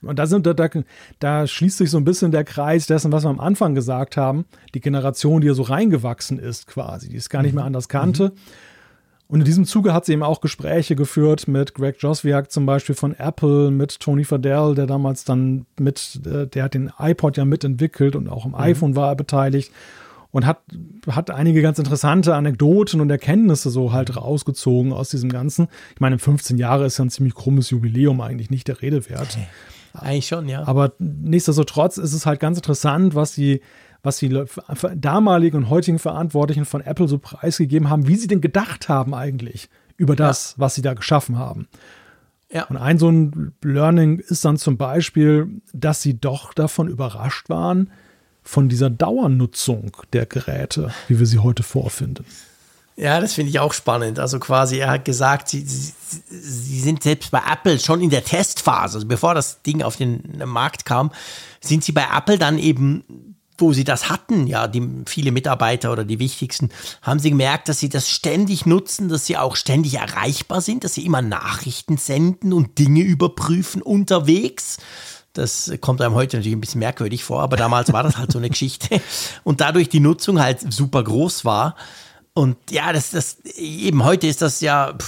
da schließt sich so ein bisschen der Kreis dessen, was wir am Anfang gesagt haben. Die Generation, die ja so reingewachsen ist quasi, die es gar nicht mehr anders kannte. Und in diesem Zuge hat sie eben auch Gespräche geführt mit Greg Joswiak zum Beispiel von Apple, mit Tony Fadell, der damals dann der hat den iPod ja mitentwickelt und auch am iPhone war er beteiligt. Und hat einige ganz interessante Anekdoten und Erkenntnisse so halt rausgezogen aus diesem Ganzen. Ich meine, 15 Jahre ist ja ein ziemlich krummes Jubiläum, eigentlich nicht der Rede wert. Okay. Eigentlich schon, ja. Aber nichtsdestotrotz ist es halt ganz interessant, was die damaligen und heutigen Verantwortlichen von Apple so preisgegeben haben, wie sie denn gedacht haben eigentlich über das, was sie da geschaffen haben. Ja. Und ein so ein Learning ist dann zum Beispiel, dass sie doch davon überrascht waren, von dieser Dauernutzung der Geräte, wie wir sie heute vorfinden. Ja, das finde ich auch spannend. Also quasi, er hat gesagt, sie sind selbst bei Apple schon in der Testphase, also bevor das Ding auf den Markt kam, sind sie bei Apple dann eben, wo sie das hatten, ja, viele Mitarbeiter oder die wichtigsten, haben sie gemerkt, dass sie das ständig nutzen, dass sie auch ständig erreichbar sind, dass sie immer Nachrichten senden und Dinge überprüfen unterwegs. Das kommt einem heute natürlich ein bisschen merkwürdig vor, aber damals war das halt so eine Geschichte und dadurch die Nutzung halt super groß war. Und ja, eben heute ist das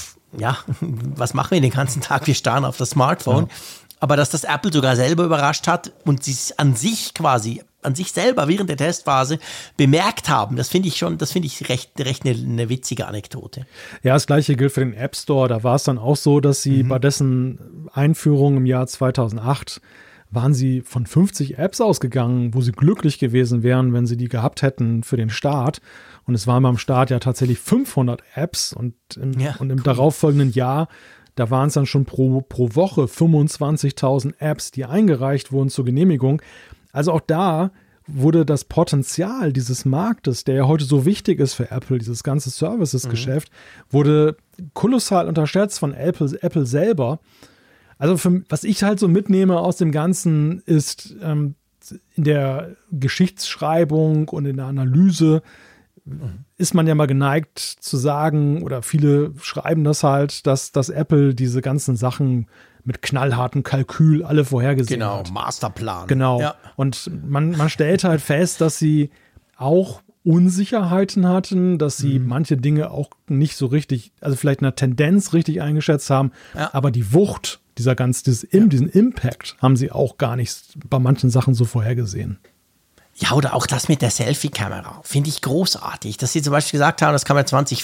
was machen wir den ganzen Tag? Wir starren auf das Smartphone. Ja. Aber dass das Apple sogar selber überrascht hat und sie es an sich selber während der Testphase bemerkt haben, das finde ich recht eine witzige Anekdote. Ja, das Gleiche gilt für den App Store. Da war es dann auch so, dass sie bei dessen Einführung im Jahr 2008 waren sie von 50 Apps ausgegangen, wo sie glücklich gewesen wären, wenn sie die gehabt hätten für den Start. Und es waren beim Start ja tatsächlich 500 Apps und im darauffolgenden Jahr, da waren es dann schon pro Woche 25.000 Apps, die eingereicht wurden zur Genehmigung. Also auch da wurde das Potenzial dieses Marktes, der ja heute so wichtig ist für Apple, dieses ganze Services-Geschäft, wurde kolossal unterschätzt von Apple selber. Also was ich halt so mitnehme aus dem Ganzen ist in der Geschichtsschreibung und in der Analyse ist man ja mal geneigt zu sagen, oder viele schreiben das halt, dass Apple diese ganzen Sachen mit knallhartem Kalkül alle vorhergesehen hat. Genau, Masterplan. Genau. Ja. Und man stellt halt fest, dass sie auch Unsicherheiten hatten, dass sie manche Dinge auch nicht so richtig, also vielleicht eine Tendenz richtig eingeschätzt haben, aber die Wucht diesen Impact haben sie auch gar nicht bei manchen Sachen so vorhergesehen. Ja, oder auch das mit der Selfie-Kamera. Finde ich großartig. Dass sie zum Beispiel gesagt haben, das kam ja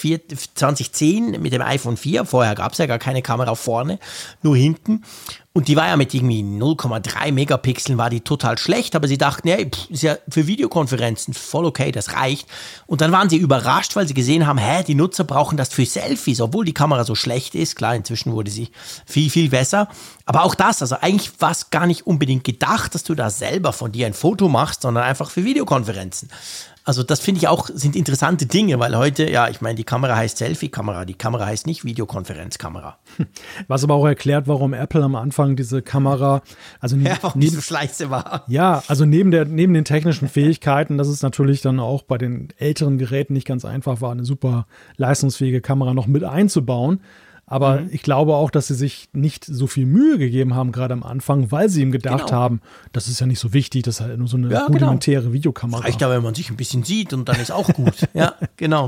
2010 mit dem iPhone 4. Vorher gab es ja gar keine Kamera vorne, nur hinten. Und die war ja mit irgendwie 0,3 Megapixeln, war die total schlecht. Aber sie dachten, ja, ist ja für Videokonferenzen voll okay, das reicht. Und dann waren sie überrascht, weil sie gesehen haben, die Nutzer brauchen das für Selfies, obwohl die Kamera so schlecht ist. Klar, inzwischen wurde sie viel, viel besser. Aber auch das, also eigentlich war es gar nicht unbedingt gedacht, dass du da selber von dir ein Foto machst, sondern einfach für Videokonferenzen. Also das finde ich auch, sind interessante Dinge, weil heute, ja, ich meine, die Kamera heißt Selfie-Kamera, die Kamera heißt nicht Videokonferenzkamera. Was aber auch erklärt, warum Apple am Anfang diese Kamera, also warum die so scheiße war. Ja, also neben den technischen Fähigkeiten, dass es natürlich dann auch bei den älteren Geräten nicht ganz einfach war, eine super leistungsfähige Kamera noch mit einzubauen. Aber ich glaube auch, dass sie sich nicht so viel Mühe gegeben haben, gerade am Anfang, weil sie ihm gedacht haben, das ist ja nicht so wichtig, das ist halt nur so eine rudimentäre Videokamera. Reicht aber, wenn man sich ein bisschen sieht und dann ist auch gut. Ja, genau.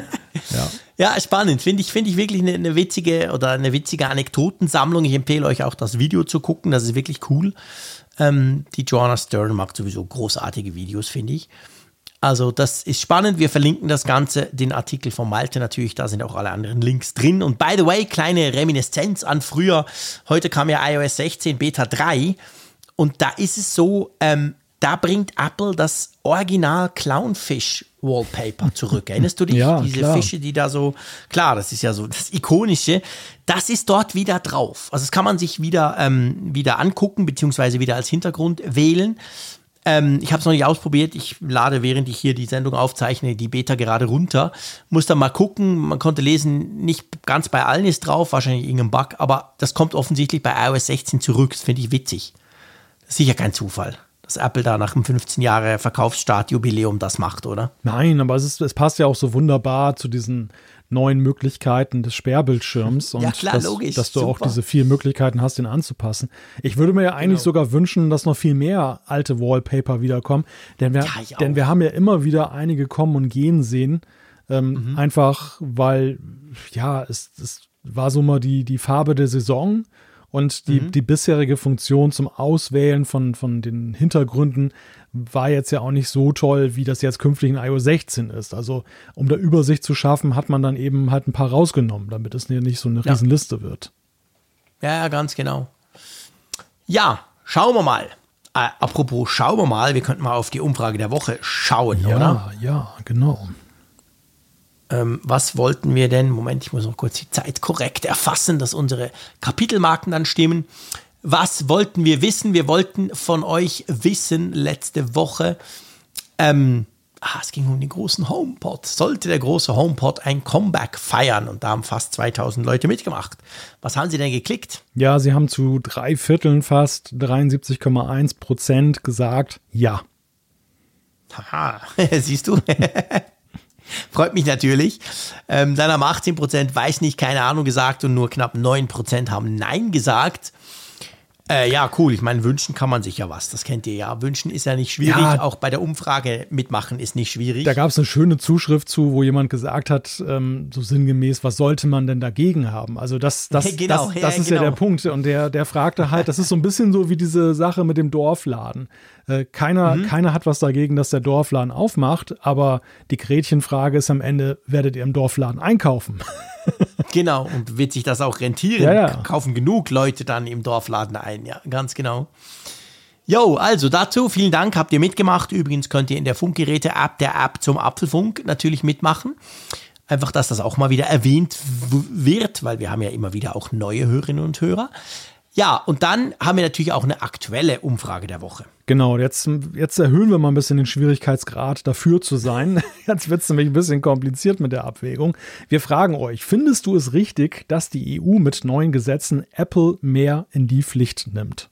Ja, spannend. Finde ich wirklich eine witzige Anekdotensammlung. Ich empfehle euch auch, das Video zu gucken. Das ist wirklich cool. Die Joanna Stern macht sowieso großartige Videos, finde ich. Also das ist spannend. Wir verlinken das Ganze, den Artikel von Malte natürlich. Da sind auch alle anderen Links drin. Und by the way, kleine Reminiszenz an früher. Heute kam ja iOS 16 Beta 3. Und da ist es so, da bringt Apple das Original Clownfish Wallpaper zurück. Erinnerst du dich? Ja, diese klar. Fische, die da so, klar, das ist ja so das Ikonische, das ist dort wieder drauf. Also das kann man sich wieder angucken, beziehungsweise wieder als Hintergrund wählen. Ich habe es noch nicht ausprobiert. Ich lade, während ich hier die Sendung aufzeichne, die Beta gerade runter. Muss dann mal gucken. Man konnte lesen, nicht ganz bei allen ist drauf, wahrscheinlich irgendein Bug, aber das kommt offensichtlich bei iOS 16 zurück. Das finde ich witzig. Das ist sicher kein Zufall, dass Apple da nach einem 15 Jahre Verkaufsstartjubiläum das macht, oder? Nein, aber es passt ja auch so wunderbar zu diesen neuen Möglichkeiten des Sperrbildschirms und Ja, klar, logisch, dass du super. auch diese vielen Möglichkeiten hast, den anzupassen. Ich würde mir ja eigentlich sogar wünschen, dass noch viel mehr alte Wallpaper wiederkommen, denn wir haben ja immer wieder einige kommen und gehen sehen, einfach weil, ja, es war so mal die Farbe der Saison. Und die bisherige Funktion zum Auswählen von den Hintergründen war jetzt ja auch nicht so toll, wie das jetzt künftig in iOS 16 ist. Also um da Übersicht zu schaffen, hat man dann eben halt ein paar rausgenommen, damit es nicht so eine Riesenliste wird. Ja, ganz genau. Ja, schauen wir mal. Apropos schauen wir mal, wir könnten mal auf die Umfrage der Woche schauen, oder? Ja, genau. Was wollten wir denn? Moment, ich muss noch kurz die Zeit korrekt erfassen, dass unsere Kapitelmarken dann stimmen. Was wollten wir wissen? Wir wollten von euch wissen letzte Woche, es ging um den großen HomePod. Sollte der große HomePod ein Comeback feiern? Und da haben fast 2000 Leute mitgemacht. Was haben sie denn geklickt? Ja, sie haben zu 3/4 fast 73,1% gesagt, ja. Haha, siehst du? Freut mich natürlich. Dann haben 18% weiß nicht, keine Ahnung gesagt und nur knapp 9% haben Nein gesagt. Ja, cool. Ich meine, wünschen kann man sich ja was. Das kennt ihr ja. Wünschen ist ja nicht schwierig. Ja. Auch bei der Umfrage mitmachen ist nicht schwierig. Da gab es eine schöne Zuschrift zu, wo jemand gesagt hat, so sinngemäß, was sollte man denn dagegen haben? Also das ist ja der Punkt. Und der fragte halt, das ist so ein bisschen so wie diese Sache mit dem Dorfladen. Keiner hat was dagegen, dass der Dorfladen aufmacht, aber die Gretchenfrage ist am Ende, werdet ihr im Dorfladen einkaufen? Genau, und wird sich das auch rentieren? Ja. Kaufen genug Leute dann im Dorfladen ein, ja, ganz genau. Jo, also dazu, vielen Dank, habt ihr mitgemacht. Übrigens könnt ihr in der Funkgeräte-App, der App zum Apfelfunk natürlich mitmachen. Einfach, dass das auch mal wieder erwähnt wird, weil wir haben ja immer wieder auch neue Hörerinnen und Hörer. Ja, und dann haben wir natürlich auch eine aktuelle Umfrage der Woche. Genau, jetzt erhöhen wir mal ein bisschen den Schwierigkeitsgrad, dafür zu sein. Jetzt wird es nämlich ein bisschen kompliziert mit der Abwägung. Wir fragen euch, findest du es richtig, dass die EU mit neuen Gesetzen Apple mehr in die Pflicht nimmt?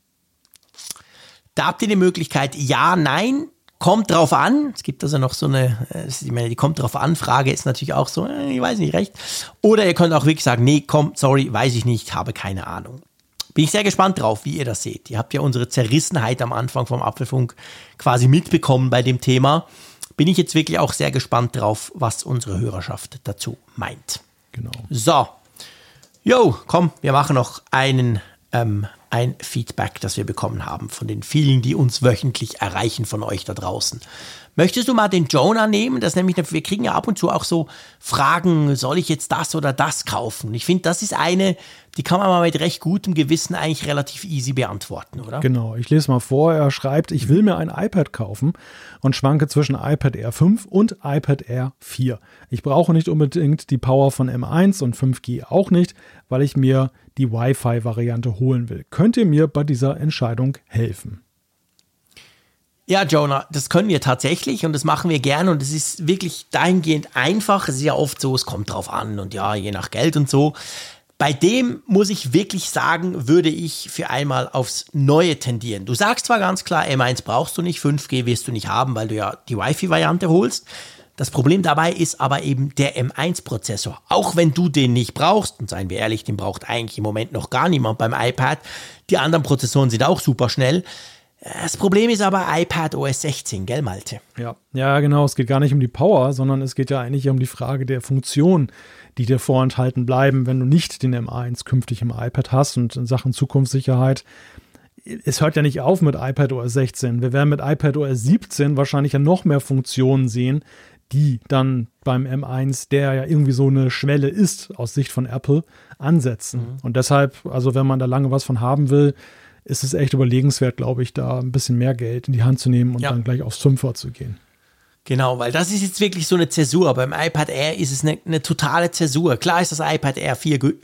Da habt ihr die Möglichkeit, ja, nein, kommt drauf an. Es gibt also noch so die kommt drauf an, Frage ist natürlich auch so, ich weiß nicht recht. Oder ihr könnt auch wirklich sagen, nee, komm, sorry, weiß ich nicht, habe keine Ahnung. Bin ich sehr gespannt drauf, wie ihr das seht. Ihr habt ja unsere Zerrissenheit am Anfang vom Apfelfunk quasi mitbekommen bei dem Thema. Bin ich jetzt wirklich auch sehr gespannt drauf, was unsere Hörerschaft dazu meint. Genau. So. Jo, komm, wir machen noch ein Feedback, das wir bekommen haben von den vielen, die uns wöchentlich erreichen von euch da draußen. Möchtest du mal den Jonah nehmen? Das nämlich, wir kriegen ja ab und zu auch so Fragen, soll ich jetzt das oder das kaufen? Ich finde, das ist eine, die kann man mal mit recht gutem Gewissen eigentlich relativ easy beantworten, oder? Genau, ich lese mal vor. Er schreibt, ich will mir ein iPad kaufen und schwanke zwischen iPad Air 5 und iPad Air 4. Ich brauche nicht unbedingt die Power von M1 und 5G auch nicht, weil ich mir die Wi-Fi-Variante holen will. Könnt ihr mir bei dieser Entscheidung helfen? Ja, Jonah, das können wir tatsächlich und das machen wir gerne und es ist wirklich dahingehend einfach. Es ist ja oft so, es kommt drauf an und ja, je nach Geld und so. Bei dem muss ich wirklich sagen, würde ich für einmal aufs Neue tendieren. Du sagst zwar ganz klar, M1 brauchst du nicht, 5G wirst du nicht haben, weil du ja die Wi-Fi-Variante holst. Das Problem dabei ist aber eben der M1-Prozessor. Auch wenn du den nicht brauchst, und seien wir ehrlich, den braucht eigentlich im Moment noch gar niemand beim iPad. Die anderen Prozessoren sind auch super schnell. Das Problem ist aber iPad OS 16, gell Malte? Ja, genau. Es geht gar nicht um die Power, sondern es geht ja eigentlich um die Frage der Funktion, die dir vorenthalten bleiben, wenn du nicht den M1 künftig im iPad hast. Und in Sachen Zukunftssicherheit es hört ja nicht auf mit iPadOS 16. Wir werden mit iPadOS 17 wahrscheinlich ja noch mehr Funktionen sehen, die dann beim M1, der ja irgendwie so eine Schwelle ist, aus Sicht von Apple, ansetzen. Und deshalb, also wenn man da lange was von haben will, ist es echt überlegenswert, glaube ich, da ein bisschen mehr Geld in die Hand zu nehmen und dann gleich aufs 5er zu gehen. Genau, weil das ist jetzt wirklich so eine Zäsur. Beim iPad Air ist es eine totale Zäsur. Klar ist das iPad Air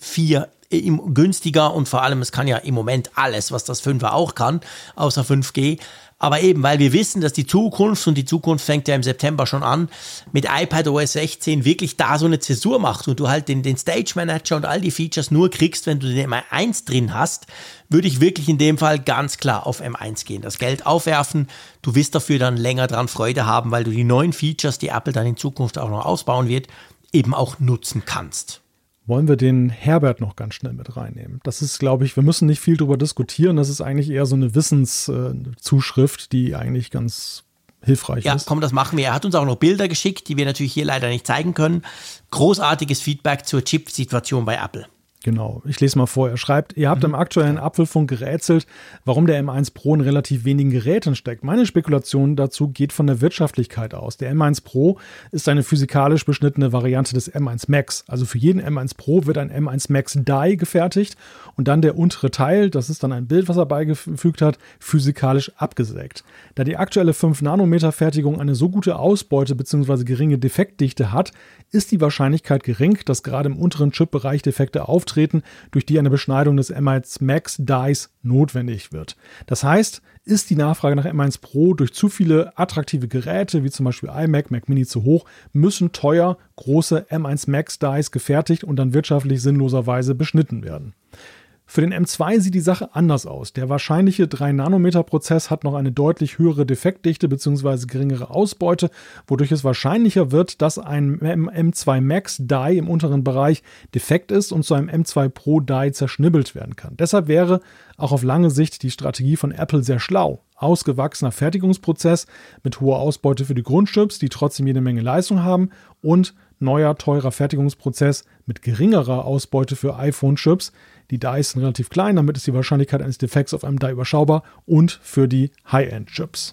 4 günstiger und vor allem, es kann ja im Moment alles, was das 5er auch kann, außer 5G. Aber eben, weil wir wissen, dass die Zukunft, und die Zukunft fängt ja im September schon an, mit iPadOS 16 wirklich da so eine Zäsur macht und du halt den Stage Manager und all die Features nur kriegst, wenn du den M1 drin hast, würde ich wirklich in dem Fall ganz klar auf M1 gehen. Das Geld aufwerfen, du wirst dafür dann länger dran Freude haben, weil du die neuen Features, die Apple dann in Zukunft auch noch ausbauen wird, eben auch nutzen kannst. Wollen wir den Herbert noch ganz schnell mit reinnehmen? Das ist, glaube ich, wir müssen nicht viel drüber diskutieren. Das ist eigentlich eher so eine Wissenszuschrift, die eigentlich ganz hilfreich ist. Ja, komm, das machen wir. Er hat uns auch noch Bilder geschickt, die wir natürlich hier leider nicht zeigen können. Großartiges Feedback zur Chip-Situation bei Apple. Genau, ich lese mal vor. Er schreibt, ihr habt im aktuellen Apfelfunk gerätselt, warum der M1 Pro in relativ wenigen Geräten steckt. Meine Spekulation dazu geht von der Wirtschaftlichkeit aus. Der M1 Pro ist eine physikalisch beschnittene Variante des M1 Max. Also für jeden M1 Pro wird ein M1 Max Die gefertigt und dann der untere Teil, das ist dann ein Bild, was er beigefügt hat, physikalisch abgesägt. Da die aktuelle 5-Nanometer-Fertigung eine so gute Ausbeute bzw. geringe Defektdichte hat, ist die Wahrscheinlichkeit gering, dass gerade im unteren Chip-Bereich Defekte auftreten, durch die eine Beschneidung des M1 Max Dies notwendig wird. Das heißt, ist die Nachfrage nach M1 Pro durch zu viele attraktive Geräte, wie zum Beispiel iMac, Mac Mini zu hoch, müssen teuer große M1 Max Dies gefertigt und dann wirtschaftlich sinnloserweise beschnitten werden. Für den M2 sieht die Sache anders aus. Der wahrscheinliche 3-Nanometer-Prozess hat noch eine deutlich höhere Defektdichte bzw. geringere Ausbeute, wodurch es wahrscheinlicher wird, dass ein M2 Max Die im unteren Bereich defekt ist und zu einem M2 Pro Die zerschnibbelt werden kann. Deshalb wäre auch auf lange Sicht die Strategie von Apple sehr schlau. Ausgewachsener Fertigungsprozess mit hoher Ausbeute für die Grundchips, die trotzdem jede Menge Leistung haben, und neuer, teurer Fertigungsprozess mit geringerer Ausbeute für iPhone-Chips. Die Dies sind relativ klein, damit ist die Wahrscheinlichkeit eines Defekts auf einem Die überschaubar, und für die High-End-Chips.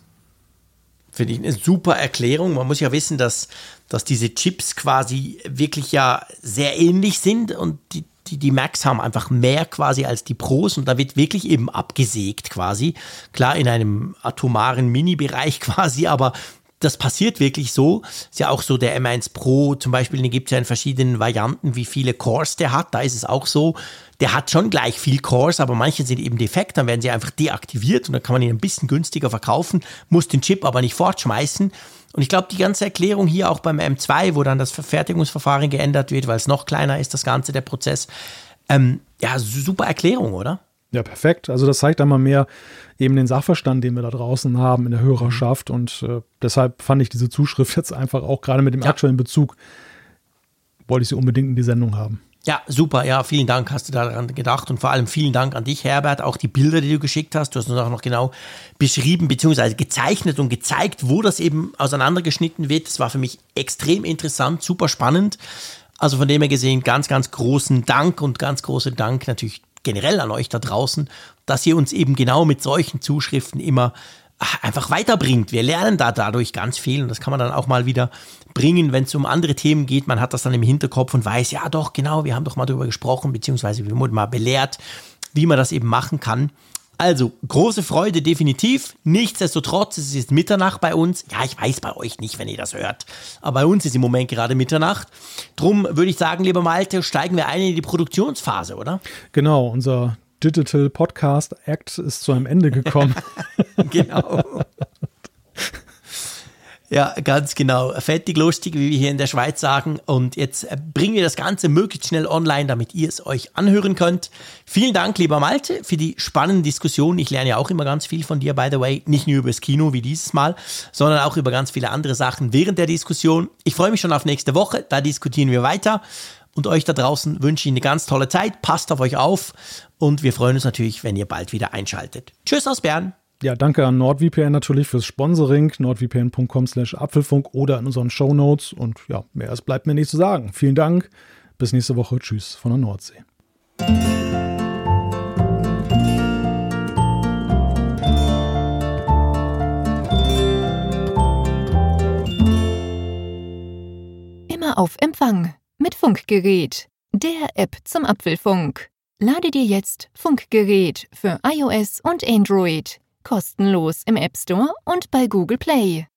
Finde ich eine super Erklärung. Man muss ja wissen, dass diese Chips quasi wirklich ja sehr ähnlich sind und die Macs haben einfach mehr quasi als die Pros und da wird wirklich eben abgesägt quasi. Klar, in einem atomaren Mini-Bereich quasi, aber das passiert wirklich so. Ist ja auch so, der M1 Pro zum Beispiel, den gibt es ja in verschiedenen Varianten, wie viele Cores der hat. Da ist es auch so, der hat schon gleich viel Cores, aber manche sind eben defekt, dann werden sie einfach deaktiviert und dann kann man ihn ein bisschen günstiger verkaufen, muss den Chip aber nicht fortschmeißen. Und ich glaube, die ganze Erklärung hier auch beim M2, wo dann das Fertigungsverfahren geändert wird, weil es noch kleiner ist, das Ganze, der Prozess. Ja, super Erklärung, oder? Ja, perfekt. Also das zeigt einmal mehr eben den Sachverstand, den wir da draußen haben in der Hörerschaft. Und deshalb fand ich diese Zuschrift jetzt einfach auch gerade mit dem aktuellen Bezug, wollte ich sie unbedingt in die Sendung haben. Ja, super. Ja, vielen Dank, hast du daran gedacht. Und vor allem vielen Dank an dich, Herbert. Auch die Bilder, die du geschickt hast. Du hast uns auch noch genau beschrieben bzw. gezeichnet und gezeigt, wo das eben auseinandergeschnitten wird. Das war für mich extrem interessant, super spannend. Also von dem her gesehen, ganz, ganz großen Dank und ganz großen Dank natürlich generell an euch da draußen, dass ihr uns eben genau mit solchen Zuschriften immer einfach weiterbringt. Wir lernen da dadurch ganz viel und das kann man dann auch mal wieder bringen, wenn es um andere Themen geht. Man hat das dann im Hinterkopf und weiß, ja doch, genau, wir haben doch mal darüber gesprochen, beziehungsweise wir wurden mal belehrt, wie man das eben machen kann. Also, große Freude definitiv. Nichtsdestotrotz, es ist jetzt Mitternacht bei uns. Ja, ich weiß bei euch nicht, wenn ihr das hört. Aber bei uns ist im Moment gerade Mitternacht. Drum würde ich sagen, lieber Malte, steigen wir ein in die Produktionsphase, oder? Genau, unser Digital Podcast Act ist zu einem Ende gekommen. Genau. Ja, ganz genau. Fettig lustig, wie wir hier in der Schweiz sagen. Und jetzt bringen wir das Ganze möglichst schnell online, damit ihr es euch anhören könnt. Vielen Dank, lieber Malte, für die spannenden Diskussionen. Ich lerne ja auch immer ganz viel von dir, by the way. Nicht nur über das Kino wie dieses Mal, sondern auch über ganz viele andere Sachen während der Diskussion. Ich freue mich schon auf nächste Woche. Da diskutieren wir weiter. Und euch da draußen wünsche ich eine ganz tolle Zeit. Passt auf euch auf. Und wir freuen uns natürlich, wenn ihr bald wieder einschaltet. Tschüss aus Bern. Ja, danke an NordVPN natürlich fürs Sponsoring, nordvpn.com/Apfelfunk oder in unseren Shownotes. Und ja, mehr bleibt mir nicht zu sagen. Vielen Dank, bis nächste Woche. Tschüss von der Nordsee. immer auf Empfang mit Funkgerät, der App zum Apfelfunk. Lade dir jetzt Funkgerät für iOS und Android kostenlos im App Store und bei Google Play.